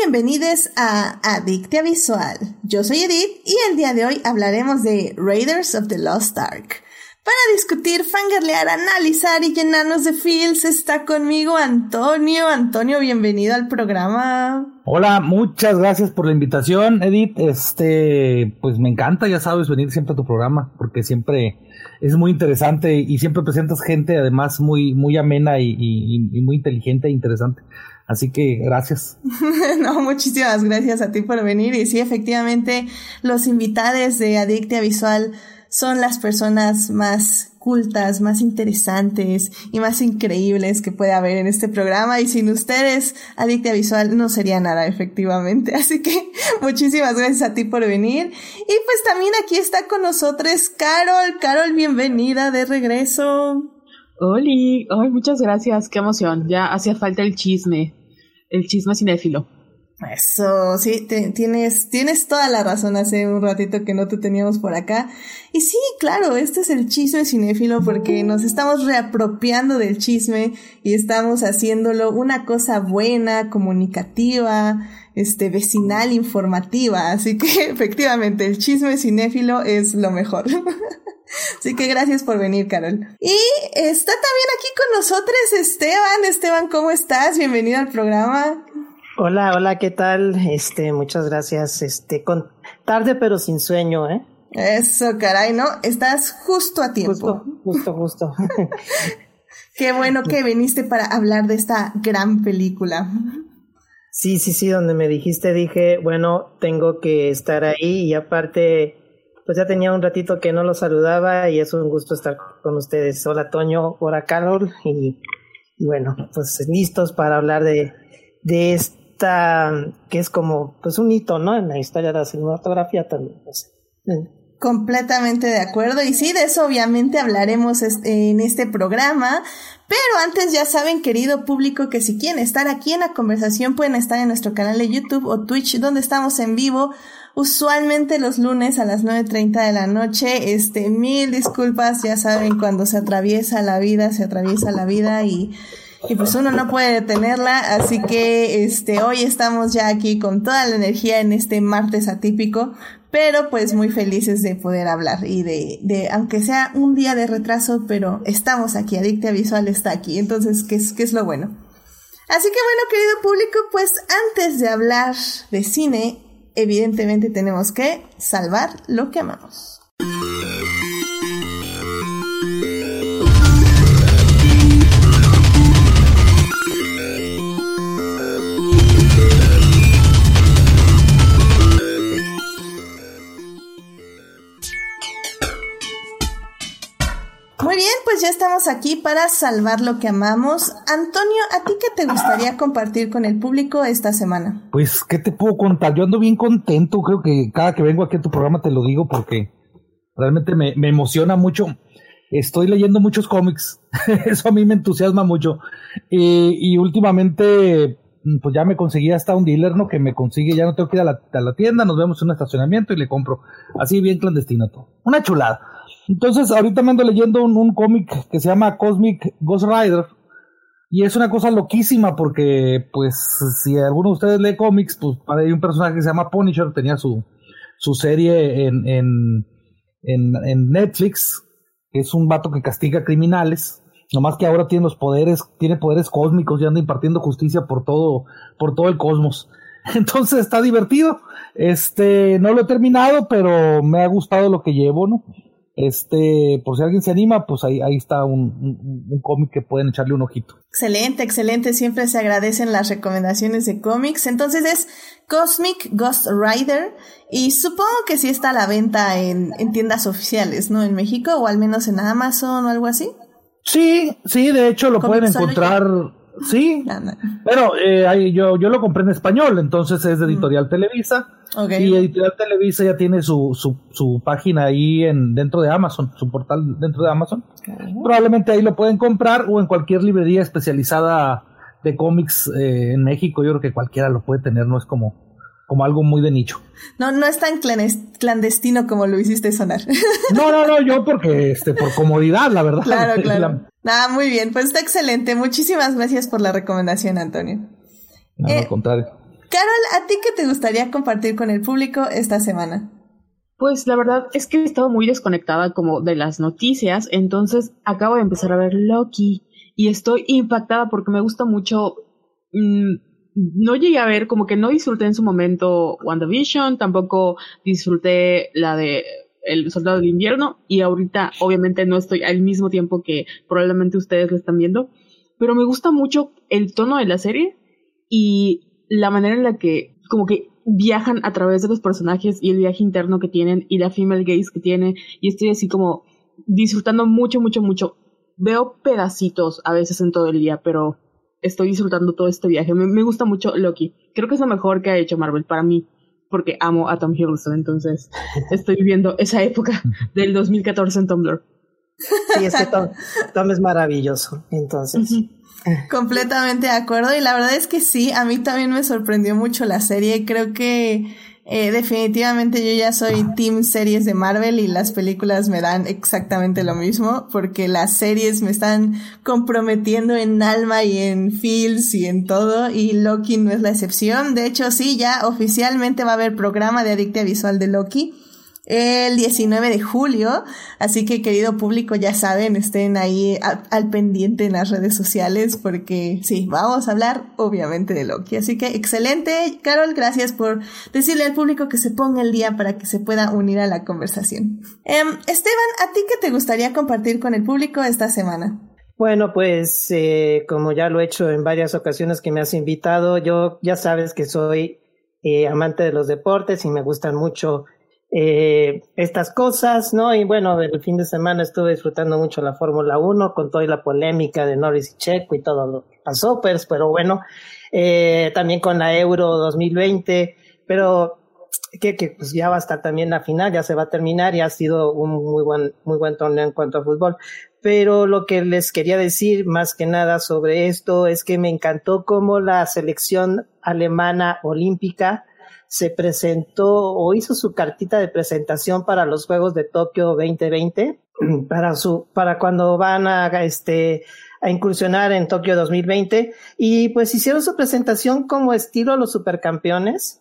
bienvenidos a Adictia Visual. Yo soy Edith y el día de hoy hablaremos de Raiders of the Lost Ark. Para discutir, fangirlear, analizar y llenarnos de feels está conmigo Antonio. Antonio, bienvenido al programa. Hola, muchas gracias por la invitación, Edith. Pues me encanta, ya sabes, venir siempre a tu programa, porque siempre es muy interesante y siempre presentas gente además muy amena y muy inteligente e interesante. Así que gracias. No, muchísimas gracias a ti por venir. Y sí, efectivamente, los invitados de Adictia Visual son las personas más cultas, más interesantes y más increíbles que puede haber en este programa. Y sin ustedes, Adictia Visual no sería nada, efectivamente. Así que muchísimas gracias a ti por venir. Y pues también aquí está con nosotros Carol. Carol, bienvenida de regreso. Oli, ay, muchas gracias, qué emoción, ya hacía falta el chisme cinéfilo. Eso, sí, tienes toda la razón, hace un ratito que no te teníamos por acá. Y sí, claro, este es el chisme cinéfilo porque nos estamos reapropiando del chisme y estamos haciéndolo una cosa buena, comunicativa, vecinal, informativa. Así que efectivamente el chisme cinéfilo es lo mejor. Así que gracias por venir, Carol. Y está también aquí con nosotros Esteban. Esteban, ¿cómo estás? Bienvenido al programa. Hola, ¿qué tal? Muchas gracias. Con tarde pero sin sueño, ¿eh? Eso, caray, ¿no? Estás justo a tiempo. Justo. Qué bueno que viniste para hablar de esta gran película. Sí, donde me dijiste, dije, bueno, tengo que estar ahí y aparte, pues ya tenía un ratito que no los saludaba y es un gusto estar con ustedes. Hola, Toño, hola, Carol, y bueno, pues listos para hablar de esta, que es como, pues un hito, ¿no? En la historia de la cinematografía también, pues. Completamente de acuerdo, y sí, de eso obviamente hablaremos en este programa, pero antes ya saben, querido público, que si quieren estar aquí en la conversación pueden estar en nuestro canal de YouTube o Twitch, donde estamos en vivo, usualmente los lunes a las 9:30 de la noche. Mil disculpas, ya saben, cuando se atraviesa la vida y pues uno no puede detenerla, así que hoy estamos ya aquí con toda la energía en este martes atípico, pero pues muy felices de poder hablar y de aunque sea un día de retraso, pero estamos aquí, Adictia Visual está aquí, entonces ¿qué es lo bueno? Así que bueno, querido público, pues antes de hablar de cine, evidentemente tenemos que salvar lo que amamos. Muy bien, pues ya estamos aquí para salvar lo que amamos. Antonio, ¿a ti qué te gustaría compartir con el público esta semana? Pues, ¿qué te puedo contar? Yo ando bien contento, creo que cada que vengo aquí a tu programa te lo digo porque realmente me emociona mucho. Estoy leyendo muchos cómics, eso a mí me entusiasma mucho. Y últimamente, pues ya me conseguí hasta un dealer, ¿no? Que me consigue, ya no tengo que ir a la tienda, nos vemos en un estacionamiento y le compro. Así bien clandestino todo. Una chulada. Entonces, ahorita me ando leyendo un cómic que se llama Cosmic Ghost Rider y es una cosa loquísima porque, pues, si alguno de ustedes lee cómics, pues hay un personaje que se llama Punisher, tenía su serie en Netflix, que es un vato que castiga criminales, nomás que ahora tiene poderes cósmicos y anda impartiendo justicia por todo el cosmos. Entonces está divertido. No lo he terminado, pero me ha gustado lo que llevo, ¿no? Por si alguien se anima, pues ahí está un cómic que pueden echarle un ojito. Excelente, siempre se agradecen las recomendaciones de cómics. Entonces es Cosmic Ghost Rider y supongo que sí está a la venta en tiendas oficiales, ¿no? En México o al menos en Amazon o algo así. Sí, de hecho lo pueden encontrar. Sí, pero yo lo compré en español, entonces es de Editorial Televisa. Okay. Y Editorial Televisa ya tiene su página ahí dentro de Amazon, su portal dentro de Amazon. Okay. Probablemente ahí lo pueden comprar o en cualquier librería especializada de cómics en México. Yo creo que cualquiera lo puede tener, no es como algo muy de nicho. No es tan clandestino como lo hiciste sonar. No, yo porque por comodidad, la verdad. Claro. Muy bien, pues está excelente. Muchísimas gracias por la recomendación, Antonio. No, al contrario. Carol, ¿a ti qué te gustaría compartir con el público esta semana? Pues la verdad es que he estado muy desconectada como de las noticias, entonces acabo de empezar a ver Loki y estoy impactada porque me gusta mucho. No llegué a ver, como que no disfruté en su momento WandaVision, tampoco disfruté la de El Soldado del Invierno, y ahorita obviamente no estoy al mismo tiempo que probablemente ustedes lo están viendo, pero me gusta mucho el tono de la serie y la manera en la que como que viajan a través de los personajes y el viaje interno que tienen y la female gaze que tiene, y estoy así como disfrutando mucho. Veo pedacitos a veces en todo el día, pero estoy disfrutando todo este viaje. Me gusta mucho Loki. Creo que es lo mejor que ha hecho Marvel para mí, porque amo a Tom Hiddleston, entonces estoy viviendo esa época del 2014 en Tumblr. Sí, es que Tom es maravilloso, entonces. Completamente de acuerdo, y la verdad es que sí, a mí también me sorprendió mucho la serie. Creo que definitivamente yo ya soy team series de Marvel y las películas me dan exactamente lo mismo, porque las series me están comprometiendo en alma y en feels y en todo, y Loki no es la excepción. De hecho, sí, ya oficialmente va a haber programa de Adictia Visual de Loki el 19 de julio, así que querido público, ya saben, estén ahí al pendiente en las redes sociales, porque sí, vamos a hablar obviamente de Loki. Así que excelente, Carol, gracias por decirle al público que se ponga el día para que se pueda unir a la conversación. Esteban, ¿a ti qué te gustaría compartir con el público esta semana? Bueno, pues como ya lo he hecho en varias ocasiones que me has invitado, yo ya sabes que soy amante de los deportes y me gustan mucho estas cosas, ¿no? Y bueno, el fin de semana estuve disfrutando mucho la Fórmula 1 con toda la polémica de Norris y Checo y todo lo que pasó, pero bueno, también con la Euro 2020, pero que pues ya va a estar también la final, ya se va a terminar y ha sido un muy buen torneo en cuanto a fútbol. Pero lo que les quería decir más que nada sobre esto es que me encantó cómo la selección alemana olímpica se presentó o hizo su cartita de presentación para los Juegos de Tokio 2020, para cuando van a incursionar en Tokio 2020, y pues hicieron su presentación como estilo los supercampeones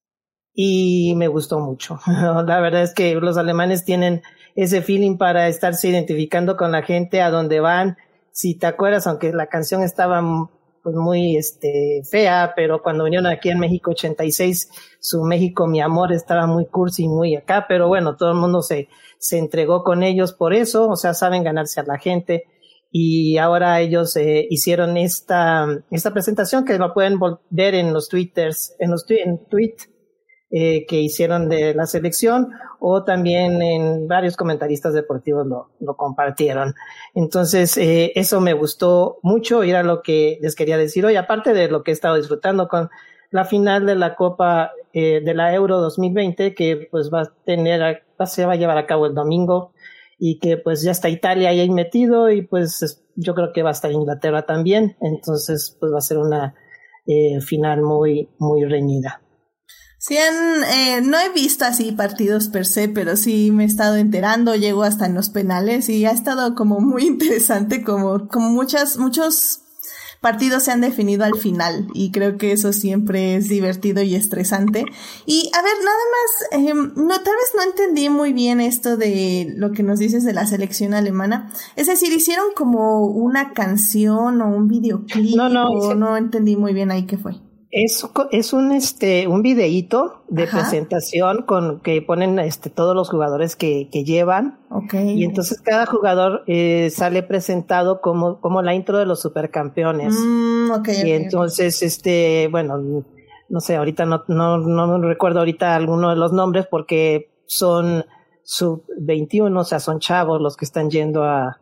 y me gustó mucho. La verdad es que los alemanes tienen ese feeling para estarse identificando con la gente a donde van. Si te acuerdas, aunque la canción estaba pues muy fea, pero cuando vinieron aquí en México 86, su México mi amor estaba muy cursi, muy acá, pero bueno, todo el mundo se entregó con ellos por eso, o sea, saben ganarse a la gente, y ahora ellos hicieron esta presentación que lo pueden ver en los twitters, en tweet que hicieron de la selección, o también en varios comentaristas deportivos lo compartieron. Entonces, eso me gustó mucho y era lo que les quería decir hoy, aparte de lo que he estado disfrutando con la final de la Copa de la Euro 2020, que pues se va a llevar a cabo el domingo, y que pues ya está Italia ahí metido, y pues yo creo que va a estar Inglaterra también, entonces pues va a ser una final muy, muy reñida. Sí, no he visto así partidos per se, pero sí me he estado enterando, llego hasta en los penales y ha estado como muy interesante, como muchos partidos se han definido al final, y creo que eso siempre es divertido y estresante. Y a ver, nada más, tal vez no entendí muy bien esto de lo que nos dices de la selección alemana. Es decir, ¿hicieron como una canción o un videoclip? No entendí muy bien ahí qué fue. Es un videíto de presentación con que ponen todos los jugadores que llevan. Okay. Y entonces cada jugador sale presentado como la intro de los supercampeones. Y entonces bueno, no sé, ahorita no recuerdo ahorita alguno de los nombres porque son sub-21, o sea, son chavos los que están yendo a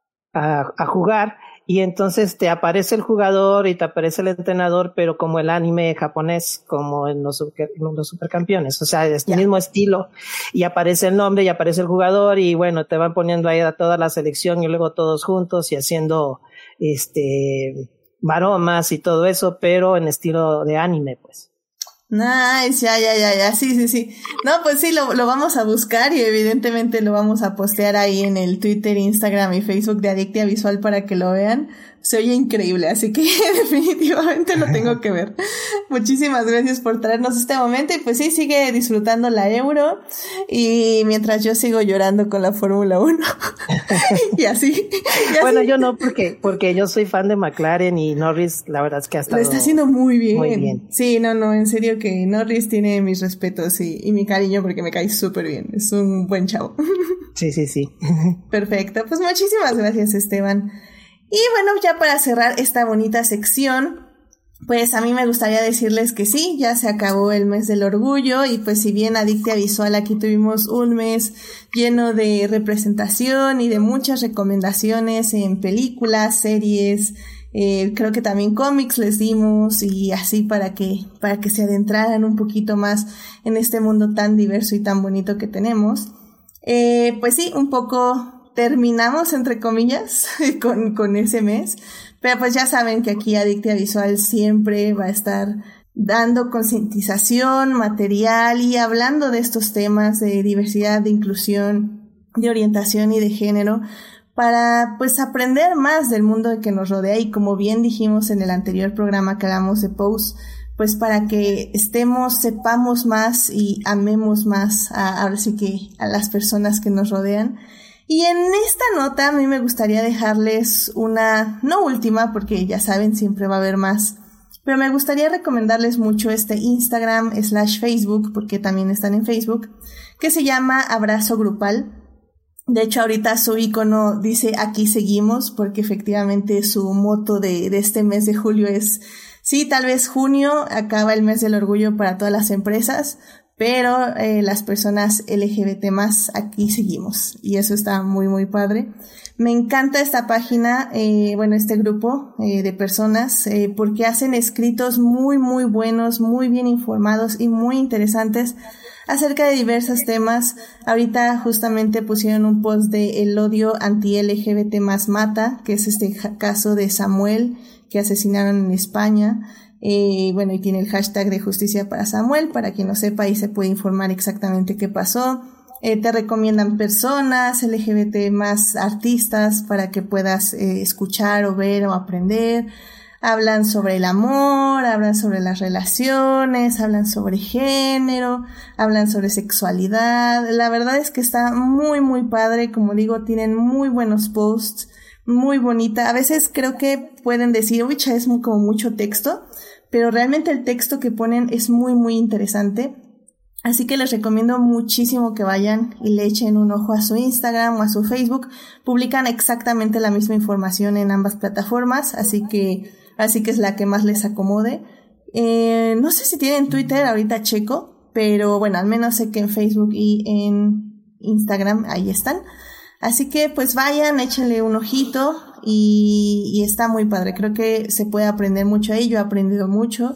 jugar. Y entonces te aparece el jugador y te aparece el entrenador, pero como el anime japonés, como en los supercampeones, o sea, es el mismo estilo, y aparece el nombre y aparece el jugador, y bueno, te van poniendo ahí a toda la selección y luego todos juntos y haciendo maromas y todo eso, pero en estilo de anime, pues. Nice, ya, sí. No, pues sí, lo vamos a buscar y evidentemente lo vamos a postear ahí en el Twitter, Instagram y Facebook de Adictia Visual para que lo vean, se oye increíble, así que definitivamente lo tengo que ver. Muchísimas gracias por traernos este momento y pues sí, sigue disfrutando la Euro y mientras yo sigo llorando con la Fórmula 1 y así. Bueno, yo no, porque yo soy fan de McLaren y Norris, la verdad es que lo está haciendo muy bien. Muy bien. Sí, no, en serio que Norris tiene mis respetos y mi cariño porque me cae súper bien, es un buen chavo. Sí. Perfecto, pues muchísimas gracias, Esteban. Y bueno, ya para cerrar esta bonita sección, pues a mí me gustaría decirles que sí, ya se acabó el mes del orgullo y pues si bien Adictia Visual aquí tuvimos un mes lleno de representación y de muchas recomendaciones en películas, series, creo que también cómics les dimos y así para que se adentraran un poquito más en este mundo tan diverso y tan bonito que tenemos. Pues sí, un poco terminamos entre comillas con ese mes, pero pues ya saben que aquí Adictia Visual siempre va a estar dando concientización, material y hablando de estos temas de diversidad, de inclusión, de orientación y de género para pues aprender más del mundo que nos rodea y como bien dijimos en el anterior programa que hablamos de Pose, pues para que sepamos más y amemos más ahora sí que a las personas que nos rodean. Y en esta nota a mí me gustaría dejarles una, no última, porque ya saben, siempre va a haber más, pero me gustaría recomendarles mucho este Instagram/Facebook, porque también están en Facebook, que se llama Abrazo Grupal. De hecho, ahorita su icono dice aquí seguimos, porque efectivamente su moto de este mes de julio es, sí, tal vez junio acaba el mes del orgullo para todas las empresas, pero las personas LGBT más aquí seguimos y eso está muy muy padre. Me encanta esta página, este grupo de personas porque hacen escritos muy muy buenos, muy bien informados y muy interesantes acerca de diversos temas. Ahorita justamente pusieron un post de el odio anti-LGBT más mata, que es este caso de Samuel que asesinaron en España. Y tiene el hashtag de justicia para Samuel, para quien no sepa, ahí se puede informar exactamente qué pasó. Te recomiendan personas LGBT más artistas para que puedas escuchar o ver o aprender. Hablan sobre el amor, hablan sobre las relaciones, hablan sobre género, hablan sobre sexualidad. La verdad es que está muy muy padre, como digo, tienen muy buenos posts, muy bonita. A veces creo que pueden decir, uy, es como mucho texto, pero realmente el texto que ponen es muy muy interesante. Así que les recomiendo muchísimo que vayan y le echen un ojo a su Instagram o a su Facebook. Publican exactamente la misma información en ambas plataformas, así que es la que más les acomode. No sé si tienen Twitter, ahorita checo, pero bueno, al menos sé que en Facebook y en Instagram ahí están. Así que pues vayan, échenle un ojito y está muy padre. Creo que se puede aprender mucho ahí, yo he aprendido mucho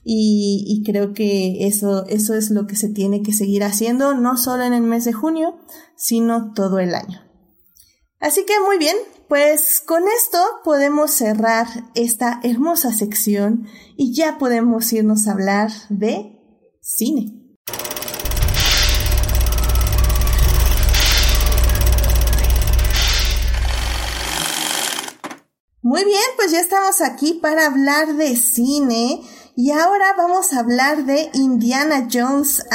y creo que eso es lo que se tiene que seguir haciendo, no solo en el mes de junio, sino todo el año. Así que muy bien, pues con esto podemos cerrar esta hermosa sección y ya podemos irnos a hablar de cine. Muy bien, pues ya estamos aquí para hablar de cine y ahora vamos a hablar de Indiana Jones.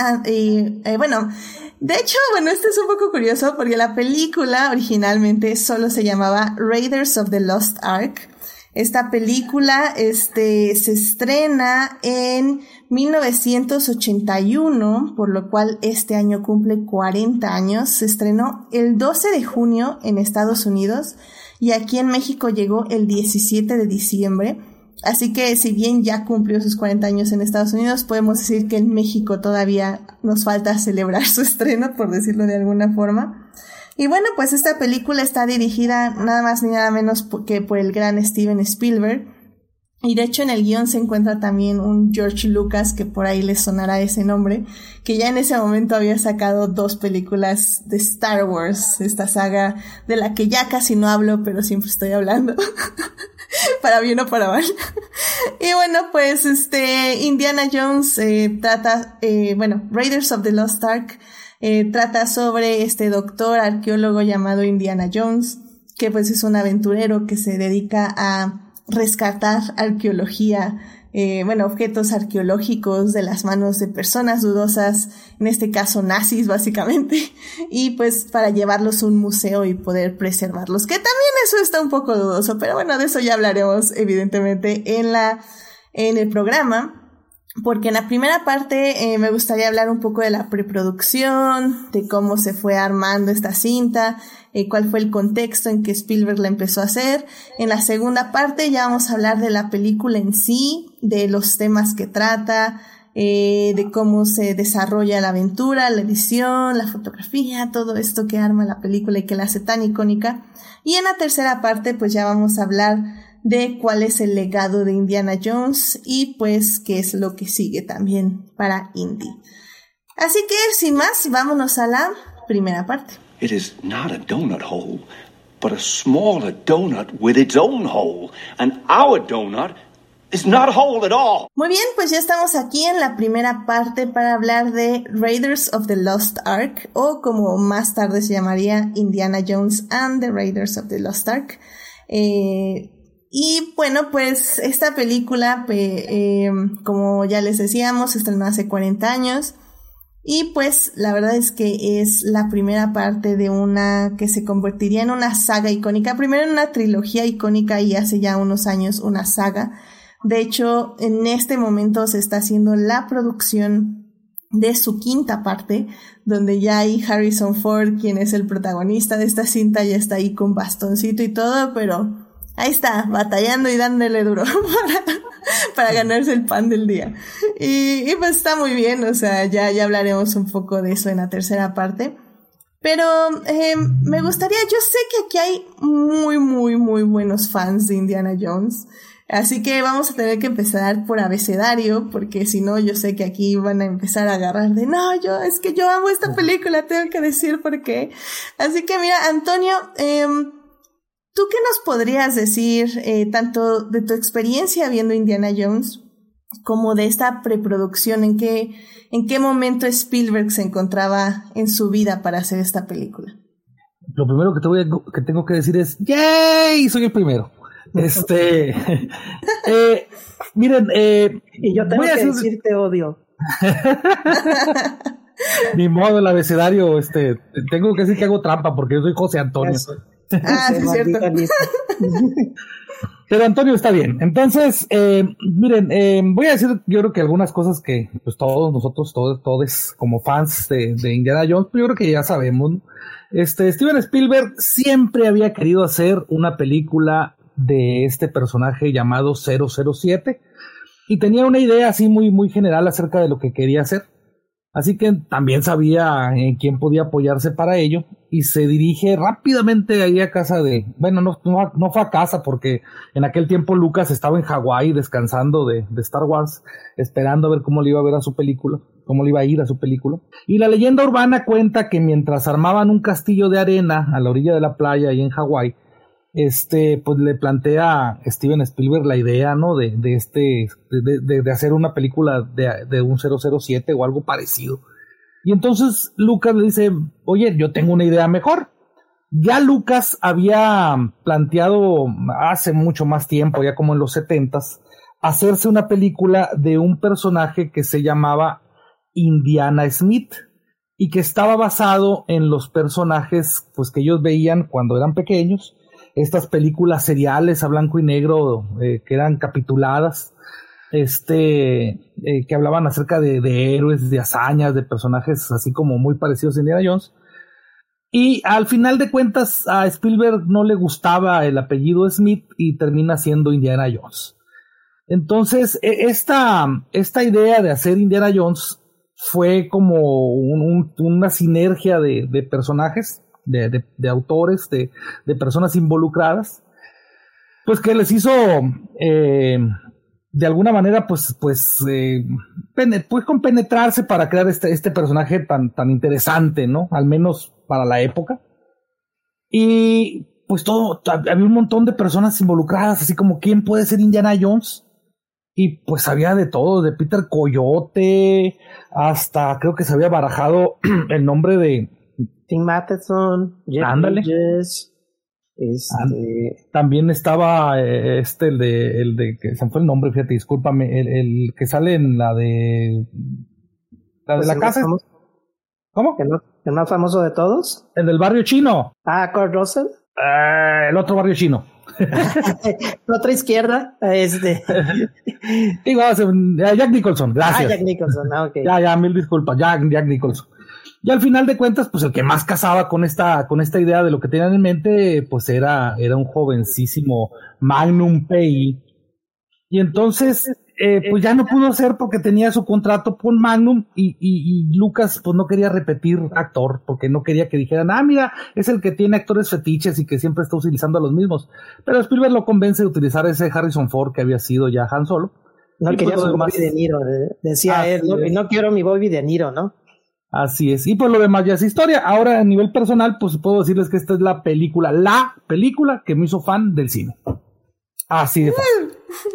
De hecho, esto es un poco curioso porque la película originalmente solo se llamaba Raiders of the Lost Ark. Esta película se estrena en 1981, por lo cual este año cumple 40 años. Se estrenó el 12 de junio en Estados Unidos y aquí en México llegó el 17 de diciembre. Así que si bien ya cumplió sus 40 años en Estados Unidos, podemos decir que en México todavía nos falta celebrar su estreno, por decirlo de alguna forma. Y bueno, pues esta película está dirigida nada más ni nada menos que por el gran Steven Spielberg. Y de hecho en el guión se encuentra también un George Lucas, que por ahí les sonará ese nombre, que ya en ese momento había sacado 2 películas de Star Wars, esta saga de la que ya casi no hablo, pero siempre estoy hablando, para bien o para mal. Y bueno, pues Indiana Jones Raiders of the Lost Ark trata sobre este doctor arqueólogo llamado Indiana Jones, que pues es un aventurero que se dedica a rescatar arqueología, objetos arqueológicos de las manos de personas dudosas, en este caso nazis básicamente, y pues para llevarlos a un museo y poder preservarlos, que también eso está un poco dudoso, pero bueno, de eso ya hablaremos evidentemente en el programa. Porque en la primera parte me gustaría hablar un poco de la preproducción, de cómo se fue armando esta cinta, cuál fue el contexto en que Spielberg la empezó a hacer. En la segunda parte ya vamos a hablar de la película en sí, de los temas que trata, de cómo se desarrolla la aventura, la edición, la fotografía, todo esto que arma la película y que la hace tan icónica. Y en la tercera parte pues ya vamos a hablar de cuál es el legado de Indiana Jones y pues qué es lo que sigue también para Indy. Así que sin más, vámonos a la primera parte. It is not a donut hole, but a smaller donut with its own hole, and our donut is not a hole at all. Muy bien, pues ya estamos aquí en la primera parte para hablar de Raiders of the Lost Ark, o como más tarde se llamaría Indiana Jones and the Raiders of the Lost Ark. Y bueno, pues esta película, como ya les decíamos, estrenó hace 40 años y pues la verdad es que es la primera parte de una que se convertiría en una saga icónica, primero en una trilogía icónica y hace ya unos años una saga. De hecho, en este momento se está haciendo la producción de su quinta parte, donde ya hay Harrison Ford, quien es el protagonista de esta cinta, ya está ahí con bastoncito y todo, pero ahí está, batallando y dándole duro para ganarse el pan del día. Y pues está muy bien, o sea, ya hablaremos un poco de eso en la tercera parte. Pero me gustaría, yo sé que aquí hay muy, muy, muy buenos fans de Indiana Jones. Así que vamos a tener que empezar por abecedario, porque si no, yo sé que aquí van a empezar a agarrar de, no, es que yo amo esta película, tengo que decir por qué. Así que mira, Antonio, ¿tú qué nos podrías decir tanto de tu experiencia viendo Indiana Jones como de esta preproducción? ¿En qué momento Spielberg se encontraba en su vida para hacer esta película? Lo primero que tengo que decir es ¡yay! Soy el primero. Miren, y yo tengo que decir te odio. Ni modo, el abecedario, tengo que decir que hago trampa porque yo soy José Antonio. Eso. Ah, sí, es cierto. Pero Antonio está bien. Entonces, miren, voy a decir, yo creo que algunas cosas que pues todos nosotros, todos como fans de Indiana Jones, pues yo creo que ya sabemos, ¿no? Steven Spielberg siempre había querido hacer una película de este personaje llamado 007 y tenía una idea así muy, muy general acerca de lo que quería hacer. Así que también sabía en quién podía apoyarse para ello y se dirige rápidamente ahí a casa no fue a casa porque en aquel tiempo Lucas estaba en Hawái descansando de Star Wars, esperando a ver cómo le iba a ver a su película, cómo le iba a ir a su película. Y la leyenda urbana cuenta que mientras armaban un castillo de arena a la orilla de la playa ahí en Hawái, pues le plantea a Steven Spielberg la idea, ¿no? de hacer una película de un 007 o algo parecido. Y entonces Lucas le dice, oye, yo tengo una idea mejor. Ya Lucas había planteado hace mucho más tiempo, ya como en los 70s, hacerse una película de un personaje que se llamaba Indiana Smith y que estaba basado en los personajes pues que ellos veían cuando eran pequeños. Estas películas seriales a blanco y negro que eran capituladas, que hablaban acerca de héroes, de hazañas, de personajes así como muy parecidos a Indiana Jones. Y al final de cuentas a Spielberg no le gustaba el apellido Smith y termina siendo Indiana Jones. Entonces esta idea de hacer Indiana Jones fue como una sinergia de personajes, de autores, de personas involucradas, pues que les hizo de alguna manera pues compenetrarse para crear este personaje tan interesante, ¿no? Al menos para la época. Y pues había un montón de personas involucradas, así como ¿quién puede ser Indiana Jones? Y pues había de todo, de Peter Coyote hasta creo que se había barajado el nombre de Tim Matheson, Jeff Ándale. Bridges, También estaba el de que se me fue el nombre, fíjate, discúlpame, el que sale en la de la casa. ¿Cómo? ¿El más famoso de todos? El del barrio chino. Kurt Russell. El otro barrio chino. La otra izquierda. Digo, Jack Nicholson, gracias. Jack Nicholson, ok. Ya, mil disculpas, Jack Nicholson. Y al final de cuentas, pues el que más casaba con esta idea de lo que tenían en mente, pues era un jovencísimo Magnum Pay. Y entonces, pues ya no pudo ser porque tenía su contrato con Magnum y Lucas pues no quería repetir actor porque no quería que dijeran, mira, es el que tiene actores fetiches y que siempre está utilizando a los mismos. Pero Spielberg lo convence de utilizar ese Harrison Ford que había sido ya Han Solo. No quería su Bobby De Niro, decía él, ¿no? Y no quiero mi Bobby De Niro, ¿no? Así es, y pues lo demás ya es historia. Ahora a nivel personal, pues puedo decirles que esta es la película que me hizo fan del cine. Así de fácil.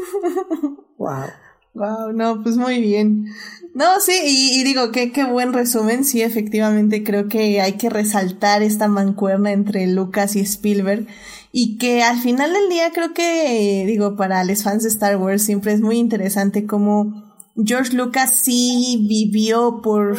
Wow, no, pues muy bien. No, sí, y digo, qué buen resumen. Sí, efectivamente creo que hay que resaltar esta mancuerna entre Lucas y Spielberg. Y que al final del día creo que, digo, para los fans de Star Wars siempre es muy interesante cómo George Lucas sí vivió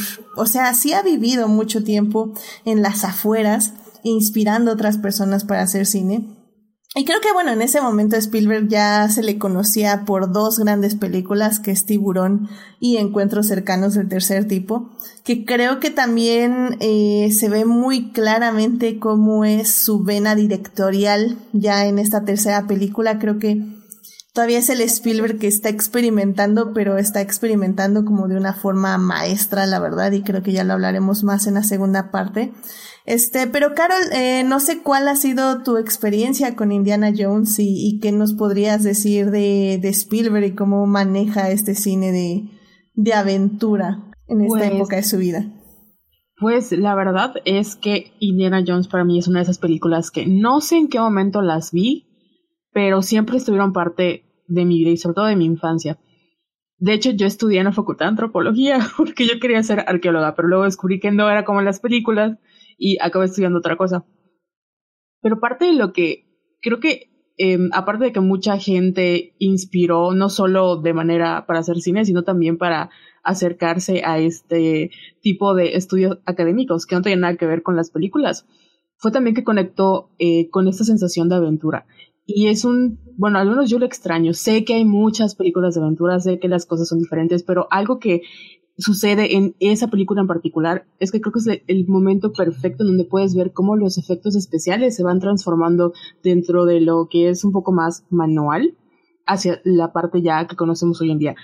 sí ha vivido mucho tiempo en las afueras, inspirando a otras personas para hacer cine. Y creo que en ese momento Spielberg ya se le conocía por dos grandes películas, que es Tiburón y Encuentros cercanos del tercer tipo, que creo que también se ve muy claramente cómo es su vena directorial ya en esta tercera película. Creo que todavía es el Spielberg que está experimentando, pero está experimentando como de una forma maestra, la verdad, y creo que ya lo hablaremos más en la segunda parte. Pero Carol, no sé cuál ha sido tu experiencia con Indiana Jones y qué nos podrías decir de Spielberg y cómo maneja este cine de aventura en esta época de su vida. Pues la verdad es que Indiana Jones para mí es una de esas películas que no sé en qué momento las vi, pero siempre estuvieron parte de mi vida y sobre todo de mi infancia. De hecho, yo estudié en la Facultad de Antropología porque yo quería ser arqueóloga, pero luego descubrí que no era como en las películas y acabé estudiando otra cosa. Pero parte de lo que creo que, aparte de que mucha gente inspiró, no solo de manera para hacer cine, sino también para acercarse a este tipo de estudios académicos que no tienen nada que ver con las películas, fue también que conectó con esta sensación de aventura. Y es al menos yo lo extraño. Sé que hay muchas películas de aventura, sé que las cosas son diferentes, pero algo que sucede en esa película en particular es que creo que es el momento perfecto en donde puedes ver cómo los efectos especiales se van transformando dentro de lo que es un poco más manual hacia la parte ya que conocemos hoy en día.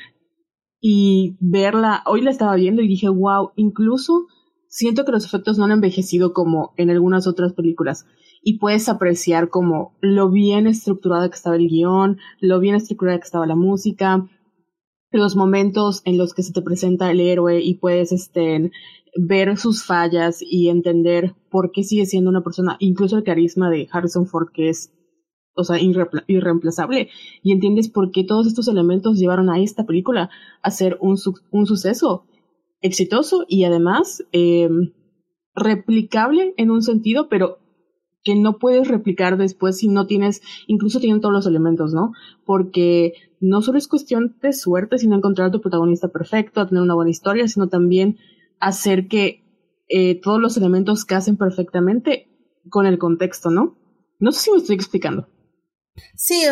Y verla, hoy la estaba viendo y dije, wow, incluso siento que los efectos no han envejecido como en algunas otras películas. Y puedes apreciar como lo bien estructurada que estaba el guión, lo bien estructurada que estaba la música, los momentos en los que se te presenta el héroe y puedes ver sus fallas y entender por qué sigue siendo una persona, incluso el carisma de Harrison Ford, que es, irreemplazable, y entiendes por qué todos estos elementos llevaron a esta película a ser un suceso exitoso y además replicable en un sentido, pero que no puedes replicar después si no tienes, incluso tienen todos los elementos, ¿no? Porque no solo es cuestión de suerte, sino encontrar a tu protagonista perfecto, a tener una buena historia, sino también hacer que todos los elementos casen perfectamente con el contexto, ¿no? No sé si me estoy explicando. Sí,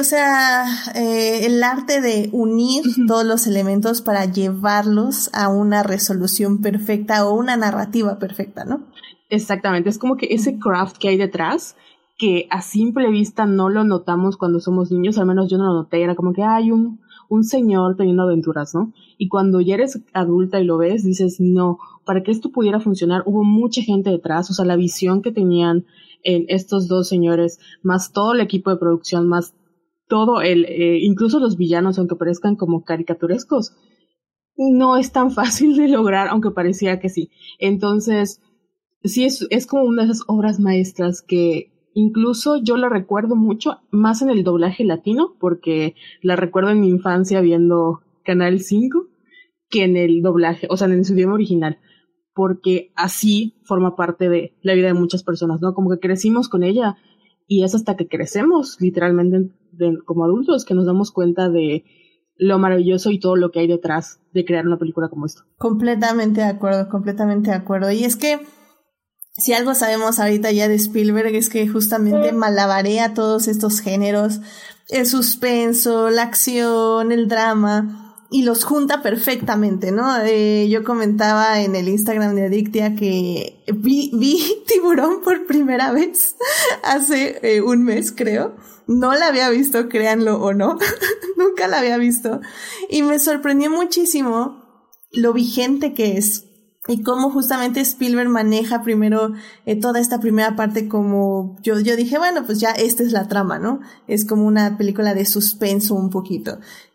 el arte de unir todos los elementos para llevarlos a una resolución perfecta o una narrativa perfecta, ¿no? Exactamente, es como que ese craft que hay detrás, que a simple vista no lo notamos cuando somos niños, al menos yo no lo noté, era como que hay un señor teniendo aventuras, ¿no? Y cuando ya eres adulta y lo ves, dices, no, para que esto pudiera funcionar hubo mucha gente detrás, la visión que tenían en estos dos señores, más todo el equipo de producción, más todo incluso los villanos, aunque parezcan como caricaturescos, no es tan fácil de lograr, aunque parecía que sí. Entonces, sí, es como una de esas obras maestras que incluso yo la recuerdo mucho, más en el doblaje latino, porque la recuerdo en mi infancia viendo Canal 5, que en el doblaje, en su idioma original, porque así forma parte de la vida de muchas personas, ¿no? Como que crecimos con ella y es hasta que crecemos literalmente como adultos que nos damos cuenta de lo maravilloso y todo lo que hay detrás de crear una película como esta. Completamente de acuerdo, completamente de acuerdo. Y es que si algo sabemos ahorita ya de Spielberg es que justamente malabarea todos estos géneros, el suspenso, la acción, el drama, y los junta perfectamente, ¿no? Yo comentaba en el Instagram de Adictia que vi Tiburón por primera vez hace un mes, creo. No la había visto, créanlo o no. Nunca la había visto. Y me sorprendió muchísimo lo vigente que es. Y cómo justamente Spielberg maneja primero toda esta primera parte como yo dije, bueno, pues ya esta es la trama, ¿no? Es como una película de suspenso un poquito.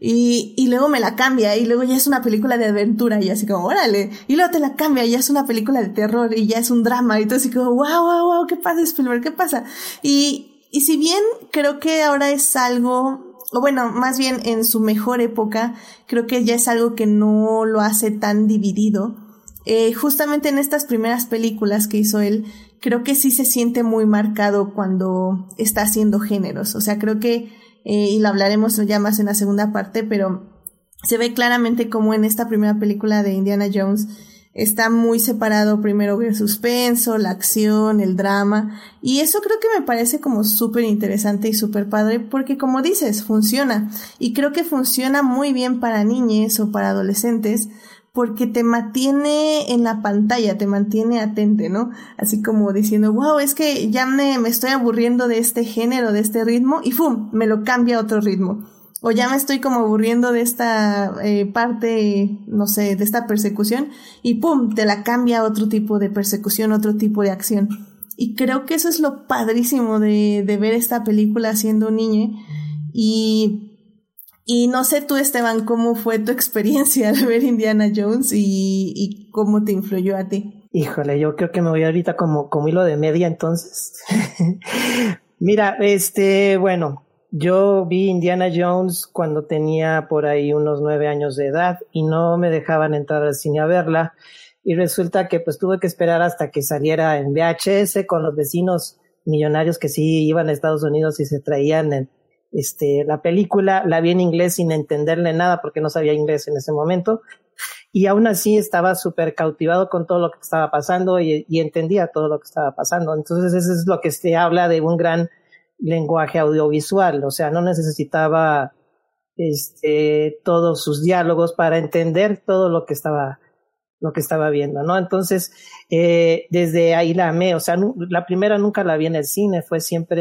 Y luego me la cambia y luego ya es una película de aventura y así como, órale. Y luego te la cambia y ya es una película de terror y ya es un drama y todo así como, wow, ¿qué pasa, Spielberg? ¿Qué pasa? Y si bien creo que ahora es algo, o bueno, más bien en su mejor época, creo que ya es algo que no lo hace tan dividido. Justamente en estas primeras películas que hizo él, creo que sí se siente muy marcado cuando está haciendo géneros. O sea, creo que, y lo hablaremos ya más en la segunda parte, pero se ve claramente como en esta primera película de Indiana Jones está muy separado primero el suspenso, la acción, el drama, y eso creo que me parece como súper interesante y súper padre porque como dices, funciona, y creo que funciona muy bien para niñes o para adolescentes porque te mantiene en la pantalla, te mantiene atente, ¿no? Así como diciendo, wow, es que ya me estoy aburriendo de este género, de este ritmo, y ¡fum!, me lo cambia a otro ritmo. O ya me estoy como aburriendo de esta parte, no sé, de esta persecución, y ¡pum!, te la cambia a otro tipo de persecución, otro tipo de acción. Y creo que eso es lo padrísimo de ver esta película siendo un niño. Y no sé tú, Esteban, ¿cómo fue tu experiencia al ver Indiana Jones y cómo te influyó a ti? Híjole, yo creo que me voy ahorita como hilo de media entonces. Mira, bueno, yo vi Indiana Jones cuando tenía por ahí unos 9 años de edad y no me dejaban entrar al cine a verla y resulta que pues tuve que esperar hasta que saliera en VHS con los vecinos millonarios que sí iban a Estados Unidos y se traían la película. La vi en inglés sin entenderle nada porque no sabía inglés en ese momento y aún así estaba súper cautivado con todo lo que estaba pasando y entendía todo lo que estaba pasando. Entonces eso es lo que se habla de un gran lenguaje audiovisual, o sea, no necesitaba todos sus diálogos para entender todo lo que estaba viendo, ¿no? Entonces, desde ahí la amé, o sea, la primera nunca la vi en el cine, fue siempre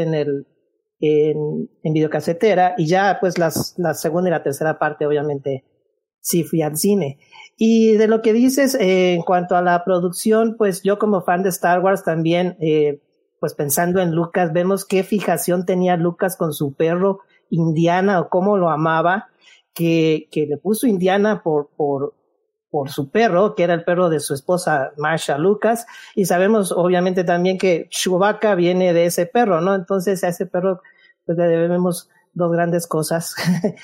en videocasetera, y ya pues la segunda y la tercera parte obviamente sí fui al cine. Y de lo que dices en cuanto a la producción, pues yo como fan de Star Wars también, pues pensando en Lucas, vemos qué fijación tenía Lucas con su perro Indiana, o cómo lo amaba, que le puso Indiana por su perro, que era el perro de su esposa Marsha Lucas, y sabemos obviamente también que Chewbacca viene de ese perro, ¿no? Entonces a ese perro pues le debemos dos grandes cosas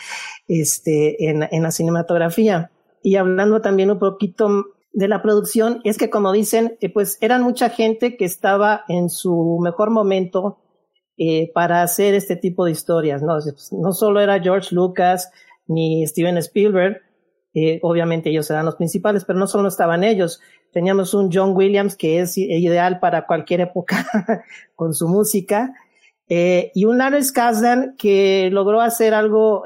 en la cinematografía. Y hablando también un poquito de la producción, es que como dicen, pues eran mucha gente que estaba en su mejor momento para hacer este tipo de historias, ¿no? No solo era George Lucas ni Steven Spielberg, obviamente ellos eran los principales, pero no solo estaban ellos. Teníamos un John Williams que es ideal para cualquier época con su música, y un Lawrence Kasdan que logró hacer algo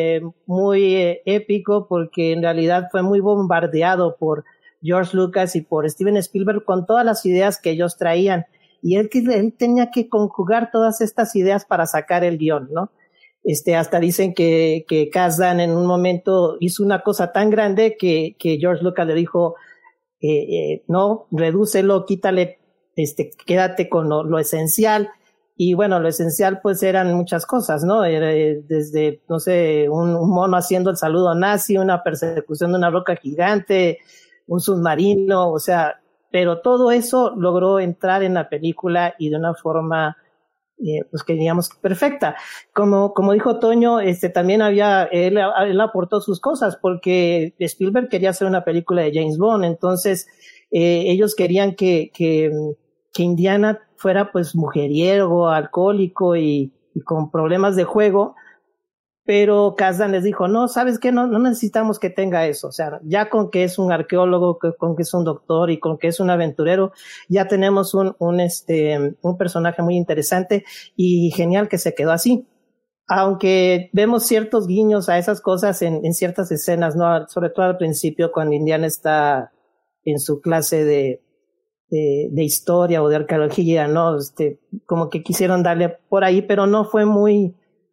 muy épico, porque en realidad fue muy bombardeado por George Lucas y por Steven Spielberg con todas las ideas que ellos traían, y él tenía que conjugar todas estas ideas para sacar el guión, ¿no? Hasta dicen que Kasdan en un momento hizo una cosa tan grande que George Lucas le dijo, no, redúcelo, quítale, quédate con lo esencial. Y bueno, lo esencial pues eran muchas cosas, ¿no? Desde, no sé, un mono haciendo el saludo nazi, una persecución de una roca gigante, un submarino, o sea, pero todo eso logró entrar en la película y de una forma pues que digamos perfecta. Como dijo Toño, también él aportó sus cosas, porque Spielberg quería hacer una película de James Bond, entonces ellos querían que Indiana fuera pues mujeriego, alcohólico y con problemas de juego, pero Kasdan les dijo, no, ¿sabes qué? No necesitamos que tenga eso, o sea, ya con que es un arqueólogo, con que es un doctor y con que es un aventurero, ya tenemos un personaje muy interesante y genial que se quedó así. Aunque vemos ciertos guiños a esas cosas en ciertas escenas, ¿no? Sobre todo al principio cuando Indiana está en su clase de historia o de arqueología, ¿no? Como que quisieron darle por ahí, pero no fue muy,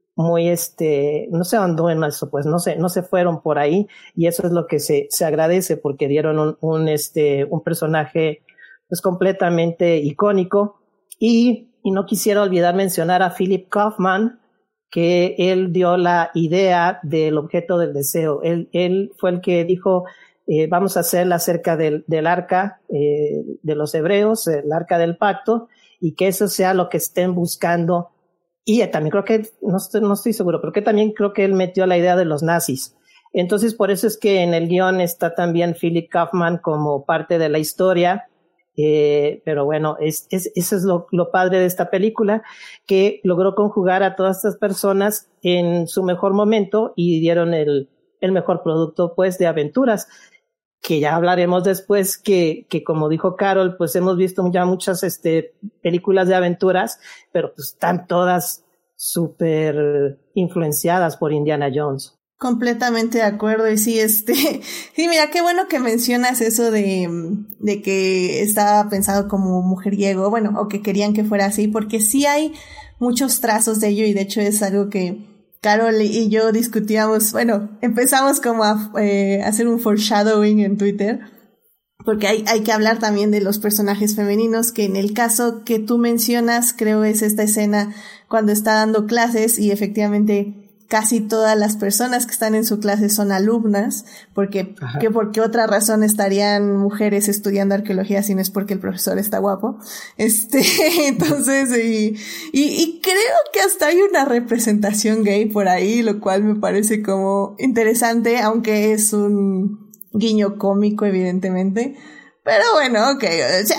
no se andó en eso, pues no se fueron por ahí, y eso es lo que se agradece, porque dieron un personaje pues completamente icónico, y no quisiera olvidar mencionar a Philip Kaufman, que él dio la idea del objeto del deseo. Él fue el que dijo, vamos a hacerla acerca del arca de los hebreos, el arca del pacto, y que eso sea lo que estén buscando. Y también creo que, no estoy seguro, pero que también creo que él metió la idea de los nazis. Entonces, por eso es que en el guión está también Philip Kaufman como parte de la historia. Pero bueno, eso es lo padre de esta película, que logró conjugar a todas estas personas en su mejor momento y dieron el mejor producto, pues, de aventuras, que ya hablaremos después, que como dijo Carol, pues hemos visto ya muchas películas de aventuras, pero pues están todas súper influenciadas por Indiana Jones. Completamente de acuerdo, y sí, sí, mira, qué bueno que mencionas eso de que estaba pensado como mujeriego, bueno, o que querían que fuera así, porque sí hay muchos trazos de ello, y de hecho es algo que Carol y yo discutíamos, bueno, empezamos como a hacer un foreshadowing en Twitter, porque hay que hablar también de los personajes femeninos, que en el caso que tú mencionas, creo es esta escena cuando está dando clases, y efectivamente casi todas las personas que están en su clase son alumnas, porque ¿por qué otra razón estarían mujeres estudiando arqueología si no es porque el profesor está guapo? Entonces, y creo que hasta hay una representación gay por ahí, lo cual me parece como interesante, aunque es un guiño cómico, evidentemente. Pero bueno, okay.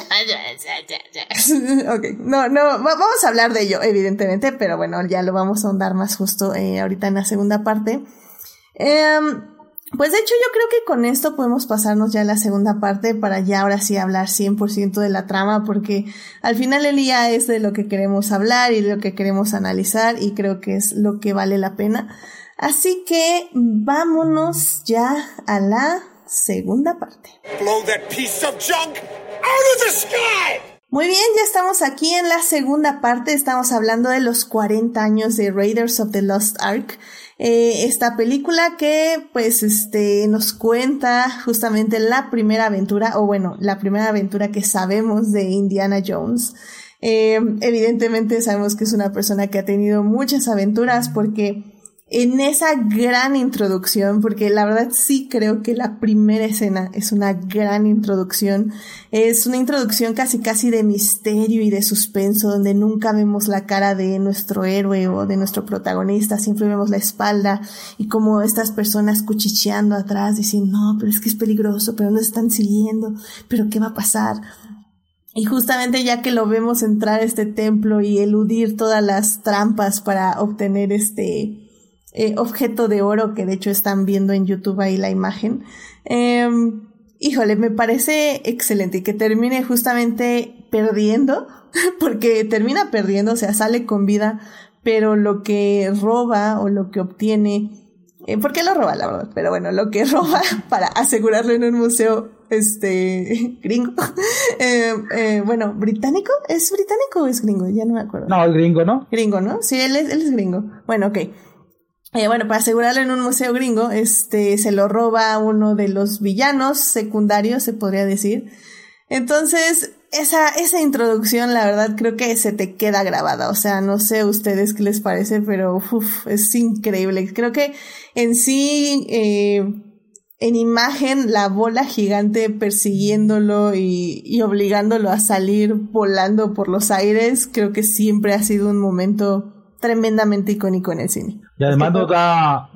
Okay. No, vamos a hablar de ello, evidentemente, pero bueno, ya lo vamos a ahondar más justo ahorita en la segunda parte. Pues de hecho yo creo que con esto podemos pasarnos ya a la segunda parte para ya ahora sí hablar 100% de la trama, porque al final del día es de lo que queremos hablar y de lo que queremos analizar, y creo que es lo que vale la pena. Así que vámonos ya a la segunda parte. Blow that piece of junk out of the sky. Muy bien, ya estamos aquí en la segunda parte. Estamos hablando de los 40 años de Raiders of the Lost Ark. Esta película que pues nos cuenta justamente la primera aventura, o bueno, la primera aventura que sabemos de Indiana Jones. Evidentemente sabemos que es una persona que ha tenido muchas aventuras, porque en esa gran introducción, porque la verdad sí creo que la primera escena es una gran introducción, es una introducción casi de misterio y de suspenso, donde nunca vemos la cara de nuestro héroe o de nuestro protagonista, siempre vemos la espalda y como estas personas cuchicheando atrás, diciendo, no, pero es que es peligroso, pero nos están siguiendo, pero ¿qué va a pasar? Y justamente ya que lo vemos entrar a este templo y eludir todas las trampas para obtener objeto de oro, que de hecho están viendo en YouTube ahí la imagen, híjole, me parece excelente, y que termine justamente perdiendo, porque termina perdiendo, o sea, sale con vida, pero lo que roba o lo que obtiene, ¿por qué lo roba, la verdad? Pero bueno, lo que roba para asegurarlo en un museo gringo, bueno, británico, ¿es británico o es gringo? Ya no me acuerdo. No, es gringo, ¿no? Gringo, ¿no? Sí, él es gringo. Bueno, okay. Bueno, para asegurarlo en un museo gringo, se lo roba a uno de los villanos secundarios, se podría decir. Entonces, esa introducción, la verdad, creo que se te queda grabada. O sea, no sé ustedes qué les parece, pero es increíble. Creo que en sí, en imagen, la bola gigante persiguiéndolo y obligándolo a salir volando por los aires, creo que siempre ha sido un momento tremendamente icónico en el cine. Y además nos da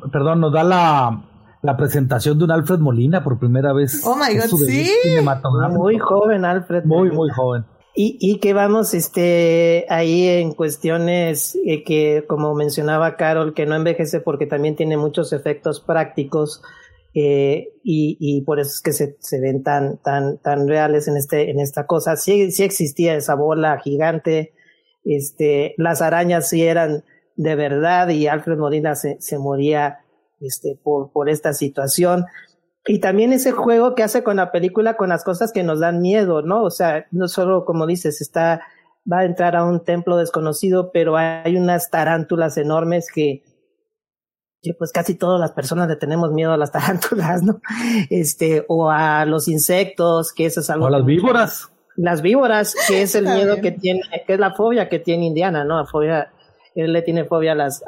la presentación de un Alfred Molina por primera vez. Oh my God, sí. Muy joven Alfred. Muy joven. Y que vamos ahí en cuestiones que, como mencionaba Carol, que no envejece porque también tiene muchos efectos prácticos, y por eso es que se ven tan reales en esta cosa. Sí existía esa bola gigante, las arañas sí eran de verdad, y Alfred Molina se moría por esta situación. Y también ese juego que hace con la película, con las cosas que nos dan miedo, ¿no? O sea, no solo, como dices, va a entrar a un templo desconocido, pero hay unas tarántulas enormes que pues casi todas las personas le tenemos miedo a las tarántulas, ¿no? O a los insectos, que eso es algo. O a las víboras. Las víboras, que es el miedo que tiene, que es la fobia que tiene Indiana, ¿no? Él le tiene fobia a las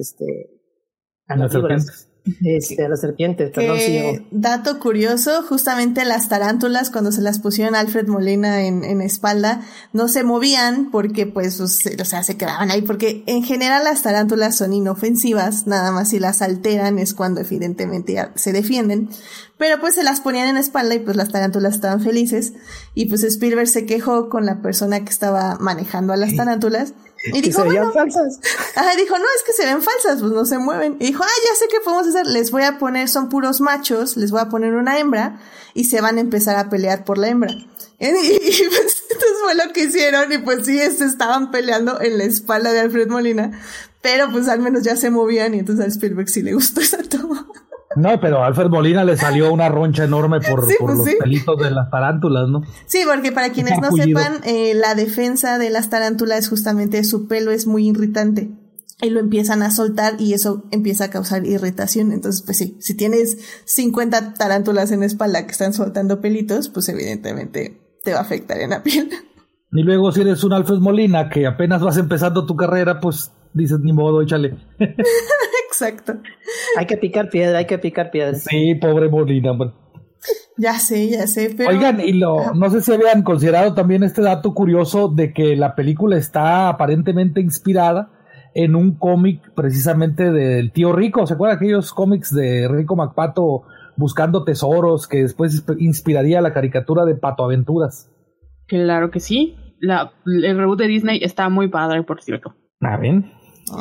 víboras. A las serpientes, perdón. Dato curioso, justamente las tarántulas, cuando se las pusieron a Alfred Molina en espalda, no se movían porque pues, se quedaban ahí, porque en general las tarántulas son inofensivas, nada más si las alteran es cuando evidentemente ya se defienden, pero pues se las ponían en espalda y pues las tarántulas estaban felices, y pues Spielberg se quejó con la persona que estaba manejando a las tarántulas. Y dijo, bueno, falsas. Dijo, no, es que se ven falsas, pues no se mueven. Y dijo, ya sé qué podemos hacer, les voy a poner, son puros machos, les voy a poner una hembra y se van a empezar a pelear por la hembra. Y pues entonces fue lo que hicieron, y pues sí, estaban peleando en la espalda de Alfred Molina, pero pues al menos ya se movían, y entonces a Spielberg sí le gustó esa toma. No, pero a Alfred Molina le salió una roncha enorme por los pelitos de las tarántulas, ¿no? Sí, porque para quienes no sepan, la defensa de las tarántulas es justamente su pelo es muy irritante. Y lo empiezan a soltar y eso empieza a causar irritación. Entonces, pues sí, si tienes 50 tarántulas en la espalda que están soltando pelitos, pues evidentemente te va a afectar en la piel. Y luego si eres un Alfred Molina que apenas vas empezando tu carrera, pues dices, ni modo, échale. Exacto. Hay que picar piedra. Sí, pobre Molina, hombre. Ya sé, pero... Oigan, y no sé si habían considerado también este dato curioso de que la película está aparentemente inspirada en un cómic precisamente del Tío Rico. ¿Se acuerdan aquellos cómics de Rico McPato buscando tesoros que después inspiraría la caricatura de Pato Aventuras? Claro que sí. El reboot de Disney está muy padre, por cierto. ¿Ven?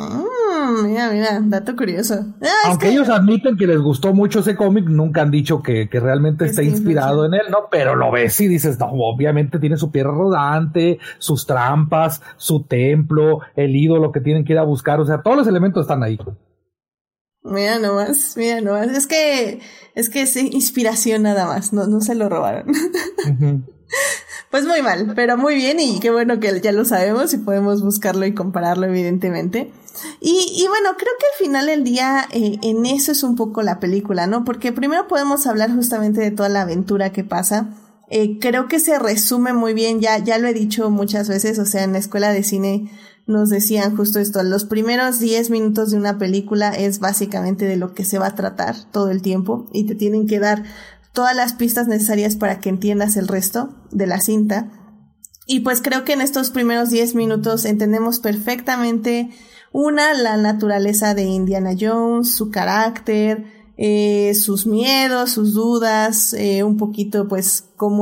Mira, dato curioso. Aunque ellos admiten que les gustó mucho ese cómic, nunca han dicho que realmente está inspirado en él, ¿no? Pero lo ves y dices, no, obviamente tiene su piedra rodante, sus trampas, su templo, el ídolo que tienen que ir a buscar, o sea, todos los elementos están ahí. Mira nomás. Es que es inspiración nada más, no se lo robaron. Uh-huh. Pues muy mal, pero muy bien, y qué bueno que ya lo sabemos y podemos buscarlo y compararlo evidentemente. Y bueno, creo que al final del día en eso es un poco la película, ¿no? Porque primero podemos hablar justamente de toda la aventura que pasa. Creo que se resume muy bien, ya lo he dicho muchas veces, o sea, en la escuela de cine nos decían justo esto, los primeros 10 minutos de una película es básicamente de lo que se va a tratar todo el tiempo, y te tienen que dar todas las pistas necesarias para que entiendas el resto de la cinta. Y pues creo que en estos primeros 10 minutos entendemos perfectamente la naturaleza de Indiana Jones, su carácter, sus miedos, sus dudas, un poquito pues cómo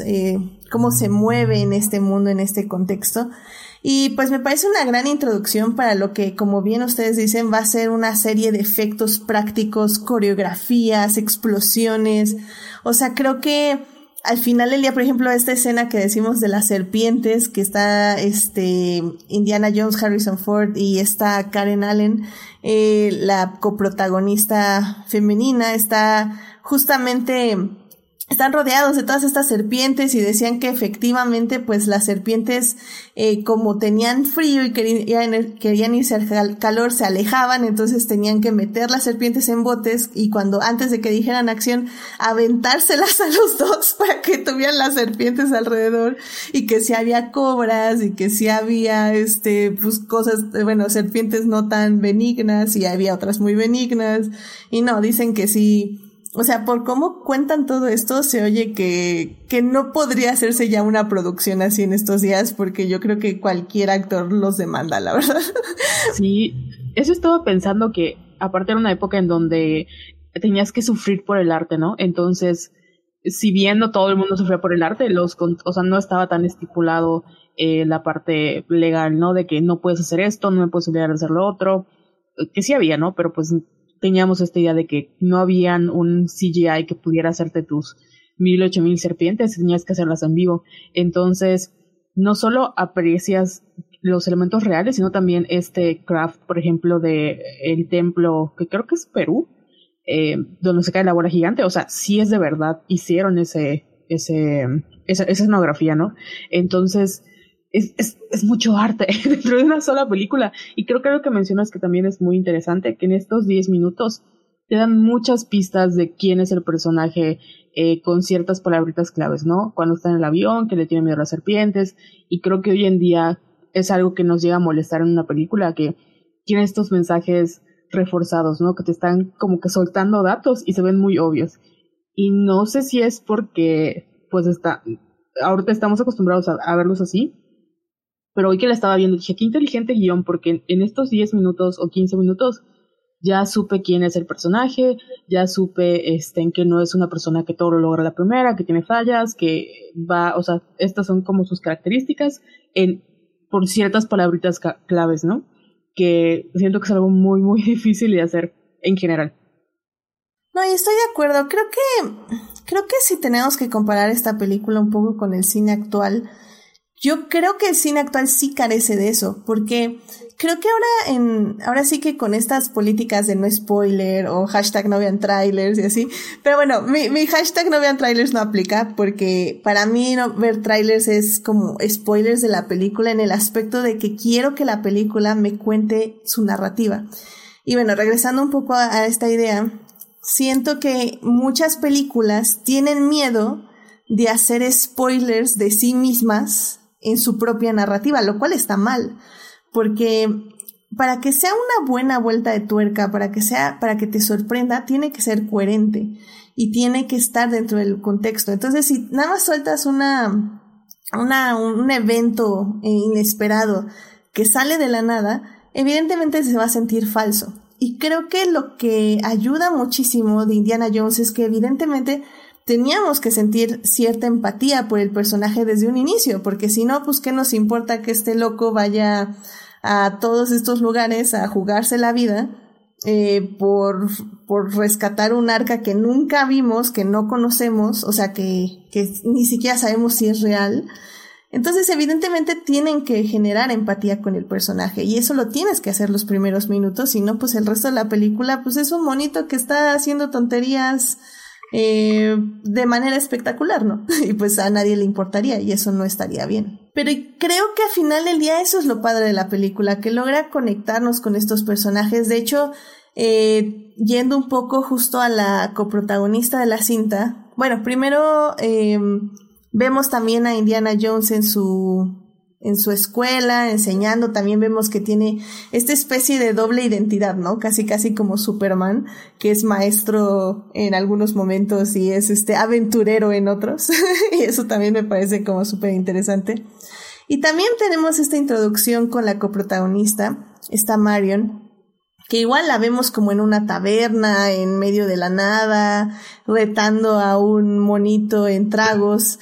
se mueve en este mundo, en este contexto. Y pues me parece una gran introducción para lo que, como bien ustedes dicen, va a ser una serie de efectos prácticos, coreografías, explosiones. O sea, creo que al final del día, por ejemplo, esta escena que decimos de las serpientes, que está Indiana Jones, Harrison Ford y está Karen Allen, la coprotagonista femenina, está justamente... Están rodeados de todas estas serpientes, y decían que efectivamente pues las serpientes como tenían frío y querían irse al calor, se alejaban, entonces tenían que meter las serpientes en botes y antes de que dijeran acción, aventárselas a los dos para que tuvieran las serpientes alrededor, y que si había cobras y que si había pues cosas, bueno, serpientes no tan benignas y había otras muy benignas, y no, dicen que sí. O sea, por cómo cuentan todo esto, se oye que no podría hacerse ya una producción así en estos días, porque yo creo que cualquier actor los demanda, la verdad. Sí, eso estaba pensando, que aparte era una época en donde tenías que sufrir por el arte, ¿no? Entonces, si bien no todo el mundo sufría por el arte, o sea, no estaba tan estipulado la parte legal, ¿no? De que no puedes hacer esto, no me puedes obligar a hacer lo otro, que sí había, ¿no? Pero pues teníamos esta idea de que no habían un CGI que pudiera hacerte tus 1000-8000 serpientes, tenías que hacerlas en vivo. Entonces, no solo aprecias los elementos reales, sino también este craft, por ejemplo, de el templo, que creo que es Perú, donde se cae la bola gigante. O sea, sí es de verdad, hicieron esa escenografía, ¿no? Entonces, es mucho arte dentro de una sola película. Y creo que lo que mencionas que también es muy interesante, que en estos 10 minutos te dan muchas pistas de quién es el personaje, con ciertas palabritas claves, ¿no? Cuando está en el avión, que le tiene miedo a las serpientes, y creo que hoy en día es algo que nos llega a molestar en una película, que tiene estos mensajes reforzados, ¿no? Que te están como que soltando datos y se ven muy obvios. Y no sé si es porque, pues ahorita estamos acostumbrados a verlos así, pero hoy que la estaba viendo dije, qué inteligente guión, porque en estos 10 minutos o 15 minutos ya supe quién es el personaje, ya supe en que no es una persona que todo lo logra a la primera, que tiene fallas, que va, o sea, estas son como sus características por ciertas palabritas claves, ¿no? Que siento que es algo muy, muy difícil de hacer en general. No, y estoy de acuerdo. Creo que si tenemos que comparar esta película un poco con el cine actual, yo creo que el cine actual sí carece de eso, porque creo que ahora sí que con estas políticas de no spoiler o hashtag no vean trailers y así, pero bueno, mi hashtag no vean trailers no aplica, porque para mí no ver trailers es como spoilers de la película en el aspecto de que quiero que la película me cuente su narrativa. Y bueno, regresando un poco a esta idea, siento que muchas películas tienen miedo de hacer spoilers de sí mismas en su propia narrativa, lo cual está mal, porque para que sea una buena vuelta de tuerca, para que te sorprenda, tiene que ser coherente y tiene que estar dentro del contexto. Entonces, si nada más sueltas un evento inesperado que sale de la nada, evidentemente se va a sentir falso. Y creo que lo que ayuda muchísimo de Indiana Jones es que evidentemente teníamos que sentir cierta empatía por el personaje desde un inicio, porque si no, pues qué nos importa que este loco vaya a todos estos lugares a jugarse la vida por rescatar un arca que nunca vimos, que no conocemos, o sea que ni siquiera sabemos si es real. Entonces evidentemente tienen que generar empatía con el personaje y eso lo tienes que hacer los primeros minutos, si no pues el resto de la película pues es un monito que está haciendo tonterías de manera espectacular, ¿no? Y pues a nadie le importaría y eso no estaría bien. Pero creo que al final del día eso es lo padre de la película, que logra conectarnos con estos personajes. De hecho, yendo un poco justo a la coprotagonista de la cinta, bueno, primero vemos también a Indiana Jones en su escuela, enseñando. También vemos que tiene esta especie de doble identidad, ¿no? Casi como Superman, que es maestro en algunos momentos y es aventurero en otros. Y eso también me parece como súper interesante. Y también tenemos esta introducción con la coprotagonista, esta Marion, que igual la vemos como en una taberna, en medio de la nada, retando a un monito en tragos.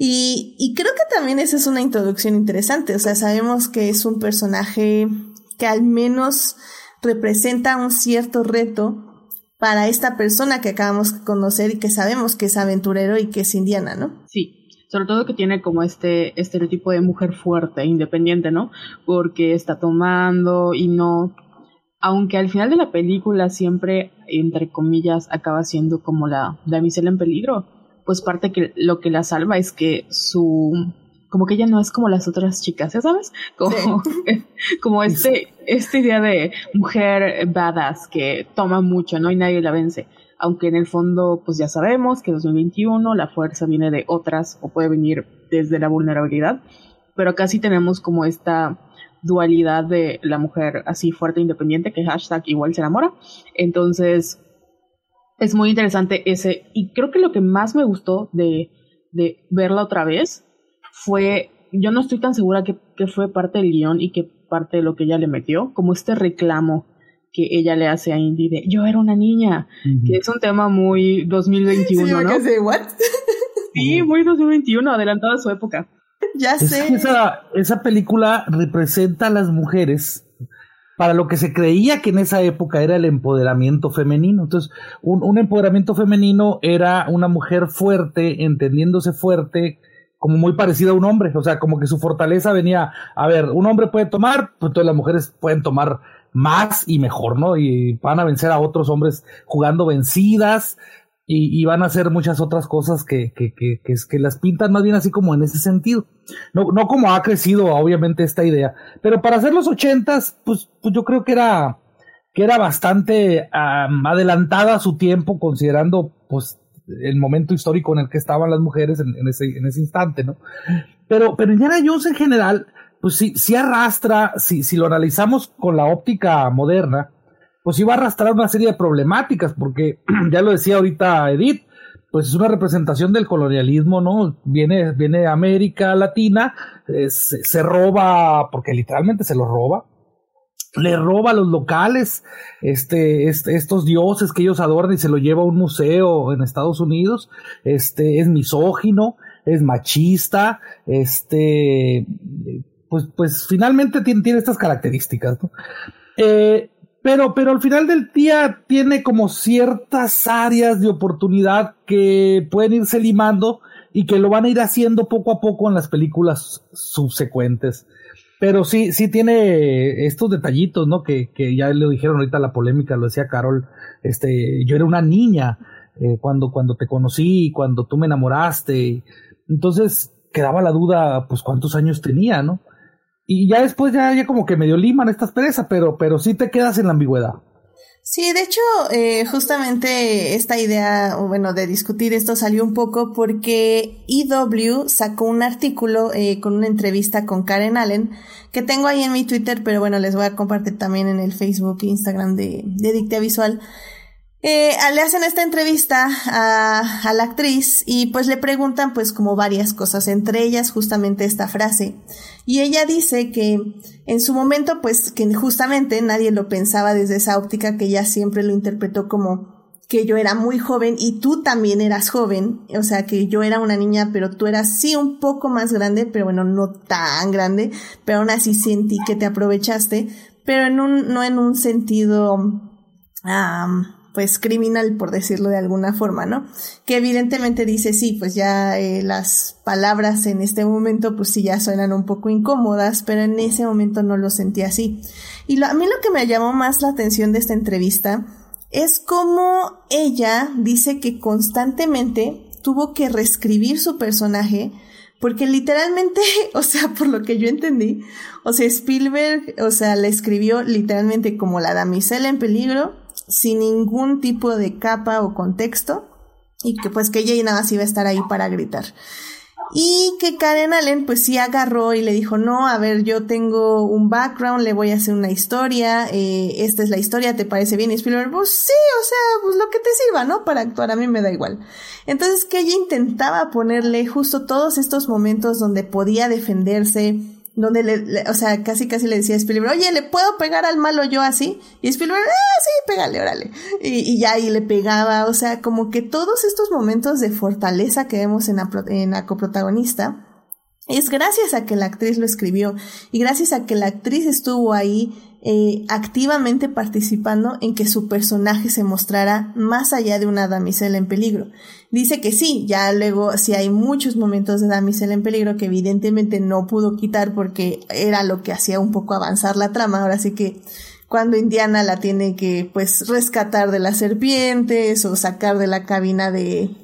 Y creo que también esa es una introducción interesante. O sea, sabemos que es un personaje que al menos representa un cierto reto para esta persona que acabamos de conocer y que sabemos que es aventurero y que es Indiana, ¿no? Sí, sobre todo que tiene como este estereotipo de mujer fuerte, independiente, ¿no? Porque está tomando y no... Aunque al final de la película siempre, entre comillas, acaba siendo como la damisela en peligro, pues parte que lo que la salva es que como que ella no es como las otras chicas, ¿ya sabes? Como, sí. Como esta idea de mujer badass que toma mucho, ¿no? Y nadie la vence. Aunque en el fondo, pues ya sabemos que en 2021 la fuerza viene de otras o puede venir desde la vulnerabilidad, pero acá sí tenemos como esta dualidad de la mujer así fuerte e independiente que hashtag igual se enamora. Entonces es muy interesante y creo que lo que más me gustó de verla otra vez fue, yo no estoy tan segura que fue parte del guión y que parte de lo que ella le metió, como este reclamo que ella le hace a Indy de yo era una niña, que es un tema muy 2021, sí, ¿no? ¿What? Sí, muy 2021, adelantada a su época. Ya sé. Es que esa película representa a las mujeres para lo que se creía que en esa época era el empoderamiento femenino. Entonces, un empoderamiento femenino era una mujer fuerte, entendiéndose fuerte, como muy parecida a un hombre. O sea, como que su fortaleza venía, a ver, un hombre puede tomar, pues entonces las mujeres pueden tomar más y mejor, ¿no? Y van a vencer a otros hombres jugando vencidas, y van a hacer muchas otras cosas que las pintan más bien así como en ese sentido. No como ha crecido obviamente esta idea, pero para hacer los 80s, pues yo creo que era bastante adelantada a su tiempo, considerando pues el momento histórico en el que estaban las mujeres en ese instante, ¿no? Pero Indiana Jones en general, pues sí arrastra, si lo analizamos con la óptica moderna, pues iba a arrastrar una serie de problemáticas, porque ya lo decía ahorita Edith, pues es una representación del colonialismo, ¿no? Viene a América Latina, se roba, porque literalmente se lo roba, le roba a los locales estos dioses que ellos adoran y se lo lleva a un museo en Estados Unidos, es misógino, es machista, pues finalmente tiene estas características, ¿no? Pero al final del día tiene como ciertas áreas de oportunidad que pueden irse limando y que lo van a ir haciendo poco a poco en las películas subsecuentes. Pero sí tiene estos detallitos, ¿no? Que ya le dijeron ahorita la polémica, lo decía Carol, yo era una niña cuando te conocí, cuando tú me enamoraste. Entonces quedaba la duda, pues cuántos años tenía, ¿no? Y ya después ya como que medio liman estas perezas, pero sí te quedas en la ambigüedad. Sí, de hecho, justamente esta idea, bueno, de discutir esto salió un poco porque EW sacó un artículo con una entrevista con Karen Allen, que tengo ahí en mi Twitter, pero bueno, les voy a compartir también en el Facebook e Instagram de Dictia Visual. Le hacen esta entrevista a la actriz y pues le preguntan pues como varias cosas, entre ellas justamente esta frase. Y ella dice que en su momento pues que justamente nadie lo pensaba desde esa óptica, que ella siempre lo interpretó como que yo era muy joven y tú también eras joven, o sea que yo era una niña pero tú eras sí un poco más grande, pero bueno, no tan grande, pero aún así sentí que te aprovechaste, pero no en un sentido pues criminal, por decirlo de alguna forma, ¿no? Que evidentemente dice, sí, pues ya las palabras en este momento pues sí ya suenan un poco incómodas, pero en ese momento no lo sentí así. Y a mí lo que me llamó más la atención de esta entrevista es cómo ella dice que constantemente tuvo que reescribir su personaje, porque literalmente, o sea, por lo que yo entendí, o sea, Spielberg, o sea, la escribió literalmente como la damisela en peligro, sin ningún tipo de capa o contexto, y que pues que ella nada más iba a estar ahí para gritar. Y que Karen Allen pues sí agarró y le dijo, no, a ver, yo tengo un background, le voy a hacer una historia, esta es la historia, ¿te parece bien? Y Spielberg, pues sí, o sea, pues lo que te sirva, ¿no? Para actuar, a mí me da igual. Entonces que ella intentaba ponerle justo todos estos momentos donde podía defenderse, donde o sea, casi le decía a Spielberg, oye, ¿le puedo pegar al malo yo así? Y Spielberg, sí, pégale, órale. Y ya ahí le pegaba, o sea, como que todos estos momentos de fortaleza que vemos en la coprotagonista, es gracias a que la actriz lo escribió y gracias a que la actriz estuvo ahí activamente participando en que su personaje se mostrara más allá de una damisela en peligro. Dice que sí, ya luego sí hay muchos momentos de damisela en peligro que evidentemente no pudo quitar porque era lo que hacía un poco avanzar la trama. Ahora sí que cuando Indiana la tiene que pues rescatar de las serpientes o sacar de la cabina del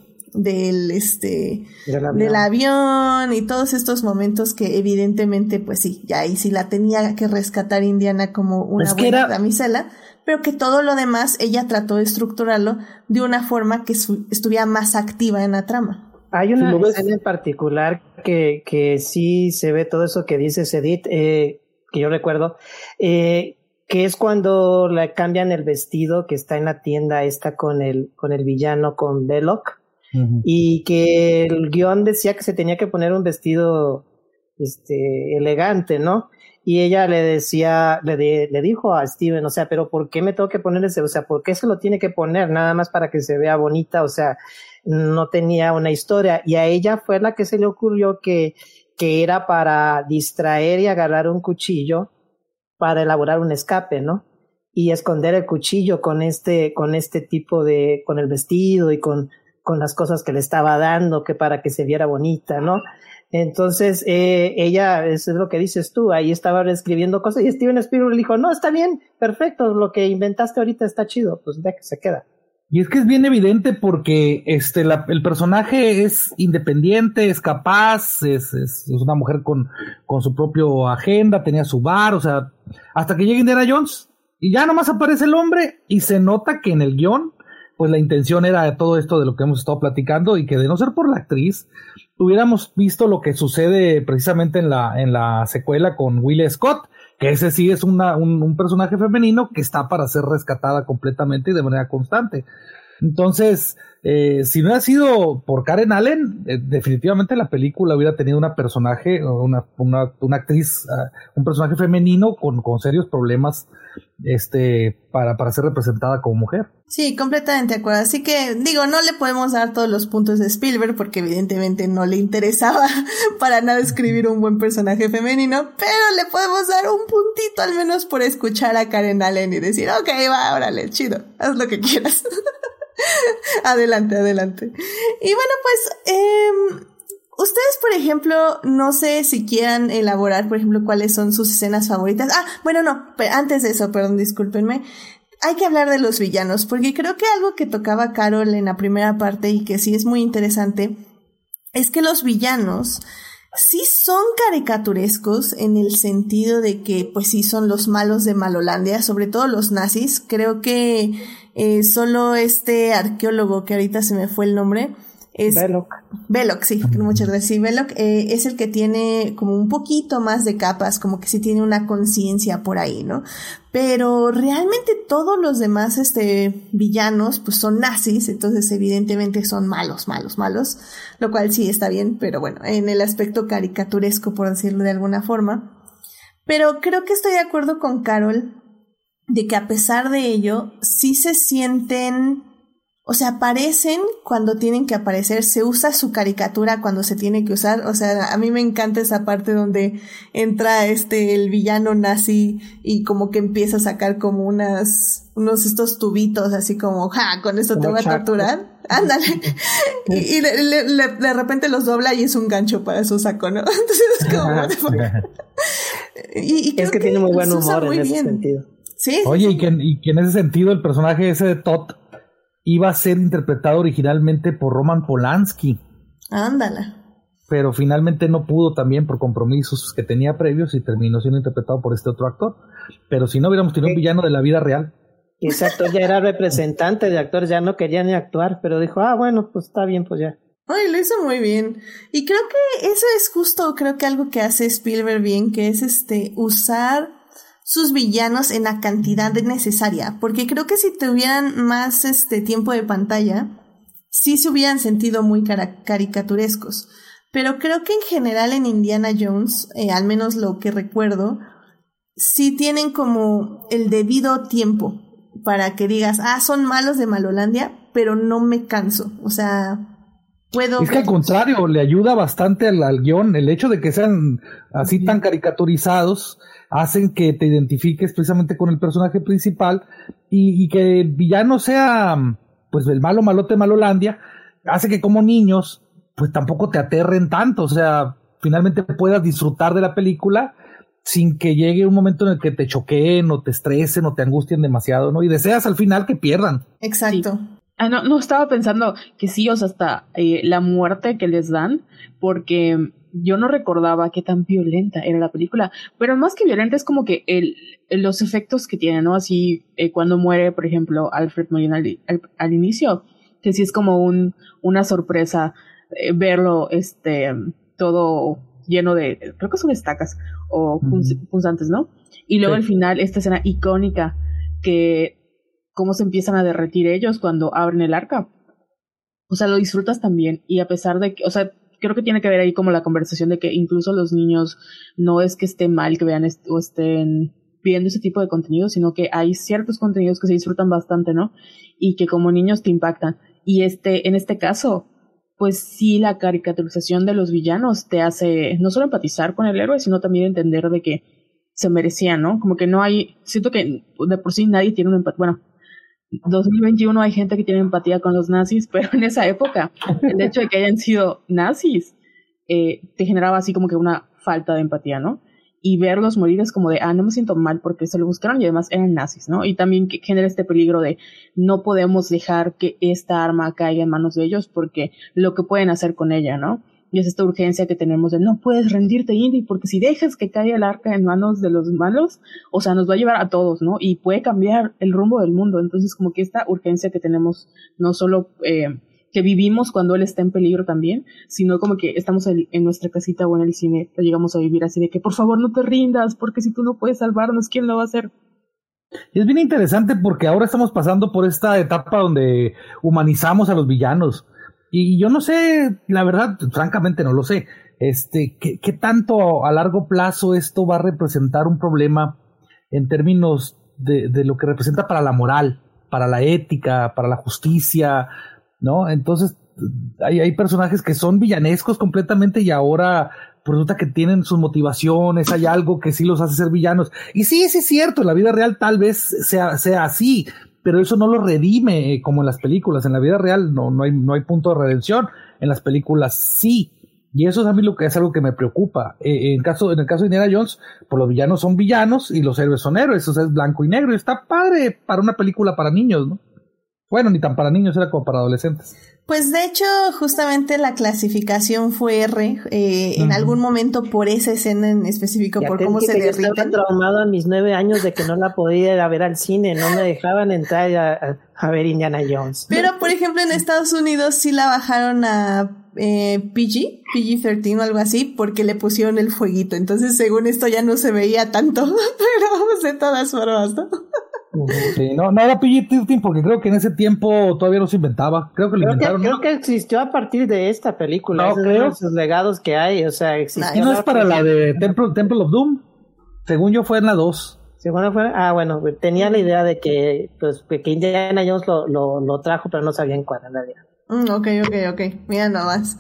avión y todos estos momentos que evidentemente pues sí, ya ahí sí la tenía que rescatar Indiana como una buena damisela, pero que todo lo demás ella trató de estructurarlo de una forma que estuviera más activa en la trama. Hay una escena en particular que sí se ve todo eso que dices, Edith, que yo recuerdo, que es cuando le cambian el vestido que está en la tienda esta con el villano, con Belloc. Uh-huh. Y que el guión decía que se tenía que poner un vestido elegante, ¿no? Y ella le decía, le dijo a Steven, o sea, pero ¿por qué me tengo que poner ese? O sea, ¿por qué se lo tiene que poner? Nada más para que se vea bonita, o sea, no tenía una historia. Y a ella fue la que se le ocurrió que era para distraer y agarrar un cuchillo para elaborar un escape, ¿no? Y esconder el cuchillo con este tipo de, con el vestido y con las cosas que le estaba dando, que para que se viera bonita, ¿no? Entonces, ella, eso es lo que dices tú, ahí estaba escribiendo cosas y Steven Spielberg le dijo, no, está bien, perfecto, lo que inventaste ahorita está chido, pues ya que se queda. Y es que es bien evidente porque el personaje es independiente, es capaz, es una mujer con su propio agenda, tenía su bar, o sea, hasta que llega Indiana Jones y ya nomás aparece el hombre y se nota que en el guión, pues la intención era de todo esto de lo que hemos estado platicando y que de no ser por la actriz, hubiéramos visto lo que sucede precisamente en la secuela con Will Scott, que ese sí es un personaje femenino que está para ser rescatada completamente y de manera constante. Entonces, si no hubiera sido por Karen Allen, definitivamente la película hubiera tenido una actriz, un personaje femenino con serios problemas para ser representada como mujer. Sí, completamente de acuerdo. Así que, no le podemos dar todos los puntos de Spielberg porque evidentemente no le interesaba para nada escribir un buen personaje femenino, pero le podemos dar un puntito al menos por escuchar a Karen Allen y decir, ok, va, órale, chido, haz lo que quieras. Adelante. Y bueno, pues, ustedes, por ejemplo, no sé si quieran elaborar, por ejemplo, cuáles son sus escenas favoritas. Bueno, no, pero antes de eso, perdón, discúlpenme. Hay que hablar de los villanos, porque creo que algo que tocaba Carol en la primera parte y que sí es muy interesante, es que los villanos sí son caricaturescos en el sentido de que, pues sí, son los malos de Malolandia, sobre todo los nazis. Creo que solo este arqueólogo, que ahorita se me fue el nombre, es Belloc, sí, muchas gracias. Sí, Belloc es el que tiene como un poquito más de capas, como que sí tiene una conciencia por ahí, ¿no? Pero realmente todos los demás villanos pues son nazis, entonces evidentemente son malos, lo cual sí está bien, pero bueno, en el aspecto caricaturesco, por decirlo de alguna forma. Pero creo que estoy de acuerdo con Carol de que a pesar de ello sí se sienten, o sea, aparecen cuando tienen que aparecer, se usa su caricatura cuando se tiene que usar. O sea, a mí me encanta esa parte donde entra el villano nazi y como que empieza a sacar como unos estos tubitos así como, con esto te voy a torturar. Ándale. y de repente los dobla y es un gancho para su saco, ¿no? Entonces es como... y es que tiene muy buen humor en ese sentido. Sí. Oye, y que en ese sentido el personaje ese de Todd iba a ser interpretado originalmente por Roman Polanski. Ándala. Pero finalmente no pudo también por compromisos que tenía previos y terminó siendo interpretado por este otro actor. Pero si no hubiéramos tenido un villano de la vida real. Exacto, ya era representante de actores, ya no quería ni actuar, pero dijo, bueno, pues está bien, pues ya. Ay, lo hizo muy bien. Y creo que eso es justo, creo que algo que hace Spielberg bien, que es usar sus villanos en la cantidad necesaria, porque creo que si tuvieran más tiempo de pantalla, sí se hubieran sentido muy caricaturescos. Pero creo que en general en Indiana Jones, al menos lo que recuerdo, sí tienen como el debido tiempo para que digas, son malos de Malolandia, pero no me canso. O sea, puedo... Es que al contrario, le ayuda bastante al guión el hecho de que sean así tan caricaturizados, hacen que te identifiques precisamente con el personaje principal y que el villano sea pues el malote Malolandia, hace que como niños pues tampoco te aterren tanto, o sea, finalmente puedas disfrutar de la película sin que llegue un momento en el que te choqueen o te estresen o te angustien demasiado, ¿no? Y deseas al final que pierdan. Exacto. Sí. No, estaba pensando que sí, o sea, hasta la muerte que les dan, porque yo no recordaba qué tan violenta era la película, pero más que violenta es como que los efectos que tiene, ¿no? Así, cuando muere, por ejemplo, Alfred Molina al inicio, que sí es como una sorpresa verlo, todo lleno de, creo que son estacas o punzantes, ¿no? Y luego al final, esta escena icónica que cómo se empiezan a derretir ellos cuando abren el arca. O sea, lo disfrutas también, y a pesar de que, o sea, creo que tiene que ver ahí como la conversación de que incluso los niños no es que esté mal que vean o estén viendo ese tipo de contenido, sino que hay ciertos contenidos que se disfrutan bastante, ¿no? Y que como niños te impactan. Y en este caso, pues sí, la caricaturización de los villanos te hace no solo empatizar con el héroe, sino también entender de que se merecía, ¿no? Como que no hay, siento que de por sí nadie tiene una empatía, bueno, 2021 hay gente que tiene empatía con los nazis, pero en esa época, el hecho de que hayan sido nazis, te generaba así como que una falta de empatía, ¿no? Y verlos morir es como de, no me siento mal porque se lo buscaron y además eran nazis, ¿no? Y también que genera este peligro de no podemos dejar que esta arma caiga en manos de ellos porque lo que pueden hacer con ella, ¿no? Y es esta urgencia que tenemos de no puedes rendirte, Indy, porque si dejas que caiga el arca en manos de los malos, o sea, nos va a llevar a todos, ¿no? Y puede cambiar el rumbo del mundo. Entonces, como que esta urgencia que tenemos, no solo que vivimos cuando él está en peligro también, sino como que estamos en nuestra casita o en el cine, lo llegamos a vivir así de que por favor no te rindas, porque si tú no puedes salvarnos, ¿quién lo va a hacer? Y es bien interesante porque ahora estamos pasando por esta etapa donde humanizamos a los villanos. Y yo no sé, la verdad, francamente no lo sé, ¿qué tanto a largo plazo esto va a representar un problema en términos de lo que representa para la moral, para la ética, para la justicia, ¿no? Entonces, hay personajes que son villanescos completamente y ahora resulta que tienen sus motivaciones, hay algo que sí los hace ser villanos. Y sí, es cierto, en la vida real tal vez sea así, pero eso no lo redime como en las películas. En la vida real no hay punto de redención, en las películas sí, y eso es a mí lo que es algo que me preocupa. En el caso de Indiana Jones, pues los villanos son villanos y los héroes son héroes, o sea, es blanco y negro, y está padre para una película para niños, ¿no? Bueno, ni tan para niños, era como para adolescentes. Pues de hecho, justamente la clasificación fue R, en algún momento por esa escena en específico, por cómo se derriten. Yo estaba traumado a mis 9 años de que no la podía ir a ver al cine, no me dejaban entrar a ver Indiana Jones. Pero, por ejemplo, en Estados Unidos sí la bajaron a PG-13 o algo así, porque le pusieron el fueguito. Entonces, según esto ya no se veía tanto, pero de todas formas, ¿no? Sí, no era PG-13 porque creo que en ese tiempo todavía no se inventaba. Creo que lo inventaron. Creo que existió a partir de esta película. No, creo. Esos legados que hay, o sea, existió. ¿No es para la de Temple of Doom? Según yo fue en la 2. Según fue, bueno, tenía la idea de que Indiana Jones lo trajo, pero no sabía en cuál en realidad. Ok. Mira nomás.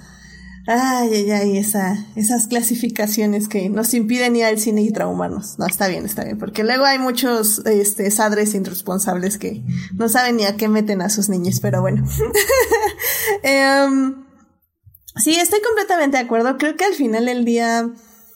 Ay, esas clasificaciones que nos impiden ir al cine y traumarnos. No, está bien, porque luego hay muchos padres irresponsables que no saben ni a qué meten a sus niños, pero bueno. Sí, estoy completamente de acuerdo. Creo que al final del día, a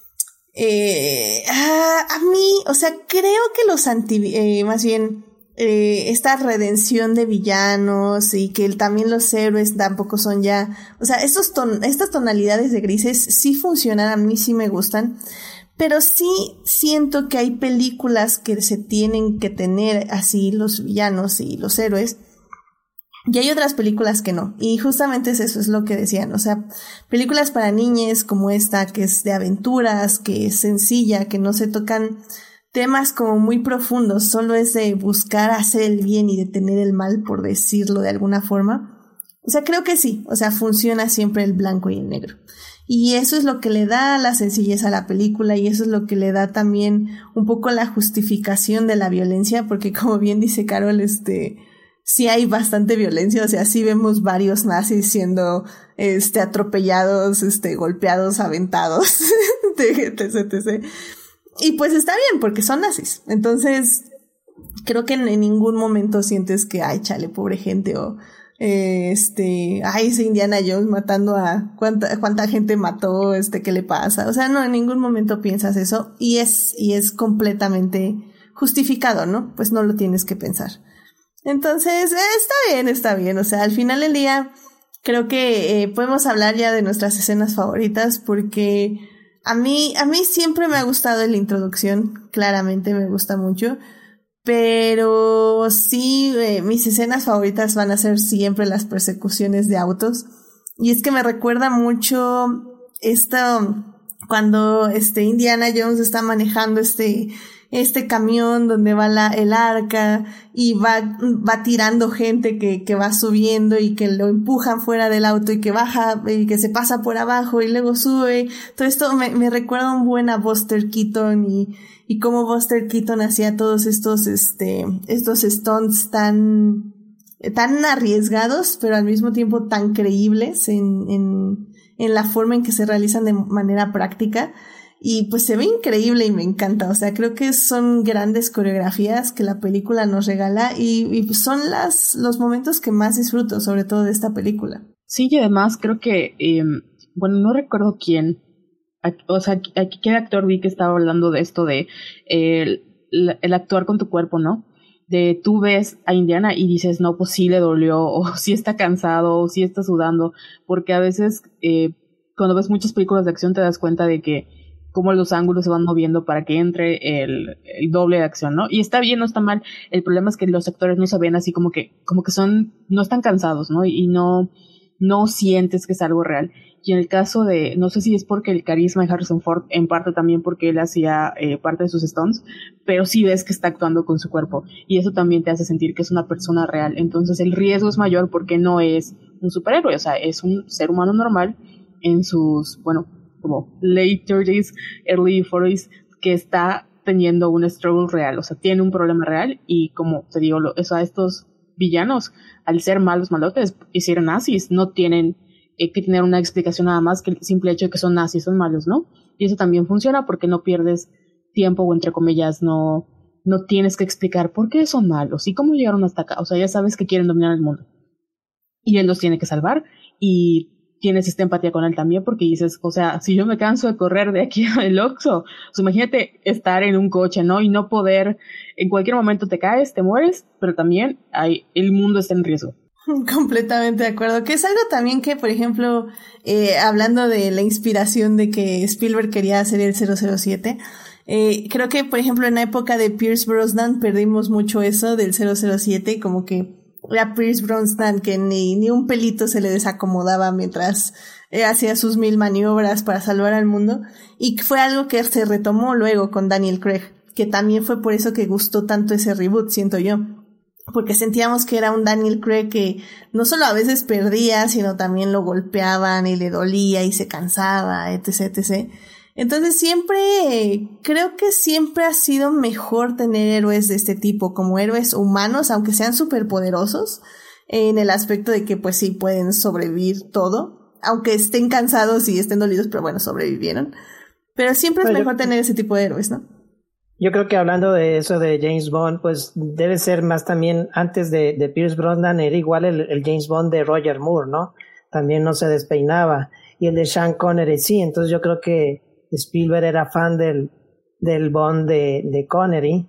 mí, o sea, creo que más bien, esta redención de villanos y que también los héroes tampoco son ya, o sea, estas tonalidades de grises sí funcionan, a mí sí me gustan, pero sí siento que hay películas que se tienen que tener así los villanos y los héroes, y hay otras películas que no, y justamente eso es lo que decían, o sea, películas para niñas como esta, que es de aventuras, que es sencilla, que no se tocan temas como muy profundos, solo es de buscar hacer el bien y detener el mal, por decirlo de alguna forma. O sea, creo que sí, o sea, funciona siempre el blanco y el negro. Y eso es lo que le da la sencillez a la película, y eso es lo que le da también un poco la justificación de la violencia, porque como bien dice Carol, sí hay bastante violencia, o sea, sí vemos varios nazis siendo, atropellados, golpeados, aventados, etc. Y pues está bien, porque son nazis. Entonces, creo que en ningún momento sientes que, chale, pobre gente, o ese Indiana Jones matando a cuánta gente mató, ¿qué le pasa? O sea, no, en ningún momento piensas eso, y es completamente justificado, ¿no? Pues no lo tienes que pensar. Entonces, está bien, o sea, al final del día, creo que podemos hablar ya de nuestras escenas favoritas, porque a mí siempre me ha gustado la introducción, claramente me gusta mucho, pero sí, mis escenas favoritas van a ser siempre las persecuciones de autos, y es que me recuerda mucho cuando Indiana Jones está manejando este camión donde va el arca y va tirando gente que va subiendo y que lo empujan fuera del auto y que baja y que se pasa por abajo y luego sube. Todo esto me recuerda un buen a Buster Keaton y cómo Buster Keaton hacía todos estos stunts tan arriesgados, pero al mismo tiempo tan creíbles en la forma en que se realizan de manera práctica. Y pues se ve increíble y me encanta. O sea, creo que son grandes coreografías que la película nos regala y pues son los momentos que más disfruto, sobre todo de esta película. Sí, y además creo que, no recuerdo quién, o sea, qué actor vi que estaba hablando de esto de el actuar con tu cuerpo, ¿no? De tú ves a Indiana y dices, no, pues sí le dolió, o sí está cansado, o sí está sudando, porque a veces cuando ves muchas películas de acción te das cuenta de que cómo los ángulos se van moviendo para que entre el doble de acción, ¿no? Y está bien, no está mal. El problema es que los actores no se ven así como que no están cansados, ¿no? Y no sientes que es algo real. Y en el caso de, no sé si es porque el carisma de Harrison Ford, en parte también porque él hacía parte de sus stunts, pero sí ves que está actuando con su cuerpo. Y eso también te hace sentir que es una persona real. Entonces el riesgo es mayor porque no es un superhéroe, o sea, es un ser humano normal en sus, como late 30s, early 40s, que está teniendo un struggle real, o sea, tiene un problema real y como te digo, estos villanos, al ser malos malotes y ser nazis, no tienen que tener una explicación nada más que el simple hecho de que son nazis, son malos, ¿no? Y eso también funciona porque no pierdes tiempo o entre comillas no tienes que explicar por qué son malos y cómo llegaron hasta acá, o sea, ya sabes que quieren dominar el mundo y él los tiene que salvar y tienes esta empatía con él también porque dices, o sea, si yo me canso de correr de aquí al Oxxo, pues imagínate estar en un coche, ¿no? Y no poder, en cualquier momento te caes, te mueres, pero también el mundo está en riesgo. Completamente de acuerdo, que es algo también que, por ejemplo, hablando de la inspiración de que Spielberg quería hacer el 007, creo que, por ejemplo, en la época de Pierce Brosnan perdimos mucho eso del 007, como que era Pierce Brosnan que ni un pelito se le desacomodaba mientras hacía sus 1000 maniobras para salvar al mundo, y fue algo que se retomó luego con Daniel Craig, que también fue por eso que gustó tanto ese reboot, siento yo, porque sentíamos que era un Daniel Craig que no solo a veces perdía, sino también lo golpeaban y le dolía y se cansaba, etc, etc. Entonces creo que siempre ha sido mejor tener héroes de este tipo, como héroes humanos, aunque sean superpoderosos, en el aspecto de que pues sí pueden sobrevivir todo, aunque estén cansados y estén dolidos, pero bueno, sobrevivieron. Pero siempre es mejor tener ese tipo de héroes, ¿no? Yo creo que hablando de eso de James Bond, pues debe ser más también, antes de Pierce Brosnan era igual el James Bond de Roger Moore, ¿no? También no se despeinaba. Y el de Sean Connery sí, entonces yo creo que Spielberg era fan del Bond de Connery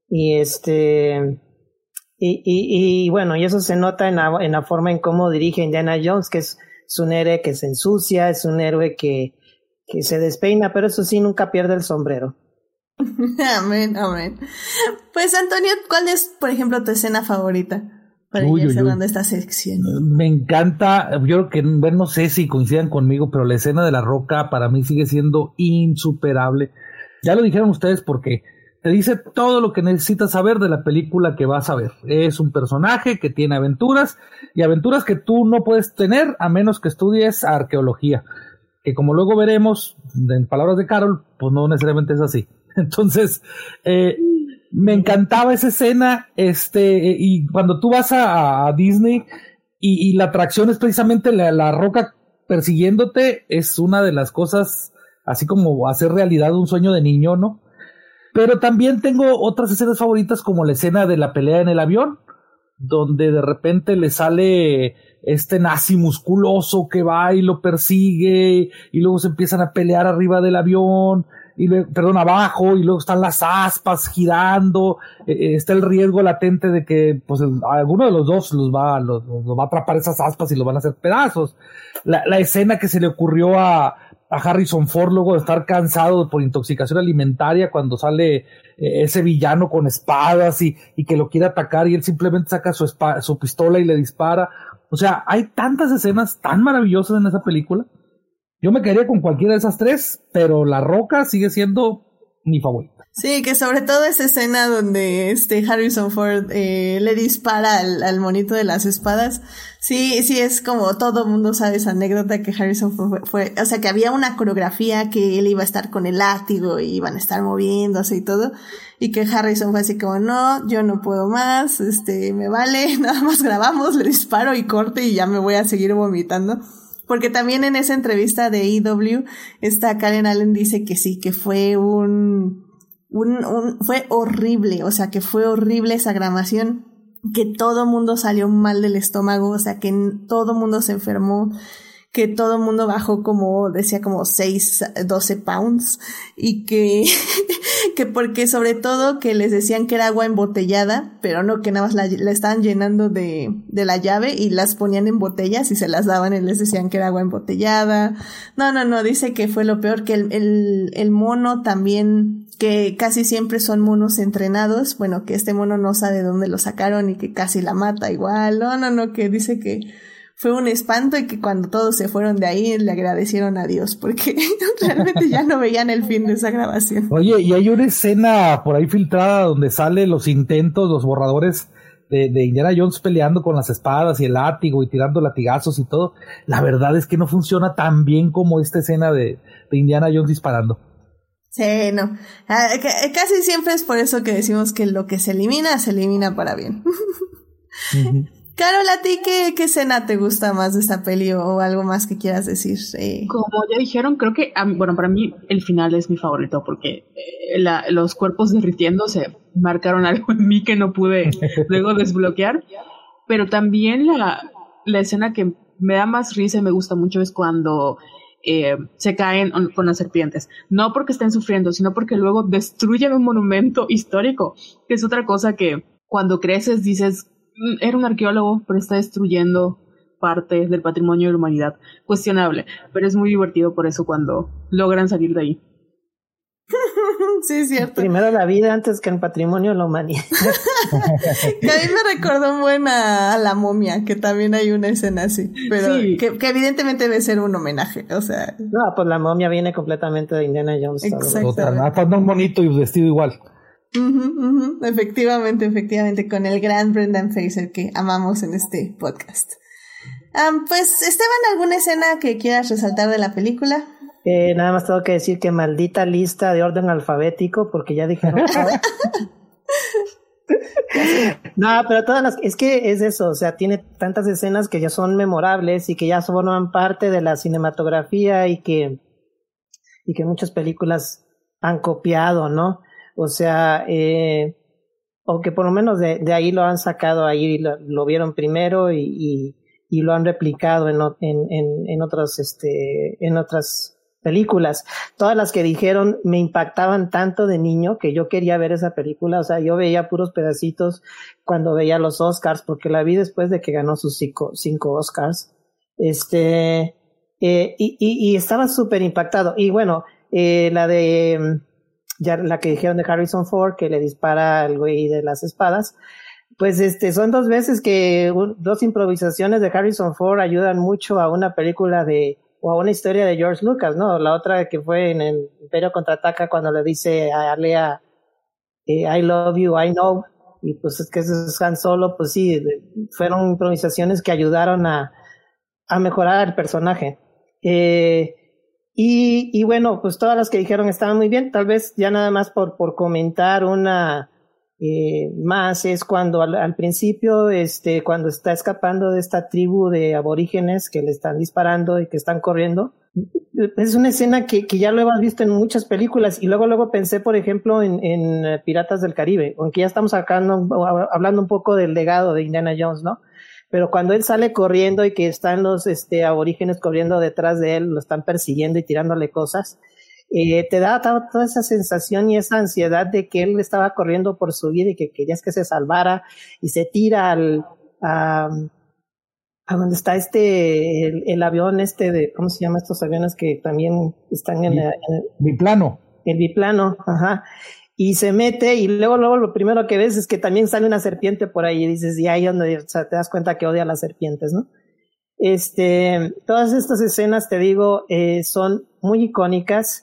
y bueno, y eso se nota en la forma en cómo dirige Indiana Jones, que es un héroe que se ensucia, es un héroe que se despeina, pero eso sí, nunca pierde el sombrero. Amén, amén. Pues Antonio, ¿cuál es, por ejemplo, tu escena favorita? Para ir cerrando esta sección. Me encanta, yo creo que, bueno, no sé si coincidan conmigo, pero la escena de la roca para mí sigue siendo insuperable. Ya lo dijeron ustedes porque te dice todo lo que necesitas saber de la película que vas a ver. Es un personaje que tiene aventuras y aventuras que tú no puedes tener a menos que estudies arqueología. Que como luego veremos, en palabras de Carol, pues no necesariamente es así. Entonces, me encantaba esa escena, y cuando tú vas a Disney y la atracción es precisamente la roca persiguiéndote, es una de las cosas, así como hacer realidad un sueño de niño, ¿no? Pero también tengo otras escenas favoritas, como la escena de la pelea en el avión, donde de repente le sale este nazi musculoso que va y lo persigue, y luego se empiezan a pelear arriba del avión, abajo, y luego están las aspas girando, está el riesgo latente de que pues alguno de los dos los va a atrapar esas aspas y lo van a hacer pedazos. La escena que se le ocurrió a Harrison Ford luego de estar cansado por intoxicación alimentaria, cuando sale ese villano con espadas y que lo quiere atacar y él simplemente saca su pistola y le dispara. O sea, hay tantas escenas tan maravillosas en esa película Yo me quedaría con cualquiera de esas tres, pero La Roca sigue siendo mi favorita. Sí, que sobre todo esa escena donde Harrison Ford le dispara al monito de las espadas. Sí, es como todo mundo sabe esa anécdota que Harrison fue, o sea, que había una coreografía que él iba a estar con el látigo y iban a estar moviéndose y todo, y que Harrison fue así como, no, yo no puedo más, me vale, nada más grabamos, le disparo y corte y ya me voy a seguir vomitando. Porque también en esa entrevista de EW, Karen Allen dice que sí, que fue fue horrible, o sea, que fue horrible esa grabación, que todo mundo salió mal del estómago, o sea, que todo mundo se enfermó, que todo mundo bajó decía como 12 pounds, y que porque sobre todo que les decían que era agua embotellada, pero no, que nada más la estaban llenando de la llave y las ponían en botellas y se las daban y les decían que era agua embotellada. No, dice que fue lo peor, que el mono también, que casi siempre son monos entrenados, bueno, que este mono no sabe dónde lo sacaron y que casi la mata igual. No, que dice que fue un espanto y que cuando todos se fueron de ahí le agradecieron a Dios porque realmente ya no veían el fin de esa grabación. Oye, y hay una escena por ahí filtrada donde salen los intentos, los borradores de Indiana Jones peleando con las espadas y el látigo y tirando latigazos y todo. La verdad es que no funciona tan bien como esta escena de Indiana Jones disparando. Sí, no. Casi siempre es por eso que decimos que lo que se elimina para bien. Uh-huh. Carol, ¿a ti qué escena te gusta más de esta peli o algo más que quieras decir? Como ya dijeron, creo que, bueno, para mí el final es mi favorito porque los cuerpos derritiéndose marcaron algo en mí que no pude luego desbloquear. Pero también la escena que me da más risa y me gusta mucho es cuando se caen con las serpientes. No porque estén sufriendo, sino porque luego destruyen un monumento histórico, que es otra cosa que cuando creces dices... Era un arqueólogo, pero está destruyendo parte del patrimonio de la humanidad. Cuestionable, pero es muy divertido por eso cuando logran salir de ahí. Sí, es cierto. Primero la vida antes que el patrimonio de la humanidad. Que a mí me recordó un buen a La Momia, que también hay una escena así, pero sí. que evidentemente debe ser un homenaje, o sea... No, pues La Momia viene completamente de Indiana Jones. Exacto. Un monito y vestido igual. Efectivamente, con el gran Brendan Fraser que amamos en este podcast. Pues, Esteban, ¿alguna escena que quieras resaltar de la película? Nada más tengo que decir que maldita lista de orden alfabético, porque ya dijeron todo. No, pero es que es eso, o sea, tiene tantas escenas que ya son memorables y que ya forman parte de la cinematografía y que muchas películas han copiado, ¿no? O sea, o que por lo menos de ahí lo han sacado, ahí lo vieron primero y lo han replicado en otras películas. Todas las que dijeron me impactaban tanto de niño que yo quería ver esa película. O sea, yo veía puros pedacitos cuando veía los Oscars, porque la vi después de que ganó sus cinco Oscars. Y estaba súper impactado. Y bueno, la que dijeron de Harrison Ford, que le dispara al güey de las espadas, pues son dos veces que dos improvisaciones de Harrison Ford ayudan mucho a una película o a una historia de George Lucas, ¿no? La otra que fue en el Imperio Contraataca cuando le dice a Leia I love you, I know, y pues es que eso es Han Solo, pues sí, fueron improvisaciones que ayudaron a mejorar al personaje. Y bueno, pues todas las que dijeron estaban muy bien. Tal vez ya nada más por comentar una más es cuando al principio, cuando está escapando de esta tribu de aborígenes que le están disparando y que están corriendo. Es una escena que ya lo hemos visto en muchas películas y luego pensé, por ejemplo, en Piratas del Caribe, aunque ya estamos hablando un poco del legado de Indiana Jones, ¿no? Pero cuando él sale corriendo y que están los aborígenes corriendo detrás de él, lo están persiguiendo y tirándole cosas, te da toda esa sensación y esa ansiedad de que él estaba corriendo por su vida y que querías que se salvara y se tira a donde está el avión de, ¿cómo se llama estos aviones que también están en el biplano? El biplano, ajá. Y se mete y luego lo primero que ves es que también sale una serpiente por ahí y dices, y ahí donde, o sea, te das cuenta que odia a las serpientes, ¿no? Todas estas escenas, te digo, son muy icónicas,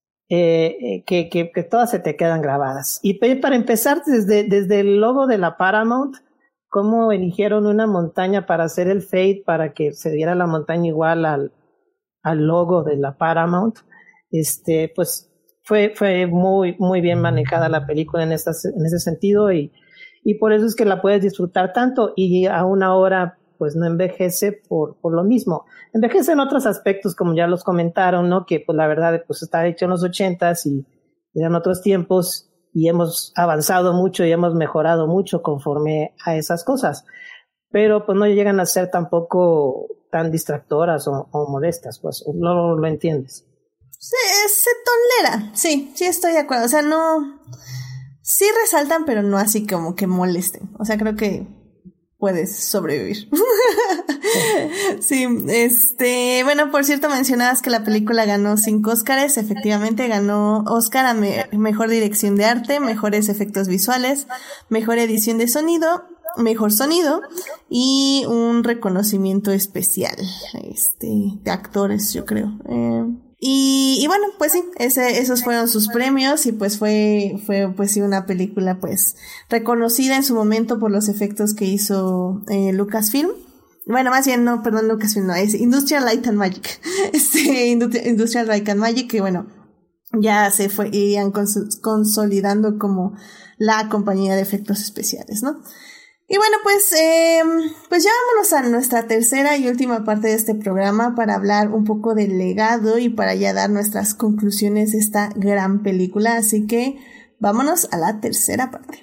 que todas se te quedan grabadas. Y para empezar, desde el logo de la Paramount, cómo eligieron una montaña para hacer el fade, para que se diera la montaña igual al logo de la Paramount, pues fue muy, muy bien manejada la película en ese sentido, y por eso es que la puedes disfrutar tanto, y aún ahora pues no envejece por lo mismo. Envejece en otros aspectos, como ya los comentaron, ¿no? Que pues la verdad pues está hecho en los 80s y eran otros tiempos, y hemos avanzado mucho y hemos mejorado mucho conforme a esas cosas, pero pues no llegan a ser tampoco tan distractoras o molestas, pues no lo entiendes. Se tolera, sí estoy de acuerdo, o sea, no, sí resaltan, pero no así como que molesten, o sea, creo que puedes sobrevivir. Sí, bueno, por cierto, mencionabas que la película ganó 5 Óscares. Efectivamente, ganó Óscar a mejor dirección de arte, mejores efectos visuales, mejor edición de sonido, mejor sonido y un reconocimiento especial, de actores, yo creo. Y bueno, pues sí, esos fueron sus premios, y pues fue pues sí una película pues reconocida en su momento por los efectos que hizo Lucasfilm. Bueno, más bien no, perdón, Lucasfilm no, es Industrial Light and Magic. Industrial Light and Magic, que bueno, ya se iban consolidando como la compañía de efectos especiales, ¿no? Y bueno, pues ya vámonos a nuestra tercera y última parte de este programa para hablar un poco del legado y para ya dar nuestras conclusiones de esta gran película. Así que vámonos a la tercera parte.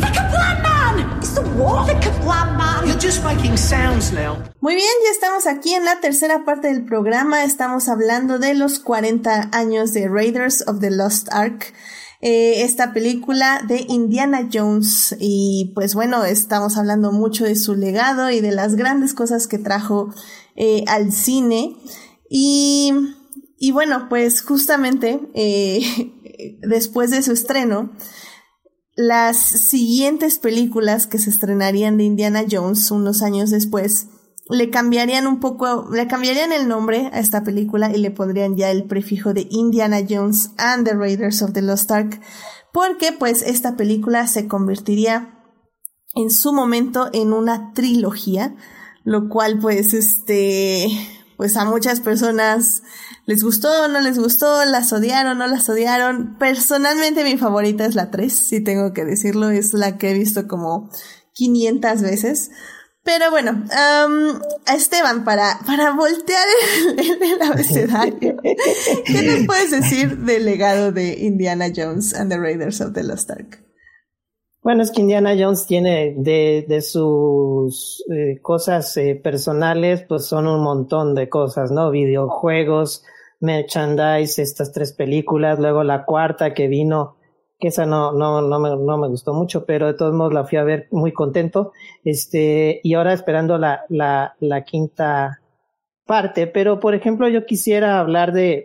Muy bien, ya estamos aquí en la tercera parte del programa. Estamos hablando de los 40 años de Raiders of the Lost Ark. Esta película de Indiana Jones, y pues bueno, estamos hablando mucho de su legado y de las grandes cosas que trajo al cine, y bueno, pues justamente después de su estreno, las siguientes películas que se estrenarían de Indiana Jones unos años después le cambiarían el nombre a esta película y le pondrían ya el prefijo de Indiana Jones and the Raiders of the Lost Ark, porque pues esta película se convertiría en su momento en una trilogía, lo cual pues pues a muchas personas les gustó, no les gustó, las odiaron, no las odiaron. Personalmente mi favorita es la 3, si tengo que decirlo, es la que he visto como 500 veces. Pero bueno, Esteban, para voltear el abecedario, ¿qué nos puedes decir del legado de Indiana Jones and the Raiders of the Lost Ark? Bueno, es que Indiana Jones tiene de sus cosas personales, pues son un montón de cosas, ¿no? Videojuegos, merchandise, estas 3 películas, luego la cuarta que vino, que esa no me gustó mucho, pero de todos modos la fui a ver muy contento, y ahora esperando la quinta parte. Pero por ejemplo yo quisiera hablar de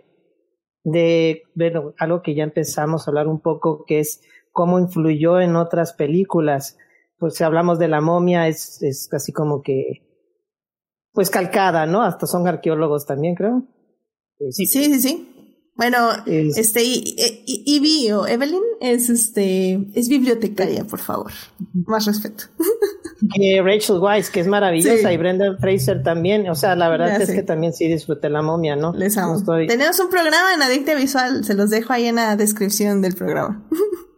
bueno, algo que ya empezamos a hablar un poco, que es cómo influyó en otras películas. Pues si hablamos de La Momia, es casi como que pues calcada, ¿no? Hasta son arqueólogos también, creo. Sí. Bueno, Ivy o Evelyn es bibliotecaria, por favor. Más respeto. Rachel Weisz, que es maravillosa, sí. Y Brendan Fraser también. O sea, la verdad es que también sí disfruté La Momia, ¿no? Les amo. Tenemos un programa en Adictia Visual, se los dejo ahí en la descripción del programa.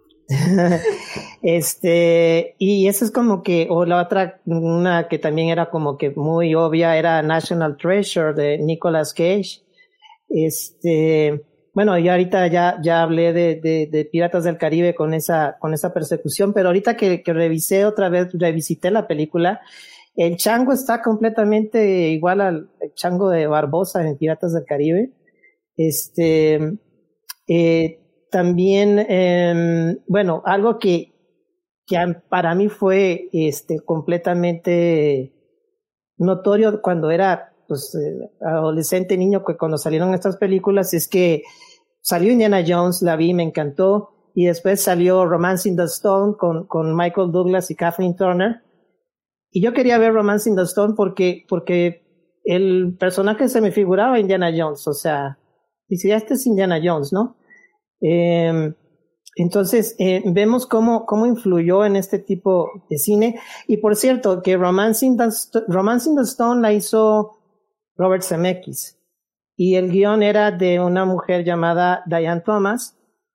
Y eso es como que, o la otra, una que también era como que muy obvia, era National Treasure de Nicolas Cage. Bueno, yo ahorita ya hablé de Piratas del Caribe con esa persecución, pero ahorita que revisité la película, el chango está completamente igual al chango de Barbosa en Piratas del Caribe. También, bueno, algo que para mí fue completamente notorio cuando era pues adolescente, niño, cuando salieron estas películas, es que salió Indiana Jones, la vi, me encantó, y después salió Romancing the Stone con Michael Douglas y Kathleen Turner, y yo quería ver Romancing the Stone porque el personaje se me figuraba Indiana Jones, o sea, dice, este es Indiana Jones, ¿no? Entonces, vemos cómo influyó en este tipo de cine. Y por cierto, que Romancing the Stone la hizo Robert Zemeckis. Y el guión era de una mujer llamada Diane Thomas,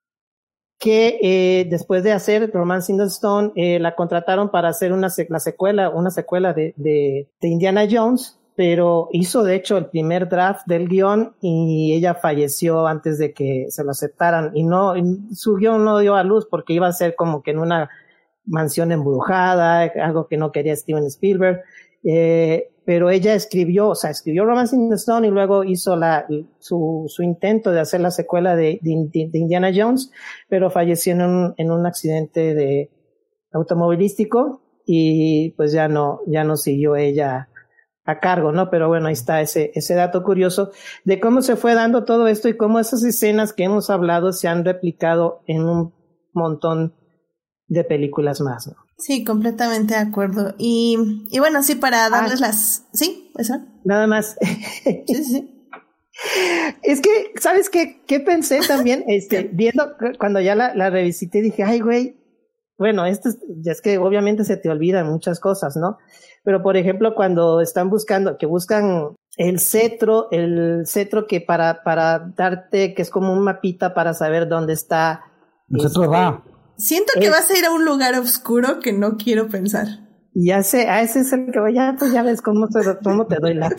que después de hacer Romancing the Stone, la contrataron para hacer una secuela de Indiana Jones, pero hizo de hecho el primer draft del guión y ella falleció antes de que se lo aceptaran, y su guión no dio a luz porque iba a ser como que en una mansión embrujada, algo que no quería Steven Spielberg, pero ella escribió Romancing the Stone y luego hizo su intento de hacer la secuela de Indiana Jones, pero falleció en un accidente automovilístico y pues ya no siguió ella a cargo, ¿no? Pero bueno, ahí está ese dato curioso de cómo se fue dando todo esto y cómo esas escenas que hemos hablado se han replicado en un montón de películas más, ¿no? Sí, completamente de acuerdo. Y bueno, sí, para darles ¿sí? ¿Eso? Nada más. Sí. Es que, ¿sabes qué pensé también? Viendo, cuando ya la revisité, dije, ay, güey, bueno, es que obviamente se te olvidan muchas cosas, ¿no? Pero, por ejemplo, cuando buscan el cetro que para darte, que es como un mapita para saber dónde está. El cetro Ra. Siento que vas a ir a un lugar oscuro que no quiero pensar. Ya sé, ese es el que voy a, pues ya ves cómo te doy la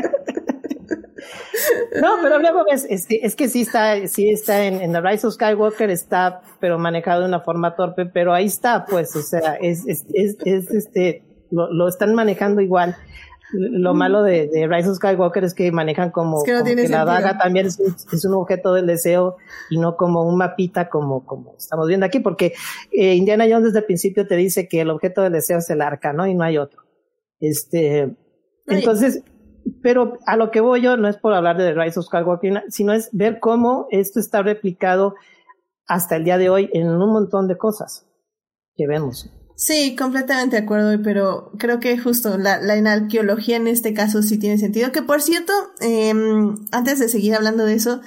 No, pero luego ves, es que sí está en The Rise of Skywalker, está, pero manejado de una forma torpe, pero ahí está, pues, o sea, lo están manejando igual. Lo malo de Rise of Skywalker es que manejan como que la daga también es un objeto del deseo y no como un mapita como estamos viendo aquí, porque Indiana Jones desde el principio te dice que el objeto del deseo es el arca, ¿no? Y no hay otro. Entonces, pero a lo que voy yo no es por hablar de Rise of Skywalker, sino es ver cómo esto está replicado hasta el día de hoy en un montón de cosas que vemos. Sí, completamente de acuerdo, pero creo que justo la arqueología en este caso sí tiene sentido. Que por cierto, antes de seguir hablando de eso,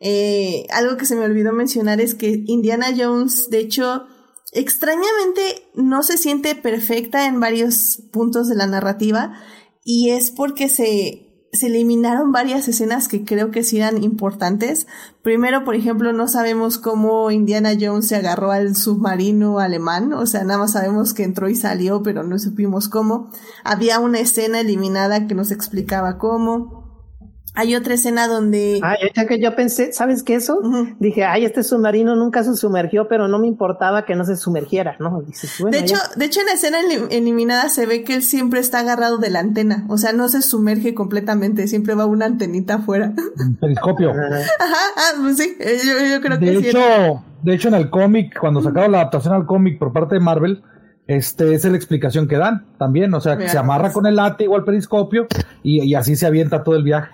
algo que se me olvidó mencionar es que Indiana Jones, de hecho, extrañamente no se siente perfecta en varios puntos de la narrativa, y es porque se eliminaron varias escenas que creo que sí eran importantes. Primero, por ejemplo, no sabemos cómo Indiana Jones se agarró al submarino alemán, o sea, nada más sabemos que entró y salió, pero no supimos cómo. Había una escena eliminada que nos explicaba cómo. Hay otra escena donde... ahorita que yo pensé, ¿sabes qué eso? Uh-huh. Dije, este submarino nunca se sumergió, pero no me importaba que no se sumergiera, ¿no? Dices, bueno, de hecho, en la escena eliminada se ve que él siempre está agarrado de la antena, o sea, no se sumerge completamente, siempre va una antenita afuera. Un periscopio. Ajá, pues sí, yo creo que sí. De hecho, en el cómic, cuando sacaron la adaptación al cómic por parte de Marvel, es la explicación que dan también, o sea, que se amarra con el látigo al periscopio y así se avienta todo el viaje.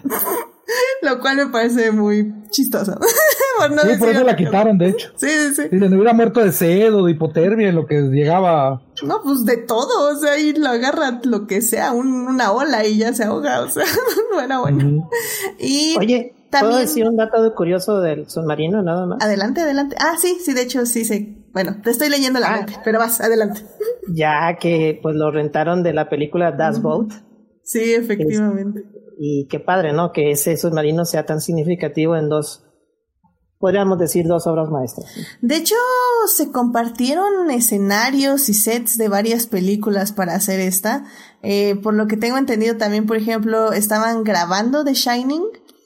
Lo cual me parece muy chistoso. Por eso la quitaron, de hecho. Sí. Si no hubiera muerto de sed o de hipotermia en lo que llegaba. No, pues de todo, o sea, ahí lo agarra lo que sea, una ola y ya se ahoga, o sea, no era bueno. Uh-huh. Y oye, ¿puedo decir un dato curioso del submarino nada más? Adelante. Sí, de hecho sí sé. Bueno, te estoy leyendo la mente, pero vas, adelante. Ya que pues lo rentaron de la película Das Boat. Sí, efectivamente. Y qué padre, ¿no? Que ese submarino sea tan significativo en podríamos decir dos obras maestras. De hecho, se compartieron escenarios y sets de varias películas para hacer esta. Por lo que tengo entendido también, por ejemplo, estaban grabando The Shining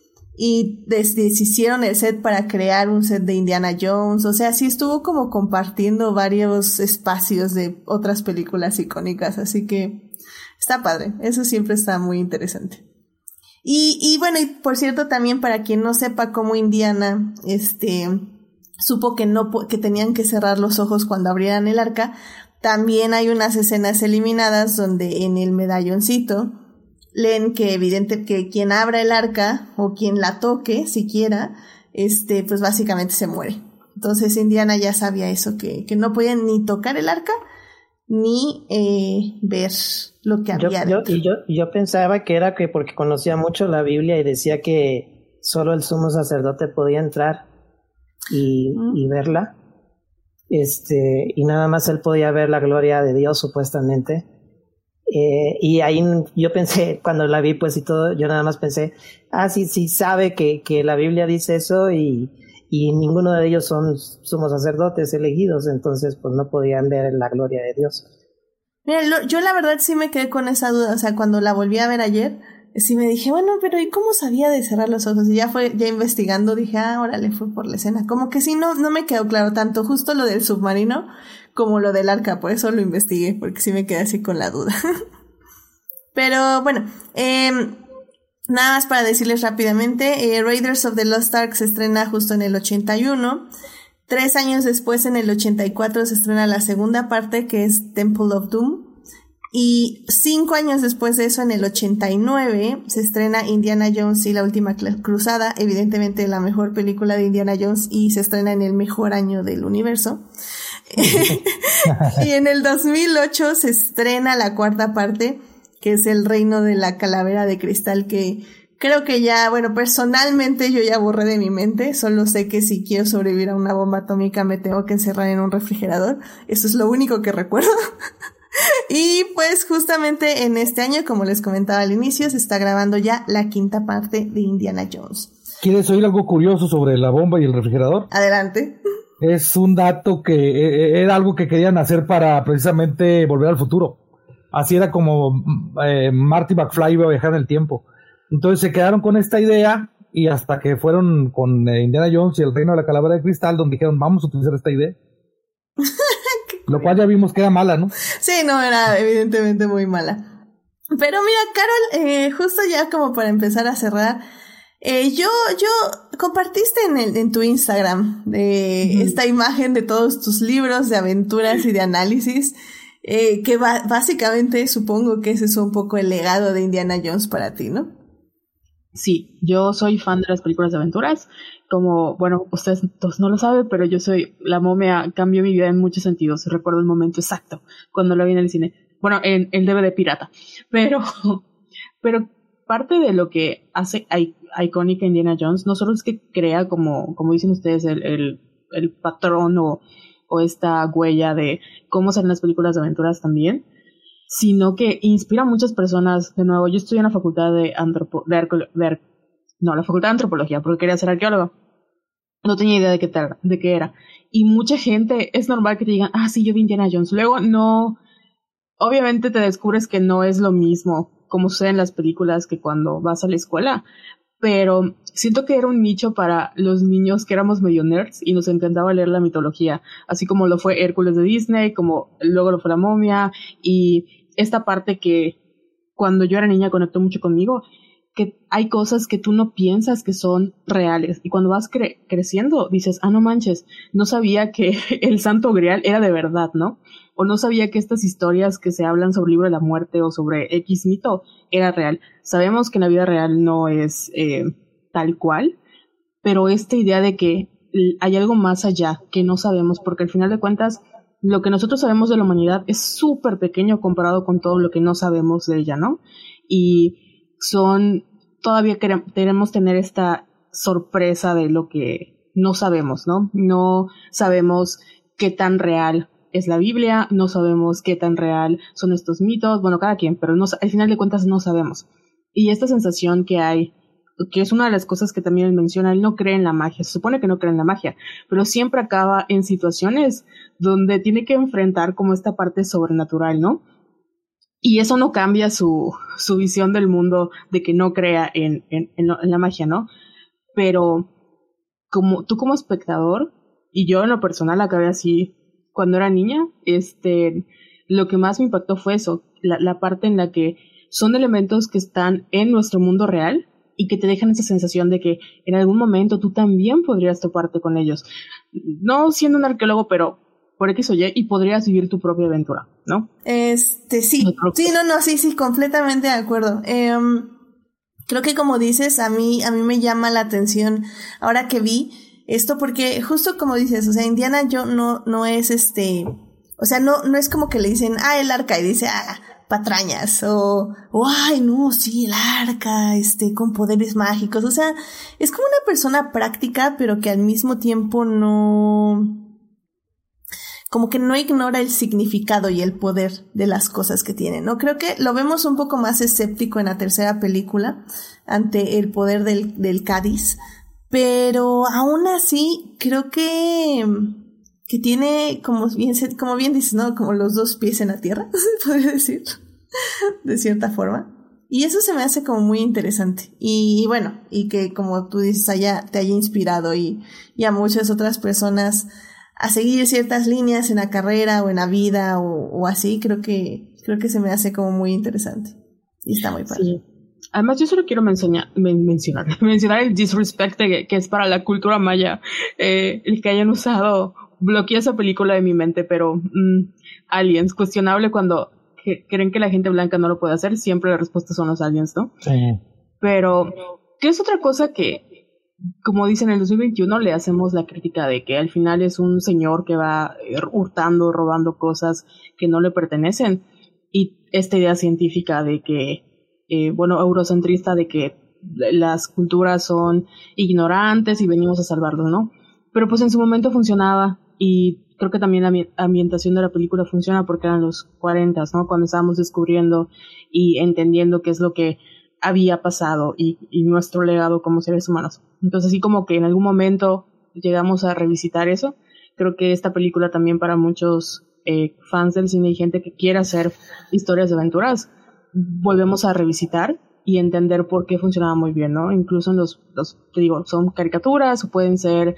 y deshicieron el set para crear un set de Indiana Jones. O sea, sí estuvo como compartiendo varios espacios de otras películas icónicas. Así que está padre. Eso siempre está muy interesante. Y bueno, y por cierto, también para quien no sepa cómo Indiana, supo que tenían que cerrar los ojos cuando abrieran el arca, también hay unas escenas eliminadas donde en el medalloncito leen que quien abra el arca o quien la toque siquiera, pues básicamente se muere. Entonces Indiana ya sabía eso, que no podían ni tocar el arca ni ver lo que había dentro. Yo pensaba que era que porque conocía mucho la Biblia y decía que solo el sumo sacerdote podía entrar y verla, y nada más él podía ver la gloria de Dios supuestamente. Y ahí yo pensé, cuando la vi pues y todo, yo nada más pensé, sí sabe que la Biblia dice eso y ninguno de ellos son sumos sacerdotes elegidos, entonces pues no podían ver la gloria de Dios. Mira, yo la verdad sí me quedé con esa duda, o sea, cuando la volví a ver ayer, sí me dije, bueno, pero ¿y cómo sabía de cerrar los ojos? Y ya investigando dije, órale, fue por la escena. Como que sí, no me quedó claro tanto justo lo del submarino como lo del arca, por eso lo investigué, porque sí me quedé así con la duda. Pero bueno, nada más para decirles rápidamente, Raiders of the Lost Ark se estrena justo en el 81. 3 años después, en el 84, se estrena la segunda parte, que es Temple of Doom. Y 5 años después de eso, en el 89, se estrena Indiana Jones y la Última Cruzada, evidentemente la mejor película de Indiana Jones, y se estrena en el mejor año del universo. Y en el 2008 se estrena la cuarta parte, que es El Reino de la Calavera de Cristal, que creo que ya, bueno, personalmente yo ya borré de mi mente, solo sé que si quiero sobrevivir a una bomba atómica me tengo que encerrar en un refrigerador, eso es lo único que recuerdo. Y pues justamente en este año, como les comentaba al inicio, se está grabando ya la quinta parte de Indiana Jones. ¿Quieres oír algo curioso sobre la bomba y el refrigerador? Adelante. Es un dato que era algo que querían hacer para precisamente Volver al Futuro. Así era como Marty McFly iba a viajar en el tiempo. Entonces se quedaron con esta idea y hasta que fueron con Indiana Jones y el Reino de la Calavera de Cristal, donde dijeron, vamos a utilizar esta idea. Lo cual ya vimos que era mala, ¿no? Sí, no, era evidentemente muy mala. Pero mira, Carol, justo ya como para empezar a cerrar, yo compartiste en tu Instagram esta imagen de todos tus libros de aventuras y de análisis, que básicamente supongo que ese es un poco el legado de Indiana Jones para ti, ¿no? Sí, yo soy fan de las películas de aventuras. Como, bueno, ustedes todos no lo saben, pero La Momia cambió mi vida en muchos sentidos. Recuerdo el momento exacto cuando la vi en el cine. Bueno, en el DVD pirata. Pero parte de lo que hace icónica Indiana Jones no solo es que crea, como dicen ustedes, el patrón o esta huella de cómo salen las películas de aventuras también, sino que inspira a muchas personas. De nuevo, yo estudié en la facultad la facultad de antropología, porque quería ser arqueóloga. No tenía idea de qué era. Y mucha gente, es normal que te digan, sí, yo vi Indiana Jones. Luego no, obviamente te descubres que no es lo mismo como sucede en las películas que cuando vas a la escuela. Pero siento que era un nicho para los niños que éramos medio nerds y nos encantaba leer la mitología, así como lo fue Hércules de Disney, como luego lo fue La Momia, y esta parte que cuando yo era niña conectó mucho conmigo, que hay cosas que tú no piensas que son reales, y cuando vas creciendo dices, no manches, no sabía que el Santo Grial era de verdad, ¿no? O no sabía que estas historias que se hablan sobre el libro de la muerte o sobre X mito era real. Sabemos que en la vida real no es tal cual, pero esta idea de que hay algo más allá que no sabemos, porque al final de cuentas lo que nosotros sabemos de la humanidad es súper pequeño comparado con todo lo que no sabemos de ella, ¿no? Y todavía queremos tener esta sorpresa de lo que no sabemos, ¿no? No sabemos qué tan real es la Biblia, no sabemos qué tan real son estos mitos, bueno, cada quien, pero al final de cuentas no sabemos. Y esta sensación que hay, que es una de las cosas que también él menciona, él no cree en la magia, se supone que no cree en la magia, pero siempre acaba en situaciones donde tiene que enfrentar como esta parte sobrenatural, ¿no? Y eso no cambia su visión del mundo de que no crea en la magia, ¿no? Pero tú como espectador, y yo en lo personal acabé así cuando era niña, lo que más me impactó fue eso, la parte en la que son elementos que están en nuestro mundo real y que te dejan esa sensación de que en algún momento tú también podrías toparte con ellos. No siendo un arqueólogo, pero por X o Y, podrías vivir tu propia aventura, ¿no? Sí. Sí, completamente de acuerdo. Creo que como dices, a mí me llama la atención ahora que vi esto, porque justo como dices, o sea, Indiana no es O sea, no es como que le dicen, el arca, y dice, patrañas, o ay, no, sí, el arca, con poderes mágicos. O sea, es como una persona práctica, pero que al mismo tiempo como que no ignora el significado y el poder de las cosas que tiene, ¿no? Creo que lo vemos un poco más escéptico en la tercera película ante el poder del Cádiz, pero aún así creo que tiene, como bien dices, ¿no? Como los dos pies en la tierra, se podría decir, de cierta forma. Y eso se me hace como muy interesante. Y bueno, y que como tú dices, te haya inspirado y a muchas otras personas a seguir ciertas líneas en la carrera o en la vida o así, creo que se me hace como muy interesante. Y está muy padre. Sí. Además, yo solo quiero mencionar el disrespect que es para la cultura maya, el que hayan usado, bloqueé esa película de mi mente, pero aliens, cuestionable cuando creen que la gente blanca no lo puede hacer, siempre la respuesta son los aliens, ¿no? Sí. Pero, ¿qué es otra cosa que, como dicen, en el 2021 le hacemos la crítica de que al final es un señor que va hurtando, robando cosas que no le pertenecen? Y esta idea científica de que, eurocentrista, de que las culturas son ignorantes y venimos a salvarlos, ¿no? Pero pues en su momento funcionaba, y creo que también la ambientación de la película funciona porque eran los 40s, ¿no? Cuando estábamos descubriendo y entendiendo qué es lo que había pasado y nuestro legado como seres humanos. Entonces, así como que en algún momento llegamos a revisitar eso, creo que esta película también para muchos fans del cine y gente que quiera hacer historias de aventuras, volvemos a revisitar y entender por qué funcionaba muy bien, ¿no? Incluso en te digo, son caricaturas o pueden ser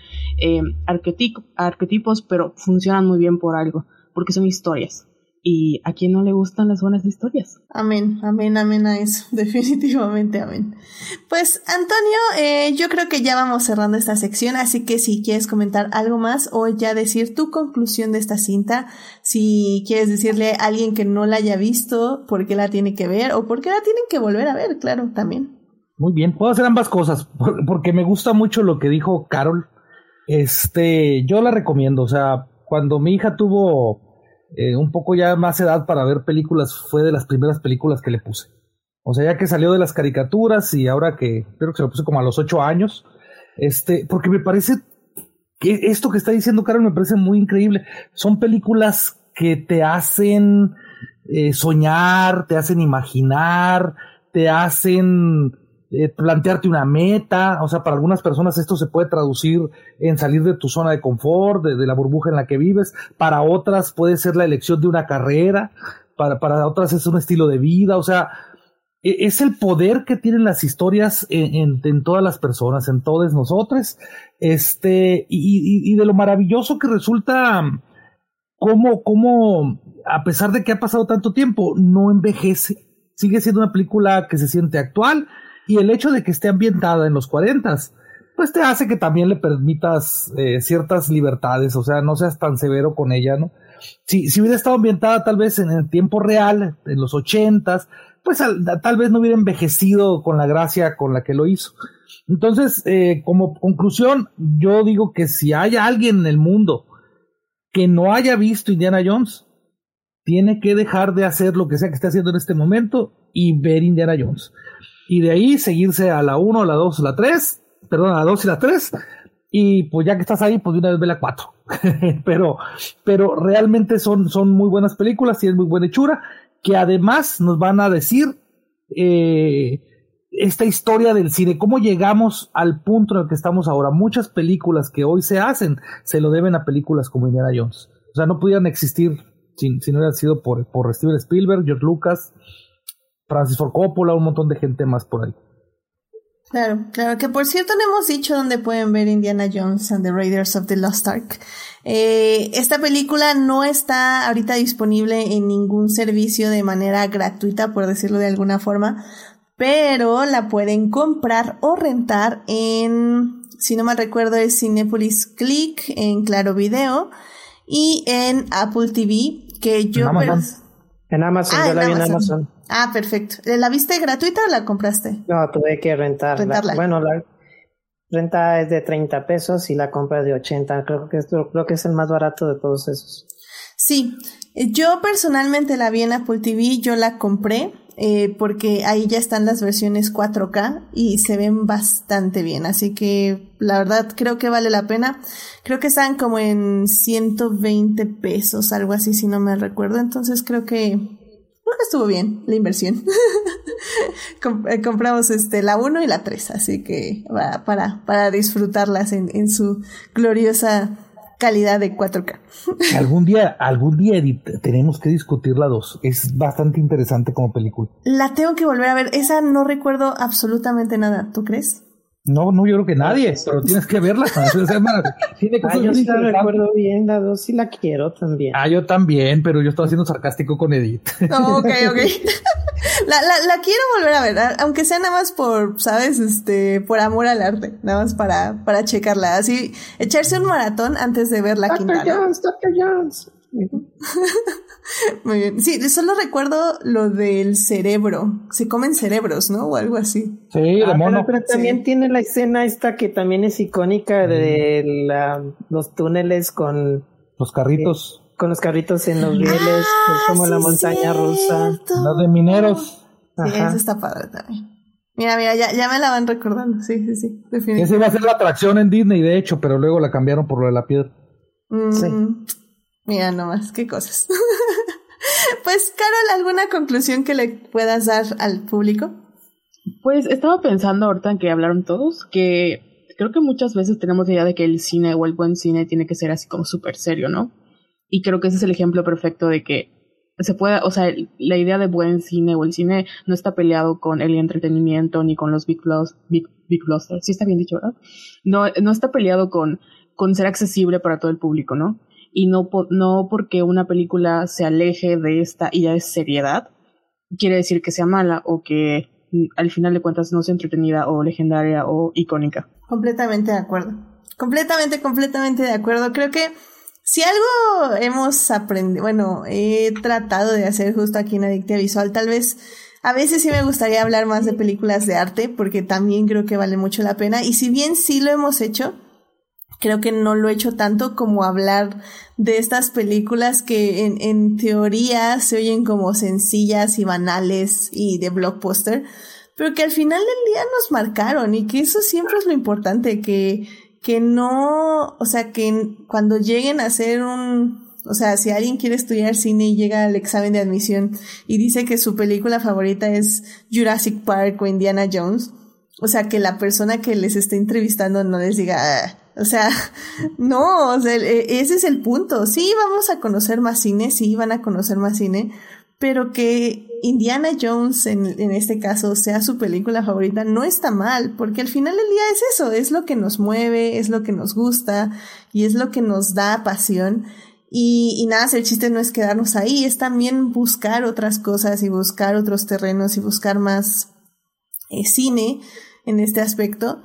arquetipos, pero funcionan muy bien por algo, porque son historias. ¿Y a quién no le gustan las buenas historias? Amén, amén, amén a eso, definitivamente amén. Pues Antonio, yo creo que ya vamos cerrando esta sección, así que si quieres comentar algo más o ya decir tu conclusión de esta cinta, si quieres decirle a alguien que no la haya visto por qué la tiene que ver o por qué la tienen que volver a ver, claro, también. Muy bien, puedo hacer ambas cosas, porque me gusta mucho lo que dijo Carol. Yo la recomiendo, o sea, cuando mi hija tuvo un poco ya más edad para ver películas, fue de las primeras películas que le puse. O sea, ya que salió de las caricaturas y ahora que creo que se lo puse como a los 8 años, porque me parece que esto que está diciendo Carol me parece muy increíble. Son películas que te hacen soñar, te hacen imaginar, te hacen plantearte una meta. O sea, para algunas personas esto se puede traducir en salir de tu zona de confort, de la burbuja en la que vives. Para otras puede ser la elección de una carrera, para otras es un estilo de vida. O sea, es el poder que tienen las historias en todas las personas, en todos nosotros, y de lo maravilloso que resulta cómo a pesar de que ha pasado tanto tiempo, no envejece, sigue siendo una película que se siente actual. Y el hecho de que esté ambientada en los 40s, pues te hace que también le permitas ciertas libertades, o sea, no seas tan severo con ella, ¿no? Si hubiera estado ambientada tal vez en el tiempo real, en los 80s, pues tal vez no hubiera envejecido con la gracia con la que lo hizo. Entonces, como conclusión, yo digo que si hay alguien en el mundo que no haya visto Indiana Jones, tiene que dejar de hacer lo que sea que esté haciendo en este momento y ver Indiana Jones. Y de ahí seguirse a la 1, a la 2, a la 3, perdón, a la 2 y la 3, y pues ya que estás ahí, pues de una vez ve la 4. pero realmente son muy buenas películas y es muy buena hechura, que además nos van a decir esta historia del cine, cómo llegamos al punto en el que estamos ahora. Muchas películas que hoy se hacen, se lo deben a películas como Indiana Jones. O sea, no pudieran existir si no hubiera sido por Steven Spielberg, George Lucas, Francis Ford Coppola, un montón de gente más por ahí. Claro, que por cierto no hemos dicho dónde pueden ver Indiana Jones and the Raiders of the Lost Ark. Esta película no está ahorita disponible en ningún servicio de manera gratuita, por decirlo de alguna forma, pero la pueden comprar o rentar en, si no mal recuerdo, es Cinépolis Click, en Claro Video y en Apple TV, que yo... En Amazon, yo la vi en Amazon. Ah, perfecto. ¿La viste gratuita o la compraste? No, tuve que rentarla. Bueno, la renta es de 30 pesos y la compra es de 80. Creo que es el más barato de todos esos. Sí, yo personalmente la vi en Apple TV, yo la compré porque ahí ya están las versiones 4K y se ven bastante bien, así que la verdad creo que vale la pena. Creo que están como en 120 pesos, algo así si no me recuerdo, entonces creo que estuvo bien la inversión. Compramos la 1 y la 3, así que para disfrutarlas en su gloriosa calidad de 4K. Algún día, Edith, tenemos que discutir la 2. Es bastante interesante como película. La tengo que volver a ver. Esa no recuerdo absolutamente nada. ¿Tú crees? No, yo creo que nadie, pero tienes que verla. Yo sí la recuerdo bien, la 2 sí la quiero también. Yo también, pero yo estaba siendo sarcástico con Edith. Oh, ok. La quiero volver a ver, aunque sea nada más por, ¿sabes? Por amor al arte, nada más para checarla. Así, echarse un maratón antes de ver la quinta. Dr. Jones. Muy bien. Sí, solo recuerdo lo del cerebro. Se comen cerebros, ¿no? O algo así. Sí, de mono. Pero también tiene la escena esta que también es icónica de los túneles con los carritos. Con los carritos en los rieles, es como la montaña rusa. Los de mineros. Sí, eso está padre también. Mira, ya me la van recordando. Sí, definitivamente. Esa iba a ser la atracción en Disney, de hecho, pero luego la cambiaron por lo de la piedra. Sí. Mira nomás, qué cosas. Pues, Carol, ¿alguna conclusión que le puedas dar al público? Pues estaba pensando ahorita en que hablaron todos, que creo que muchas veces tenemos la idea de que el cine o el buen cine tiene que ser así como súper serio, ¿no? Y creo que ese es el ejemplo perfecto de que se pueda, o sea, la idea de buen cine o el cine no está peleado con el entretenimiento ni con los big blockbusters. Sí está bien dicho, ¿verdad? No está peleado con ser accesible para todo el público, ¿no? Y no porque una película se aleje de esta idea de seriedad quiere decir que sea mala o que al final de cuentas no sea entretenida o legendaria o icónica. Completamente de acuerdo. Completamente de acuerdo. Creo que si algo hemos aprendido, bueno, he tratado de hacer justo aquí en Adictia Visual, tal vez a veces sí me gustaría hablar más de películas de arte, porque también creo que vale mucho la pena. Y si bien sí lo hemos hecho, creo que no lo he hecho tanto como hablar de estas películas que en teoría se oyen como sencillas y banales y de blockbuster, pero que al final del día nos marcaron, y que eso siempre es lo importante, que no, o sea, que cuando lleguen a hacer o sea, si alguien quiere estudiar cine y llega al examen de admisión y dice que su película favorita es Jurassic Park o Indiana Jones, o sea, que la persona que les esté entrevistando no les diga, o sea, no, o sea, ese es el punto. Sí, vamos a conocer más cine, sí, van a conocer más cine, pero que Indiana Jones en este caso sea su película favorita no está mal, porque al final del día es eso, es lo que nos mueve, es lo que nos gusta y es lo que nos da pasión. Y nada, el chiste no es quedarnos ahí, es también buscar otras cosas y buscar otros terrenos y buscar más cine en este aspecto.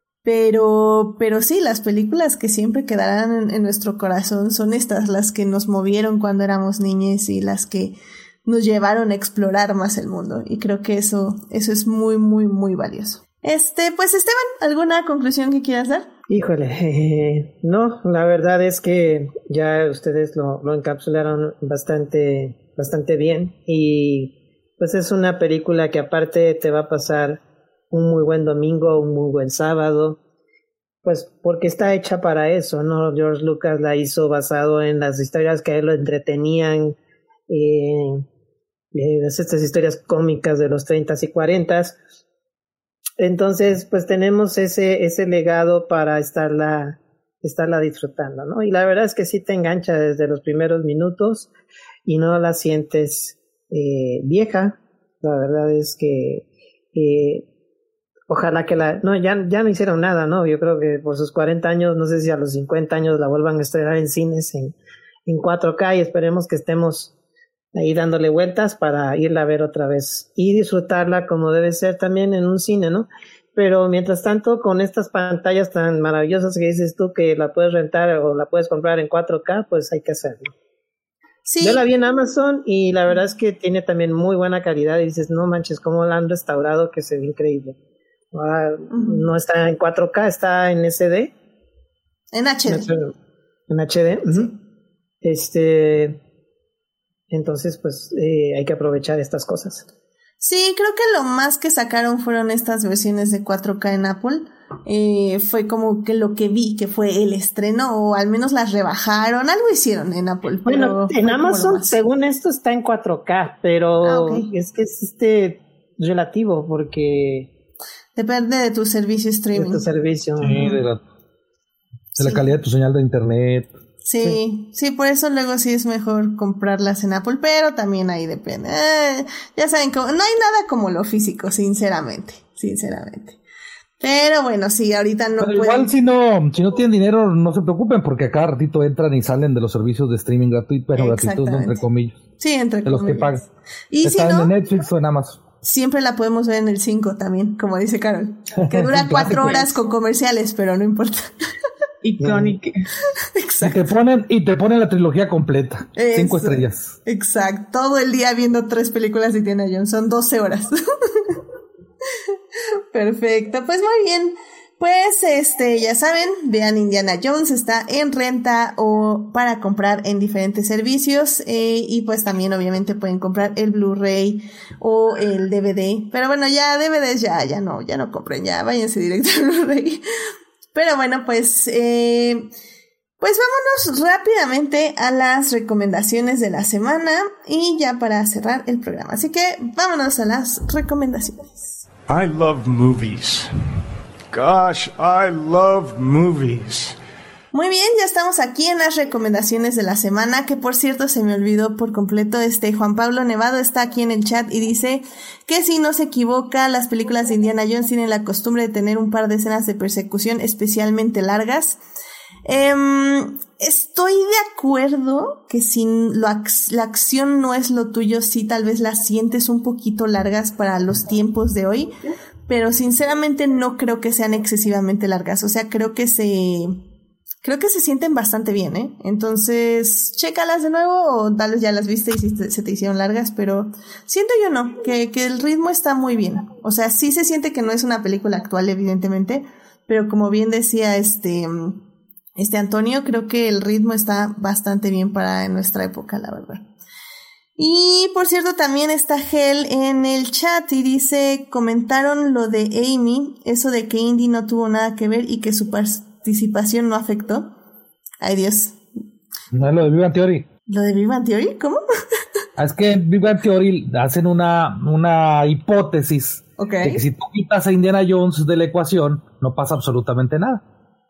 Pero sí, las películas que siempre quedarán en nuestro corazón son estas, las que nos movieron cuando éramos niñes y las que nos llevaron a explorar más el mundo. Y creo que eso es muy, muy, muy valioso. Pues Esteban, ¿alguna conclusión que quieras dar? Híjole, no, la verdad es que ya ustedes lo encapsularon bastante bien, y pues es una película que aparte te va a pasar un muy buen domingo, un muy buen sábado, pues porque está hecha para eso, ¿no? George Lucas la hizo basado en las historias que a él lo entretenían, estas historias cómicas de los 30s y 40s. Entonces, pues tenemos ese legado para estarla disfrutando, ¿no? Y la verdad es que sí te engancha desde los primeros minutos y no la sientes vieja. La verdad es que ojalá que ya no hicieron nada, ¿no? Yo creo que por sus 40 años, no sé si a los 50 años la vuelvan a estrenar en cines en 4K, y esperemos que estemos ahí dándole vueltas para irla a ver otra vez y disfrutarla como debe ser también en un cine, ¿no? Pero mientras tanto, con estas pantallas tan maravillosas que dices tú que la puedes rentar o la puedes comprar en 4K, pues hay que hacerlo. Sí. Yo la vi en Amazon y la verdad es que tiene también muy buena calidad, y dices, no manches, cómo la han restaurado, que se ve increíble. Ahora, no está en 4K, está en SD. En HD. En HD. Sí. Entonces, pues hay que aprovechar estas cosas. Sí, creo que lo más que sacaron fueron estas versiones de 4K en Apple. Fue como que lo que vi que fue el estreno, o al menos las rebajaron, algo hicieron en Apple. Bueno, en Amazon, según esto, está en 4K, pero okay. Es que es relativo, porque depende de tu servicio streaming. De tu servicio. Sí, de la calidad de tu señal de internet. Sí, por eso luego sí es mejor comprarlas en Apple, pero también ahí depende. Ya saben, no hay nada como lo físico, sinceramente. Pero bueno, sí, ahorita no pero pueden. Igual si no tienen dinero, no se preocupen, porque a cada ratito entran y salen de los servicios de streaming gratuitos, pero gratuitos, ¿no? Entre comillas. Sí, entre comillas. De los que pagan. Y están si no, en Netflix o en Amazon. Siempre la podemos ver en el 5 también, como dice Carol. Que dura 4 horas con comerciales, pero no importa. Icónica. Exacto. Y te ponen la trilogía completa. 5 estrellas. Exacto. Todo el día viendo 3 películas de Indiana Jones. Son 12 horas. Perfecto. Pues muy bien. Pues ya saben, vean Indiana Jones, está en renta o para comprar en diferentes servicios, y pues también obviamente pueden comprar el Blu-ray o el DVD, pero bueno, ya DVDs ya no compren, ya váyanse directo al Blu-ray. Pero bueno, pues vámonos rápidamente a las recomendaciones de la semana y ya para cerrar el programa. Así que vámonos a las recomendaciones. I love movies. Gosh, I love movies. Muy bien, ya estamos aquí en las recomendaciones de la semana, que por cierto se me olvidó por completo, Juan Pablo Nevado está aquí en el chat y dice que si no se equivoca, las películas de Indiana Jones tienen la costumbre de tener un par de escenas de persecución especialmente largas. Estoy de acuerdo que si la acción no es lo tuyo, sí tal vez las sientes un poquito largas para los tiempos de hoy, pero sinceramente no creo que sean excesivamente largas, o sea, creo que se sienten bastante bien, ¿eh? Entonces, chécalas de nuevo, o tal vez ya las viste y se te hicieron largas, pero siento yo no, que el ritmo está muy bien. O sea, sí se siente que no es una película actual, evidentemente, pero como bien decía Antonio, creo que el ritmo está bastante bien para nuestra época, la verdad. Y por cierto, también está Hel en el chat y dice, comentaron lo de Amy, eso de que Indy no tuvo nada que ver y que su participación no afectó. Ay, Dios. No, lo de Big Bang Theory. ¿Lo de Big Bang Theory? ¿Cómo? Es que en Big Bang Theory hacen una hipótesis de que si tú quitas a Indiana Jones de la ecuación, no pasa absolutamente nada.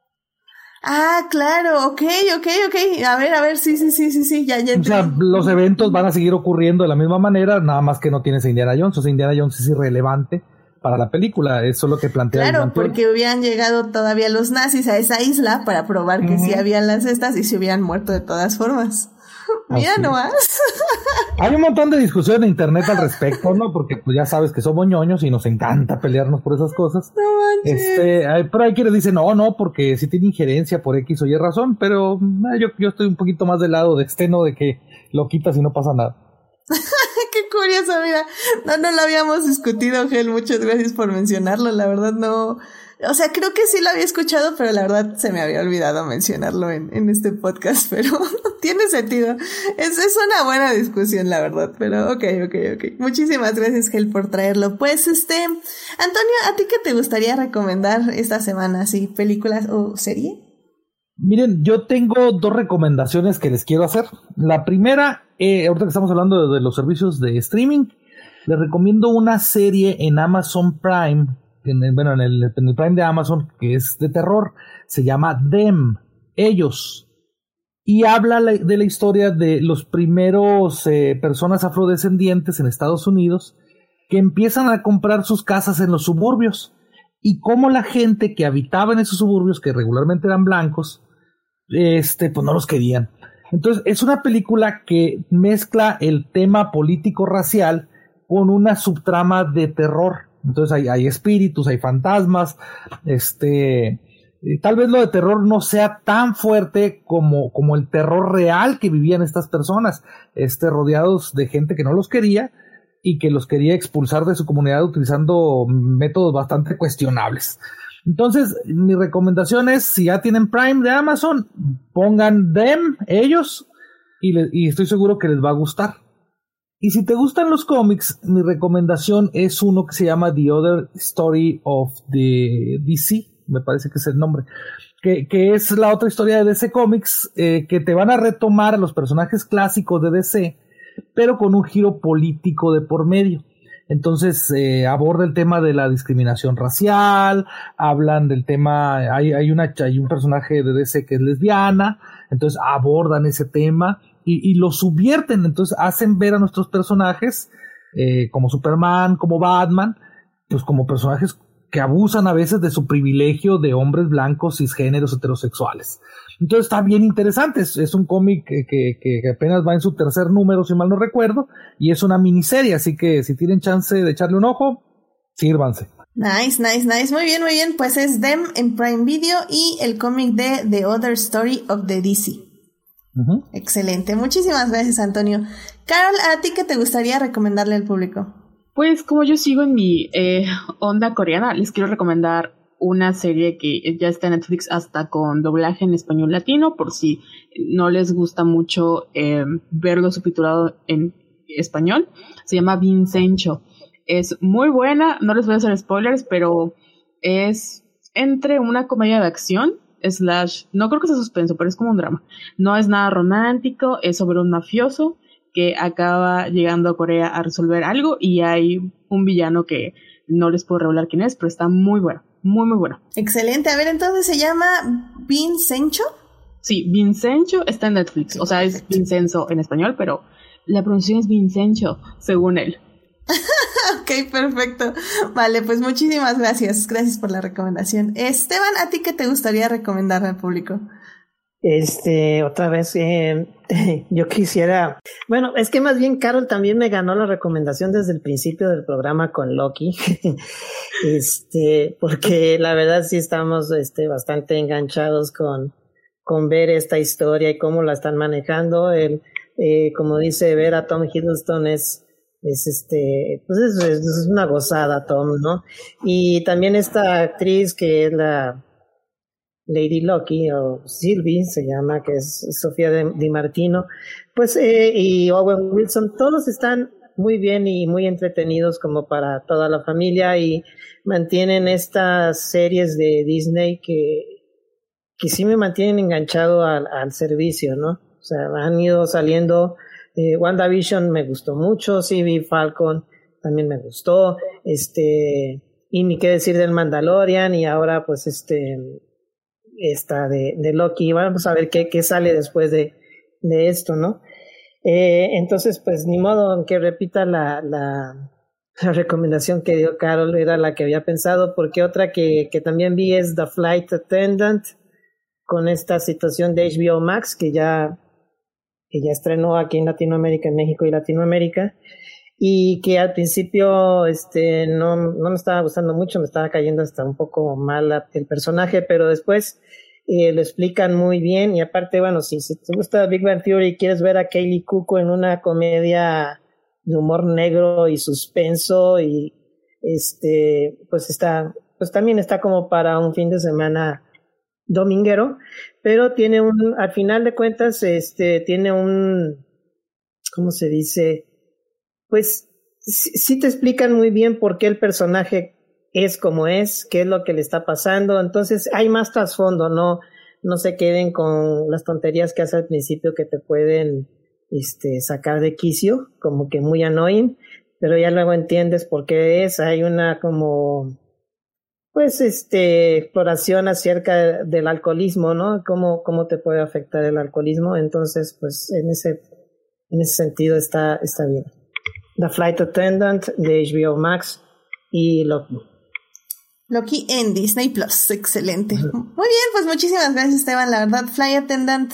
Ah, claro, ok. A ver, sí, ya O sea, los eventos van a seguir ocurriendo de la misma manera, nada más que no tienes a Indiana Jones. O sea, Indiana Jones es irrelevante para la película, eso es lo que plantea. Claro, porque hubieran llegado todavía los nazis a esa isla para probar que sí habían las estas y se hubieran muerto de todas formas. Mira nomás. Hay un montón de discusión en internet al respecto, ¿no? Porque pues ya sabes que somos ñoños y nos encanta pelearnos por esas cosas. No manches. Pero hay quienes dicen, no, porque sí tiene injerencia por X o Y razón, pero yo estoy un poquito más del lado de de que lo quitas y no pasa nada. Qué curioso, mira. No lo habíamos discutido, Gel. Muchas gracias por mencionarlo. La verdad no. O sea, creo que sí lo había escuchado, pero la verdad se me había olvidado mencionarlo en este podcast, pero tiene sentido. Es una buena discusión, la verdad, pero ok. Muchísimas gracias, Gel, por traerlo. Pues, Antonio, ¿a ti qué te gustaría recomendar esta semana? ¿Sí, películas o serie? Miren, yo tengo 2 recomendaciones que les quiero hacer. La primera, ahorita que estamos hablando de los servicios de streaming, les recomiendo una serie en Amazon Prime, en el Prime de Amazon, que es de terror. Se llama Them, Ellos, y habla de la historia de los primeros personas afrodescendientes en Estados Unidos que empiezan a comprar sus casas en los suburbios, y cómo la gente que habitaba en esos suburbios, que regularmente eran blancos, pues no los querían. Entonces es una película que mezcla el tema político-racial con una subtrama de terror. Entonces hay espíritus, hay fantasmas, tal vez lo de terror no sea tan fuerte como el terror real que vivían estas personas, rodeados de gente que no los quería y que los quería expulsar de su comunidad utilizando métodos bastante cuestionables. Entonces, mi recomendación es, si ya tienen Prime de Amazon, pongan Them, Ellos, y estoy seguro que les va a gustar. Y si te gustan los cómics, mi recomendación es uno que se llama The Other Story of the DC, me parece que es el nombre, que es la otra historia de DC Comics, que te van a retomar a los personajes clásicos de DC, pero con un giro político de por medio. Entonces aborda el tema de la discriminación racial, hablan del tema, hay un personaje de DC que es lesbiana, entonces abordan ese tema y lo subvierten, entonces hacen ver a nuestros personajes como Superman, como Batman, pues como personajes que abusan a veces de su privilegio de hombres blancos, cisgéneros, heterosexuales. Entonces está bien interesante, es un cómic que apenas va en su tercer número, si mal no recuerdo, y es una miniserie, así que si tienen chance de echarle un ojo, sírvanse. Nice. Muy bien. Pues es Them en Prime Video y el cómic de The Other Story of the DC. Uh-huh. Excelente. Muchísimas gracias, Antonio. Carol, ¿a ti qué te gustaría recomendarle al público? Pues como yo sigo en mi onda coreana, les quiero recomendar una serie que ya está en Netflix hasta con doblaje en español latino, por si no les gusta mucho verlo subtitulado en español. Se llama Vincenzo. Es muy buena, no les voy a hacer spoilers, pero es entre una comedia de acción / no creo que sea suspenso, pero es como un drama. No es nada romántico, es sobre un mafioso que acaba llegando a Corea a resolver algo y hay un villano que no les puedo revelar quién es, pero está muy bueno. Muy bueno. Excelente. A ver, entonces se llama Vincenzo. Sí, Vincenzo está en Netflix. O sea, es Vincenzo en español, pero la pronunciación es Vincenzo, según él. Ok, perfecto. Vale, pues muchísimas gracias. Gracias por la recomendación. Esteban, ¿a ti qué te gustaría recomendar al público? Otra vez, yo quisiera, bueno, es que más bien Carol también me ganó la recomendación desde el principio del programa con Loki, porque la verdad sí estamos, bastante enganchados con ver esta historia y cómo la están manejando. Como dice, ver a Tom Hiddleston es una gozada, Tom, ¿no? Y también esta actriz que es la Lady Loki, o Sylvie se llama, que es Sofía Di Martino, pues, y Owen Wilson, todos están muy bien y muy entretenidos como para toda la familia y mantienen estas series de Disney que sí me mantienen enganchado al servicio, ¿no? O sea, han ido saliendo, WandaVision me gustó mucho, sí vi Falcon, también me gustó, y ni qué decir del Mandalorian, y ahora pues esta de Loki. Vamos a ver qué sale después de esto, ¿no? Entonces, pues ni modo, aunque repita la recomendación que dio Carol, era la que había pensado, porque otra que también vi es The Flight Attendant, con esta situación de HBO Max, que ya estrenó aquí en Latinoamérica, en México y Latinoamérica, y que al principio no me estaba gustando mucho, me estaba cayendo hasta un poco mal el personaje, pero después lo explican muy bien. Y aparte, bueno, si te gusta Big Bang Theory y quieres ver a Kaylee Cuoco en una comedia de humor negro y suspenso, y pues también está como para un fin de semana dominguero, pero tiene al final de cuentas, tiene ¿cómo se dice? Pues sí te explican muy bien por qué el personaje es como es, qué es lo que le está pasando. Entonces hay más trasfondo, no se queden con las tonterías que hace al principio que te pueden sacar de quicio, como que muy annoying, pero ya luego entiendes por qué es. Hay una como pues exploración acerca del alcoholismo, ¿no? Cómo te puede afectar el alcoholismo. Entonces, pues en ese sentido está bien. The Flight Attendant de HBO Max y Loki en Disney Plus. Excelente. Muy bien, pues muchísimas gracias, Esteban. La verdad, Flight Attendant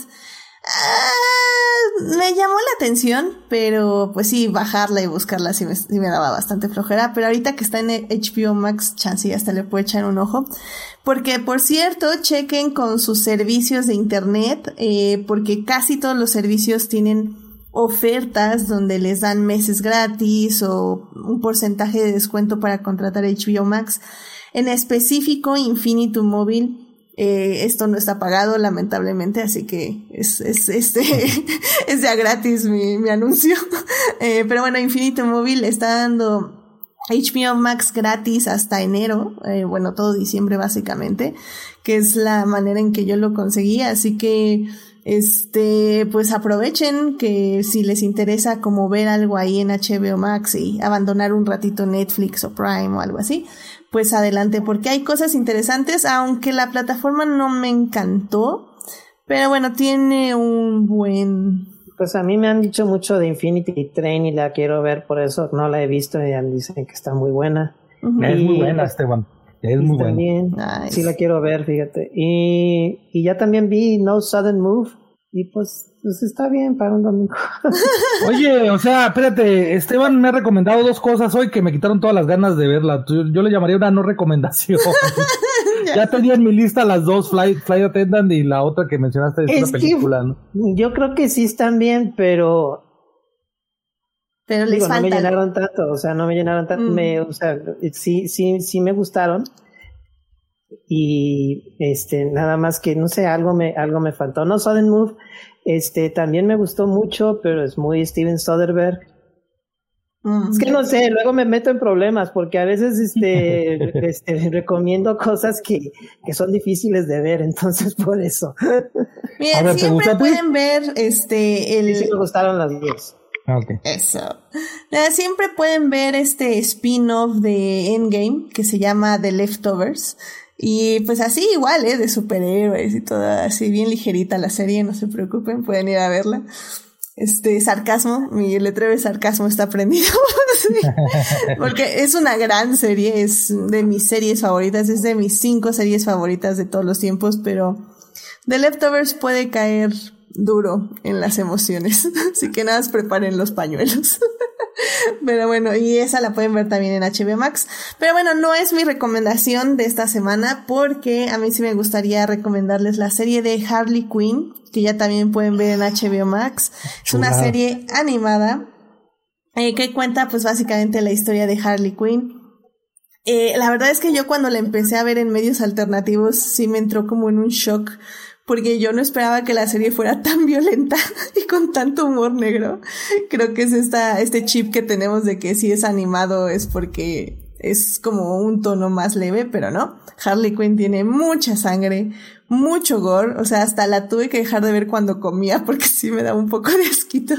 me llamó la atención, pero pues sí, bajarla y buscarla sí me daba bastante flojera. Pero ahorita que está en HBO Max, chance hasta le puedo echar un ojo. Porque, por cierto, chequen con sus servicios de internet, porque casi todos los servicios tienen ofertas donde les dan meses gratis o un porcentaje de descuento para contratar HBO Max. En específico, Infinitum Móvil Esto no está pagado, lamentablemente, así que es ya gratis mi anuncio. Pero bueno, Infinito Móvil está dando HBO Max gratis hasta enero, bueno, todo diciembre básicamente, que es la manera en que yo lo conseguí, así que pues aprovechen que si les interesa como ver algo ahí en HBO Max y abandonar un ratito Netflix o Prime o algo así, pues adelante, porque hay cosas interesantes, aunque la plataforma no me encantó, pero bueno, tiene un buen... Pues a mí me han dicho mucho de Infinity Train y la quiero ver, por eso no la he visto y dicen que está muy buena. Es muy buena, Esteban. Es muy buena. Nice. Sí la quiero ver, fíjate. Y ya también vi No Sudden Move y pues está bien para un domingo. Oye, o sea, espérate, Esteban me ha recomendado 2 cosas hoy que me quitaron todas las ganas de verla. Yo le llamaría una no recomendación. Ya tenía en mi lista las 2, Flight Attendant y la otra que mencionaste es una película, ¿no? Yo creo que sí están bien, pero les falta. No me llenaron tanto, o sea, sí me gustaron. Y nada más que no sé, algo me faltó. No, Sudden Move también me gustó mucho, pero es muy Steven Soderbergh. Es que no sé, luego me meto en problemas porque a veces recomiendo cosas que son difíciles de ver, entonces por eso. Mira, siempre pueden ver Sí me gustaron las 10. Okay. Eso. Siempre pueden ver este spin-off de Endgame que se llama The Leftovers. Y pues así igual, de superhéroes y todo así, bien ligerita la serie, no se preocupen, pueden ir a verla. Sarcasmo, mi letrero de sarcasmo está prendido. Sí, porque es una gran serie, es de mis series favoritas, es de mis 5 series favoritas de todos los tiempos, pero The Leftovers puede caer duro en las emociones, así que nada más preparen los pañuelos. Pero bueno, y esa la pueden ver también en HBO Max. Pero bueno, no es mi recomendación de esta semana, porque a mí sí me gustaría recomendarles la serie de Harley Quinn, que ya también pueden ver en HBO Max. Es una serie animada que cuenta pues básicamente la historia de Harley Quinn. La verdad es que yo cuando la empecé a ver en medios alternativos sí me entró como en un shock, porque yo no esperaba que la serie fuera tan violenta y con tanto humor negro. Creo que es este chip que tenemos de que si es animado es porque es como un tono más leve, pero no. Harley Quinn tiene mucha sangre, mucho gore, o sea, hasta la tuve que dejar de ver cuando comía porque sí me daba un poco de asquito.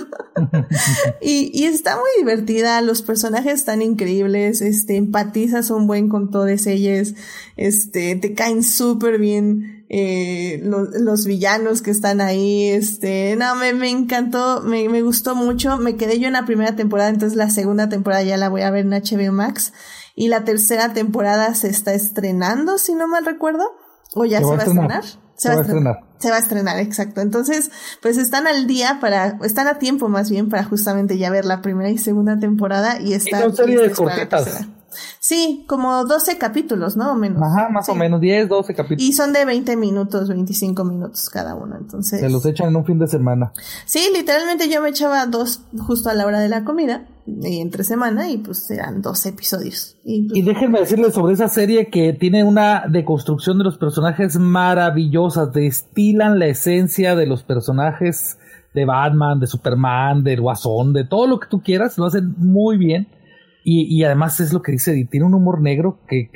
y está muy divertida, los personajes están increíbles, empatizas un buen con todas ellas, te caen súper bien los villanos que están ahí, no, me encantó, me gustó mucho, me quedé yo en la primera temporada, entonces la segunda temporada ya la voy a ver en HBO Max, y la tercera temporada se está estrenando, si no mal recuerdo, o ya se va a estrenar. Se va a estrenar, exacto. Entonces, pues están a tiempo más bien para justamente ya ver la primera y segunda temporada y estar. Son series cortitas. Sí, como 12 capítulos, ¿no? O menos. Ajá, más o menos, 10, 12 capítulos. Y son de 20 minutos, 25 minutos cada uno, entonces. Se los echan en un fin de semana. Sí, literalmente yo me echaba 2 justo a la hora de la comida, entre semana, y pues eran 2 episodios. Y déjenme decirles sobre esa serie que tiene una deconstrucción de los personajes maravillosas, destilan la esencia de los personajes de Batman, de Superman, del Guasón, de todo lo que tú quieras, lo hacen muy bien. Y además es lo que dice, tiene un humor negro que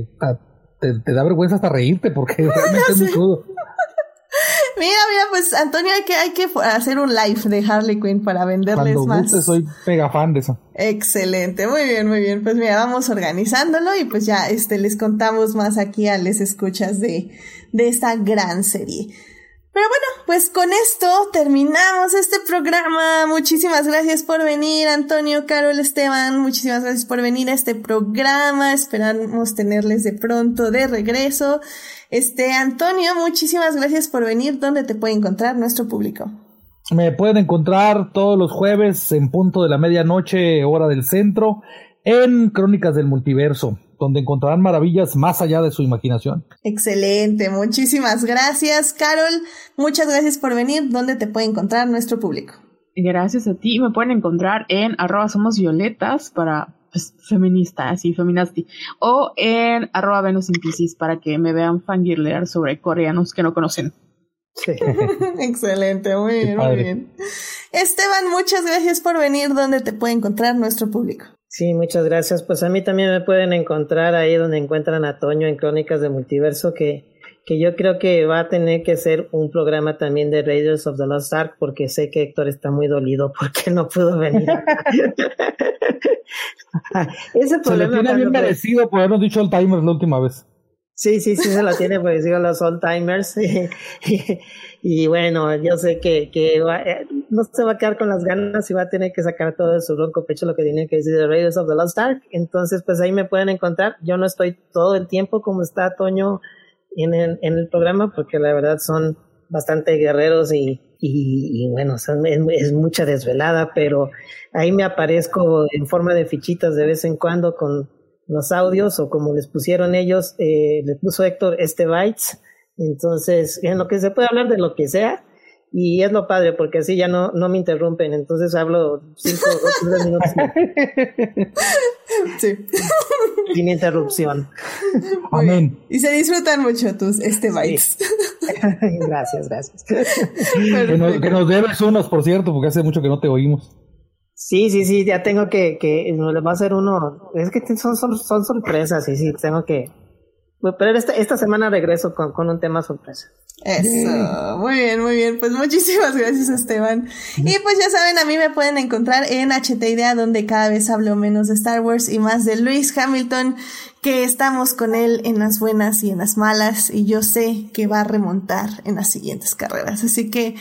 te da vergüenza hasta reírte porque realmente es muy crudo. Mira, pues Antonio, hay que hacer un live de Harley Quinn para venderles Cuando más. Guste, soy mega fan de eso. Excelente, muy bien. Pues mira, vamos organizándolo y pues ya les contamos más aquí a les escuchas de esta gran serie. Pero bueno, pues con esto terminamos este programa. Muchísimas gracias por venir, Antonio, Carol, Esteban. Muchísimas gracias por venir a este programa. Esperamos tenerles de pronto de regreso. Antonio, muchísimas gracias por venir. ¿Dónde te puede encontrar nuestro público? Me pueden encontrar todos los jueves en punto de la medianoche, hora del centro, en Crónicas del Multiverso, donde encontrarán maravillas más allá de su imaginación. Excelente, muchísimas gracias, Carol. Muchas gracias por venir. ¿Dónde te puede encontrar nuestro público? Gracias a ti. Me pueden encontrar en @somosvioletas para pues, feminista, así, feminasti. O en @VenusInPiscis para que me vean fangirlear sobre coreanos que no conocen. Sí. Excelente, muy bien, muy bien. Esteban, muchas gracias por venir. ¿Dónde te puede encontrar nuestro público? Sí, muchas gracias. Pues a mí también me pueden encontrar ahí donde encuentran a Toño en Crónicas de Multiverso, que yo creo que va a tener que ser un programa también de Raiders of the Lost Ark, porque sé que Héctor está muy dolido porque no pudo venir. Ese problema se le tiene bien merecido por habernos dicho Old Timers la última vez. Sí, se lo tiene merecido a los Old Timers. Y bueno, yo sé que no se va a quedar con las ganas y va a tener que sacar todo de su ronco pecho lo que tiene que decir de Raiders of the Lost Ark. Entonces, pues ahí me pueden encontrar. Yo no estoy todo el tiempo como está Toño en el programa, porque la verdad son bastante guerreros y bueno, es mucha desvelada, pero ahí me aparezco en forma de fichitas de vez en cuando con los audios, o como les pusieron ellos, les puso Héctor bytes. Entonces, en lo que se puede hablar de lo que sea, y es lo padre, porque así ya no me interrumpen, entonces hablo 5 o 10 minutos sí. sin interrupción. Amén. Y se disfrutan mucho tus bytes. Sí. Gracias. Que nos debes unos, por cierto, porque hace mucho que no te oímos. Sí, ya tengo que le va a hacer uno, es que son sorpresas, sí, tengo que, pero esta semana regreso con un tema sorpresa. Eso, muy bien, pues muchísimas gracias, Esteban. Y pues ya saben, a mí me pueden encontrar en HT Idea, donde cada vez hablo menos de Star Wars y más de Lewis Hamilton, que estamos con él en las buenas y en las malas, y yo sé que va a remontar en las siguientes carreras, así que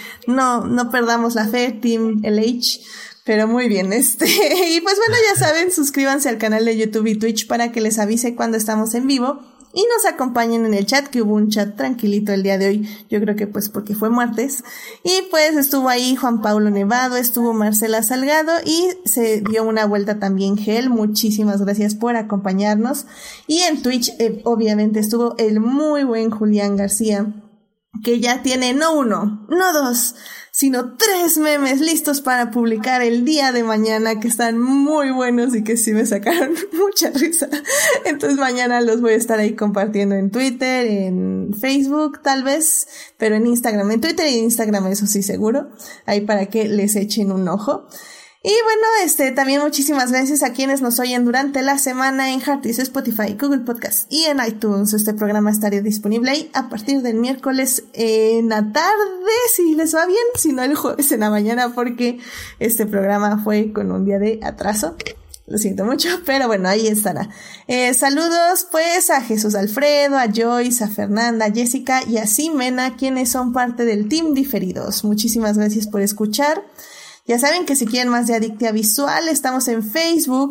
no perdamos la fe, Team LH. Pero muy bien, y pues bueno, ya saben, suscríbanse al canal de YouTube y Twitch para que les avise cuando estamos en vivo, y nos acompañen en el chat, que hubo un chat tranquilito el día de hoy, yo creo que pues porque fue martes, y pues estuvo ahí Juan Pablo Nevado, estuvo Marcela Salgado, y se dio una vuelta también Gel, muchísimas gracias por acompañarnos, y en Twitch obviamente estuvo el muy buen Julián García, que ya tiene no 1, no 2, sino 3 memes listos para publicar el día de mañana, que están muy buenos y que sí me sacaron mucha risa. Entonces mañana los voy a estar ahí compartiendo en Twitter, en Facebook tal vez, pero en Instagram, en Twitter y en Instagram, eso sí seguro, ahí para que les echen un ojo. Y bueno, también muchísimas gracias a quienes nos oyen durante la semana en Heartis, Spotify, Google Podcast y en iTunes. Este programa estará disponible ahí a partir del miércoles en la tarde, si les va bien, si no el jueves en la mañana, porque este programa fue con un día de atraso. Lo siento mucho, pero bueno, ahí estará. Saludos pues a Jesús Alfredo, a Joyce, a Fernanda, a Jessica y a Ximena, quienes son parte del Team Diferidos. Muchísimas gracias por escuchar. Ya saben que si quieren más de Adictia Visual, estamos en Facebook,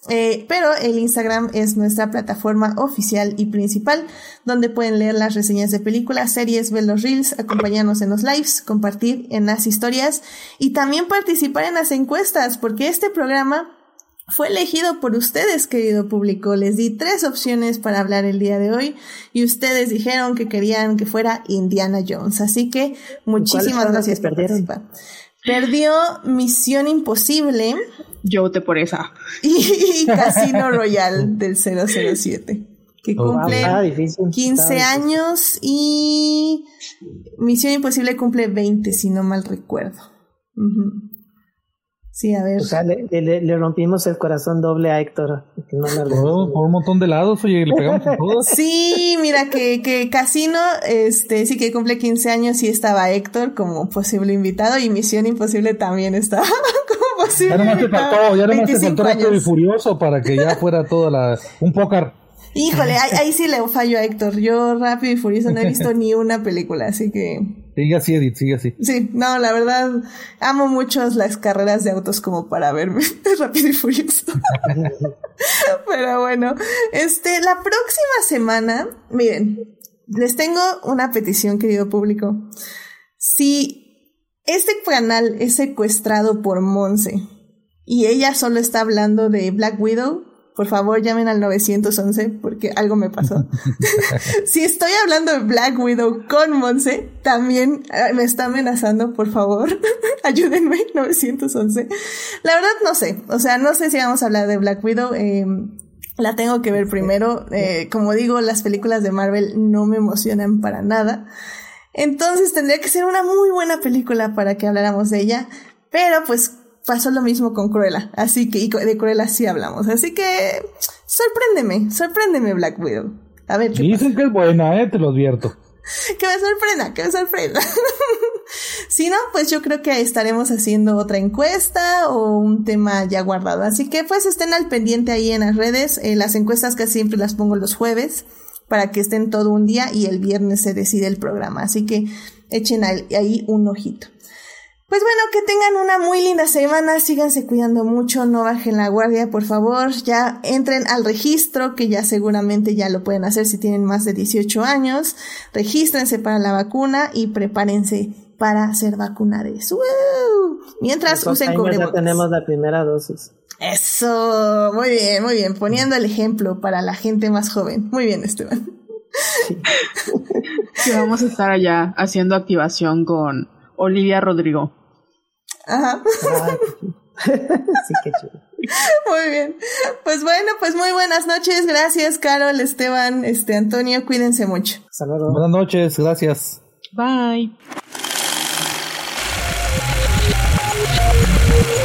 pero el Instagram es nuestra plataforma oficial y principal, donde pueden leer las reseñas de películas, series, ver los reels, acompañarnos en los lives, compartir en las historias y también participar en las encuestas, porque este programa fue elegido por ustedes, querido público. Les di 3 opciones para hablar el día de hoy y ustedes dijeron que querían que fuera Indiana Jones, así que muchísimas gracias por participar. Perdió Misión Imposible. Yo voté por esa. Y Casino Royale del 007. Que cumple 15 años y Misión Imposible cumple 20, si no mal recuerdo. Sí, a ver. O sea, le rompimos el corazón doble a Héctor. Por un montón de lados, oye, le pegamos a todos. Sí, mira que Casino, sí que cumple 15 años y estaba Héctor como posible invitado y Misión Imposible también estaba como posible invitado. Ya nomás te faltó Rápido y Furioso para que ya fuera toda un pócar. Híjole, ahí sí le fallo a Héctor. Yo Rápido y Furioso no he visto ni una película, así que... Sigue así, Edith, sigue así. Sí, no, la verdad, amo mucho las carreras de autos como para verme Rápido y Furioso. Pero bueno, la próxima semana, miren, les tengo una petición, querido público. Si este canal es secuestrado por Monse y ella solo está hablando de Black Widow, por favor llamen al 911 porque algo me pasó. Si estoy hablando de Black Widow con Monse, también me está amenazando, por favor, ayúdenme, 911. La verdad no sé, o sea, no sé si vamos a hablar de Black Widow, la tengo que ver primero. Como digo, las películas de Marvel no me emocionan para nada. Entonces tendría que ser una muy buena película para que habláramos de ella. Pero pues pasó lo mismo con Cruella. Así que, y de Cruella sí hablamos. Así que, sorpréndeme Black Widow. A ver qué dicen pasa. que es buena, te lo advierto. Que me sorprenda. Si no, pues yo creo que estaremos haciendo otra encuesta o un tema ya guardado. Así que pues estén al pendiente ahí en las redes. Las encuestas casi siempre las pongo los jueves para que estén todo un día y el viernes se decide el programa. Así que echen ahí un ojito. Pues bueno, que tengan una muy linda semana, síganse cuidando mucho, no bajen la guardia, por favor, ya entren al registro, que ya seguramente ya lo pueden hacer si tienen más de 18 años, regístrense para la vacuna y prepárense para ser vacunados. Mientras usen cubrebocas. Ya tenemos la primera dosis. Eso, muy bien, poniendo el ejemplo para la gente más joven. Muy bien, Esteban. Sí. Que vamos a estar allá haciendo activación con Olivia Rodrigo. Ajá. Sí, qué chido. Muy bien. Pues bueno, pues muy buenas noches. Gracias, Carol, Esteban, Antonio. Cuídense mucho. Hasta luego. Buenas noches, gracias. Bye.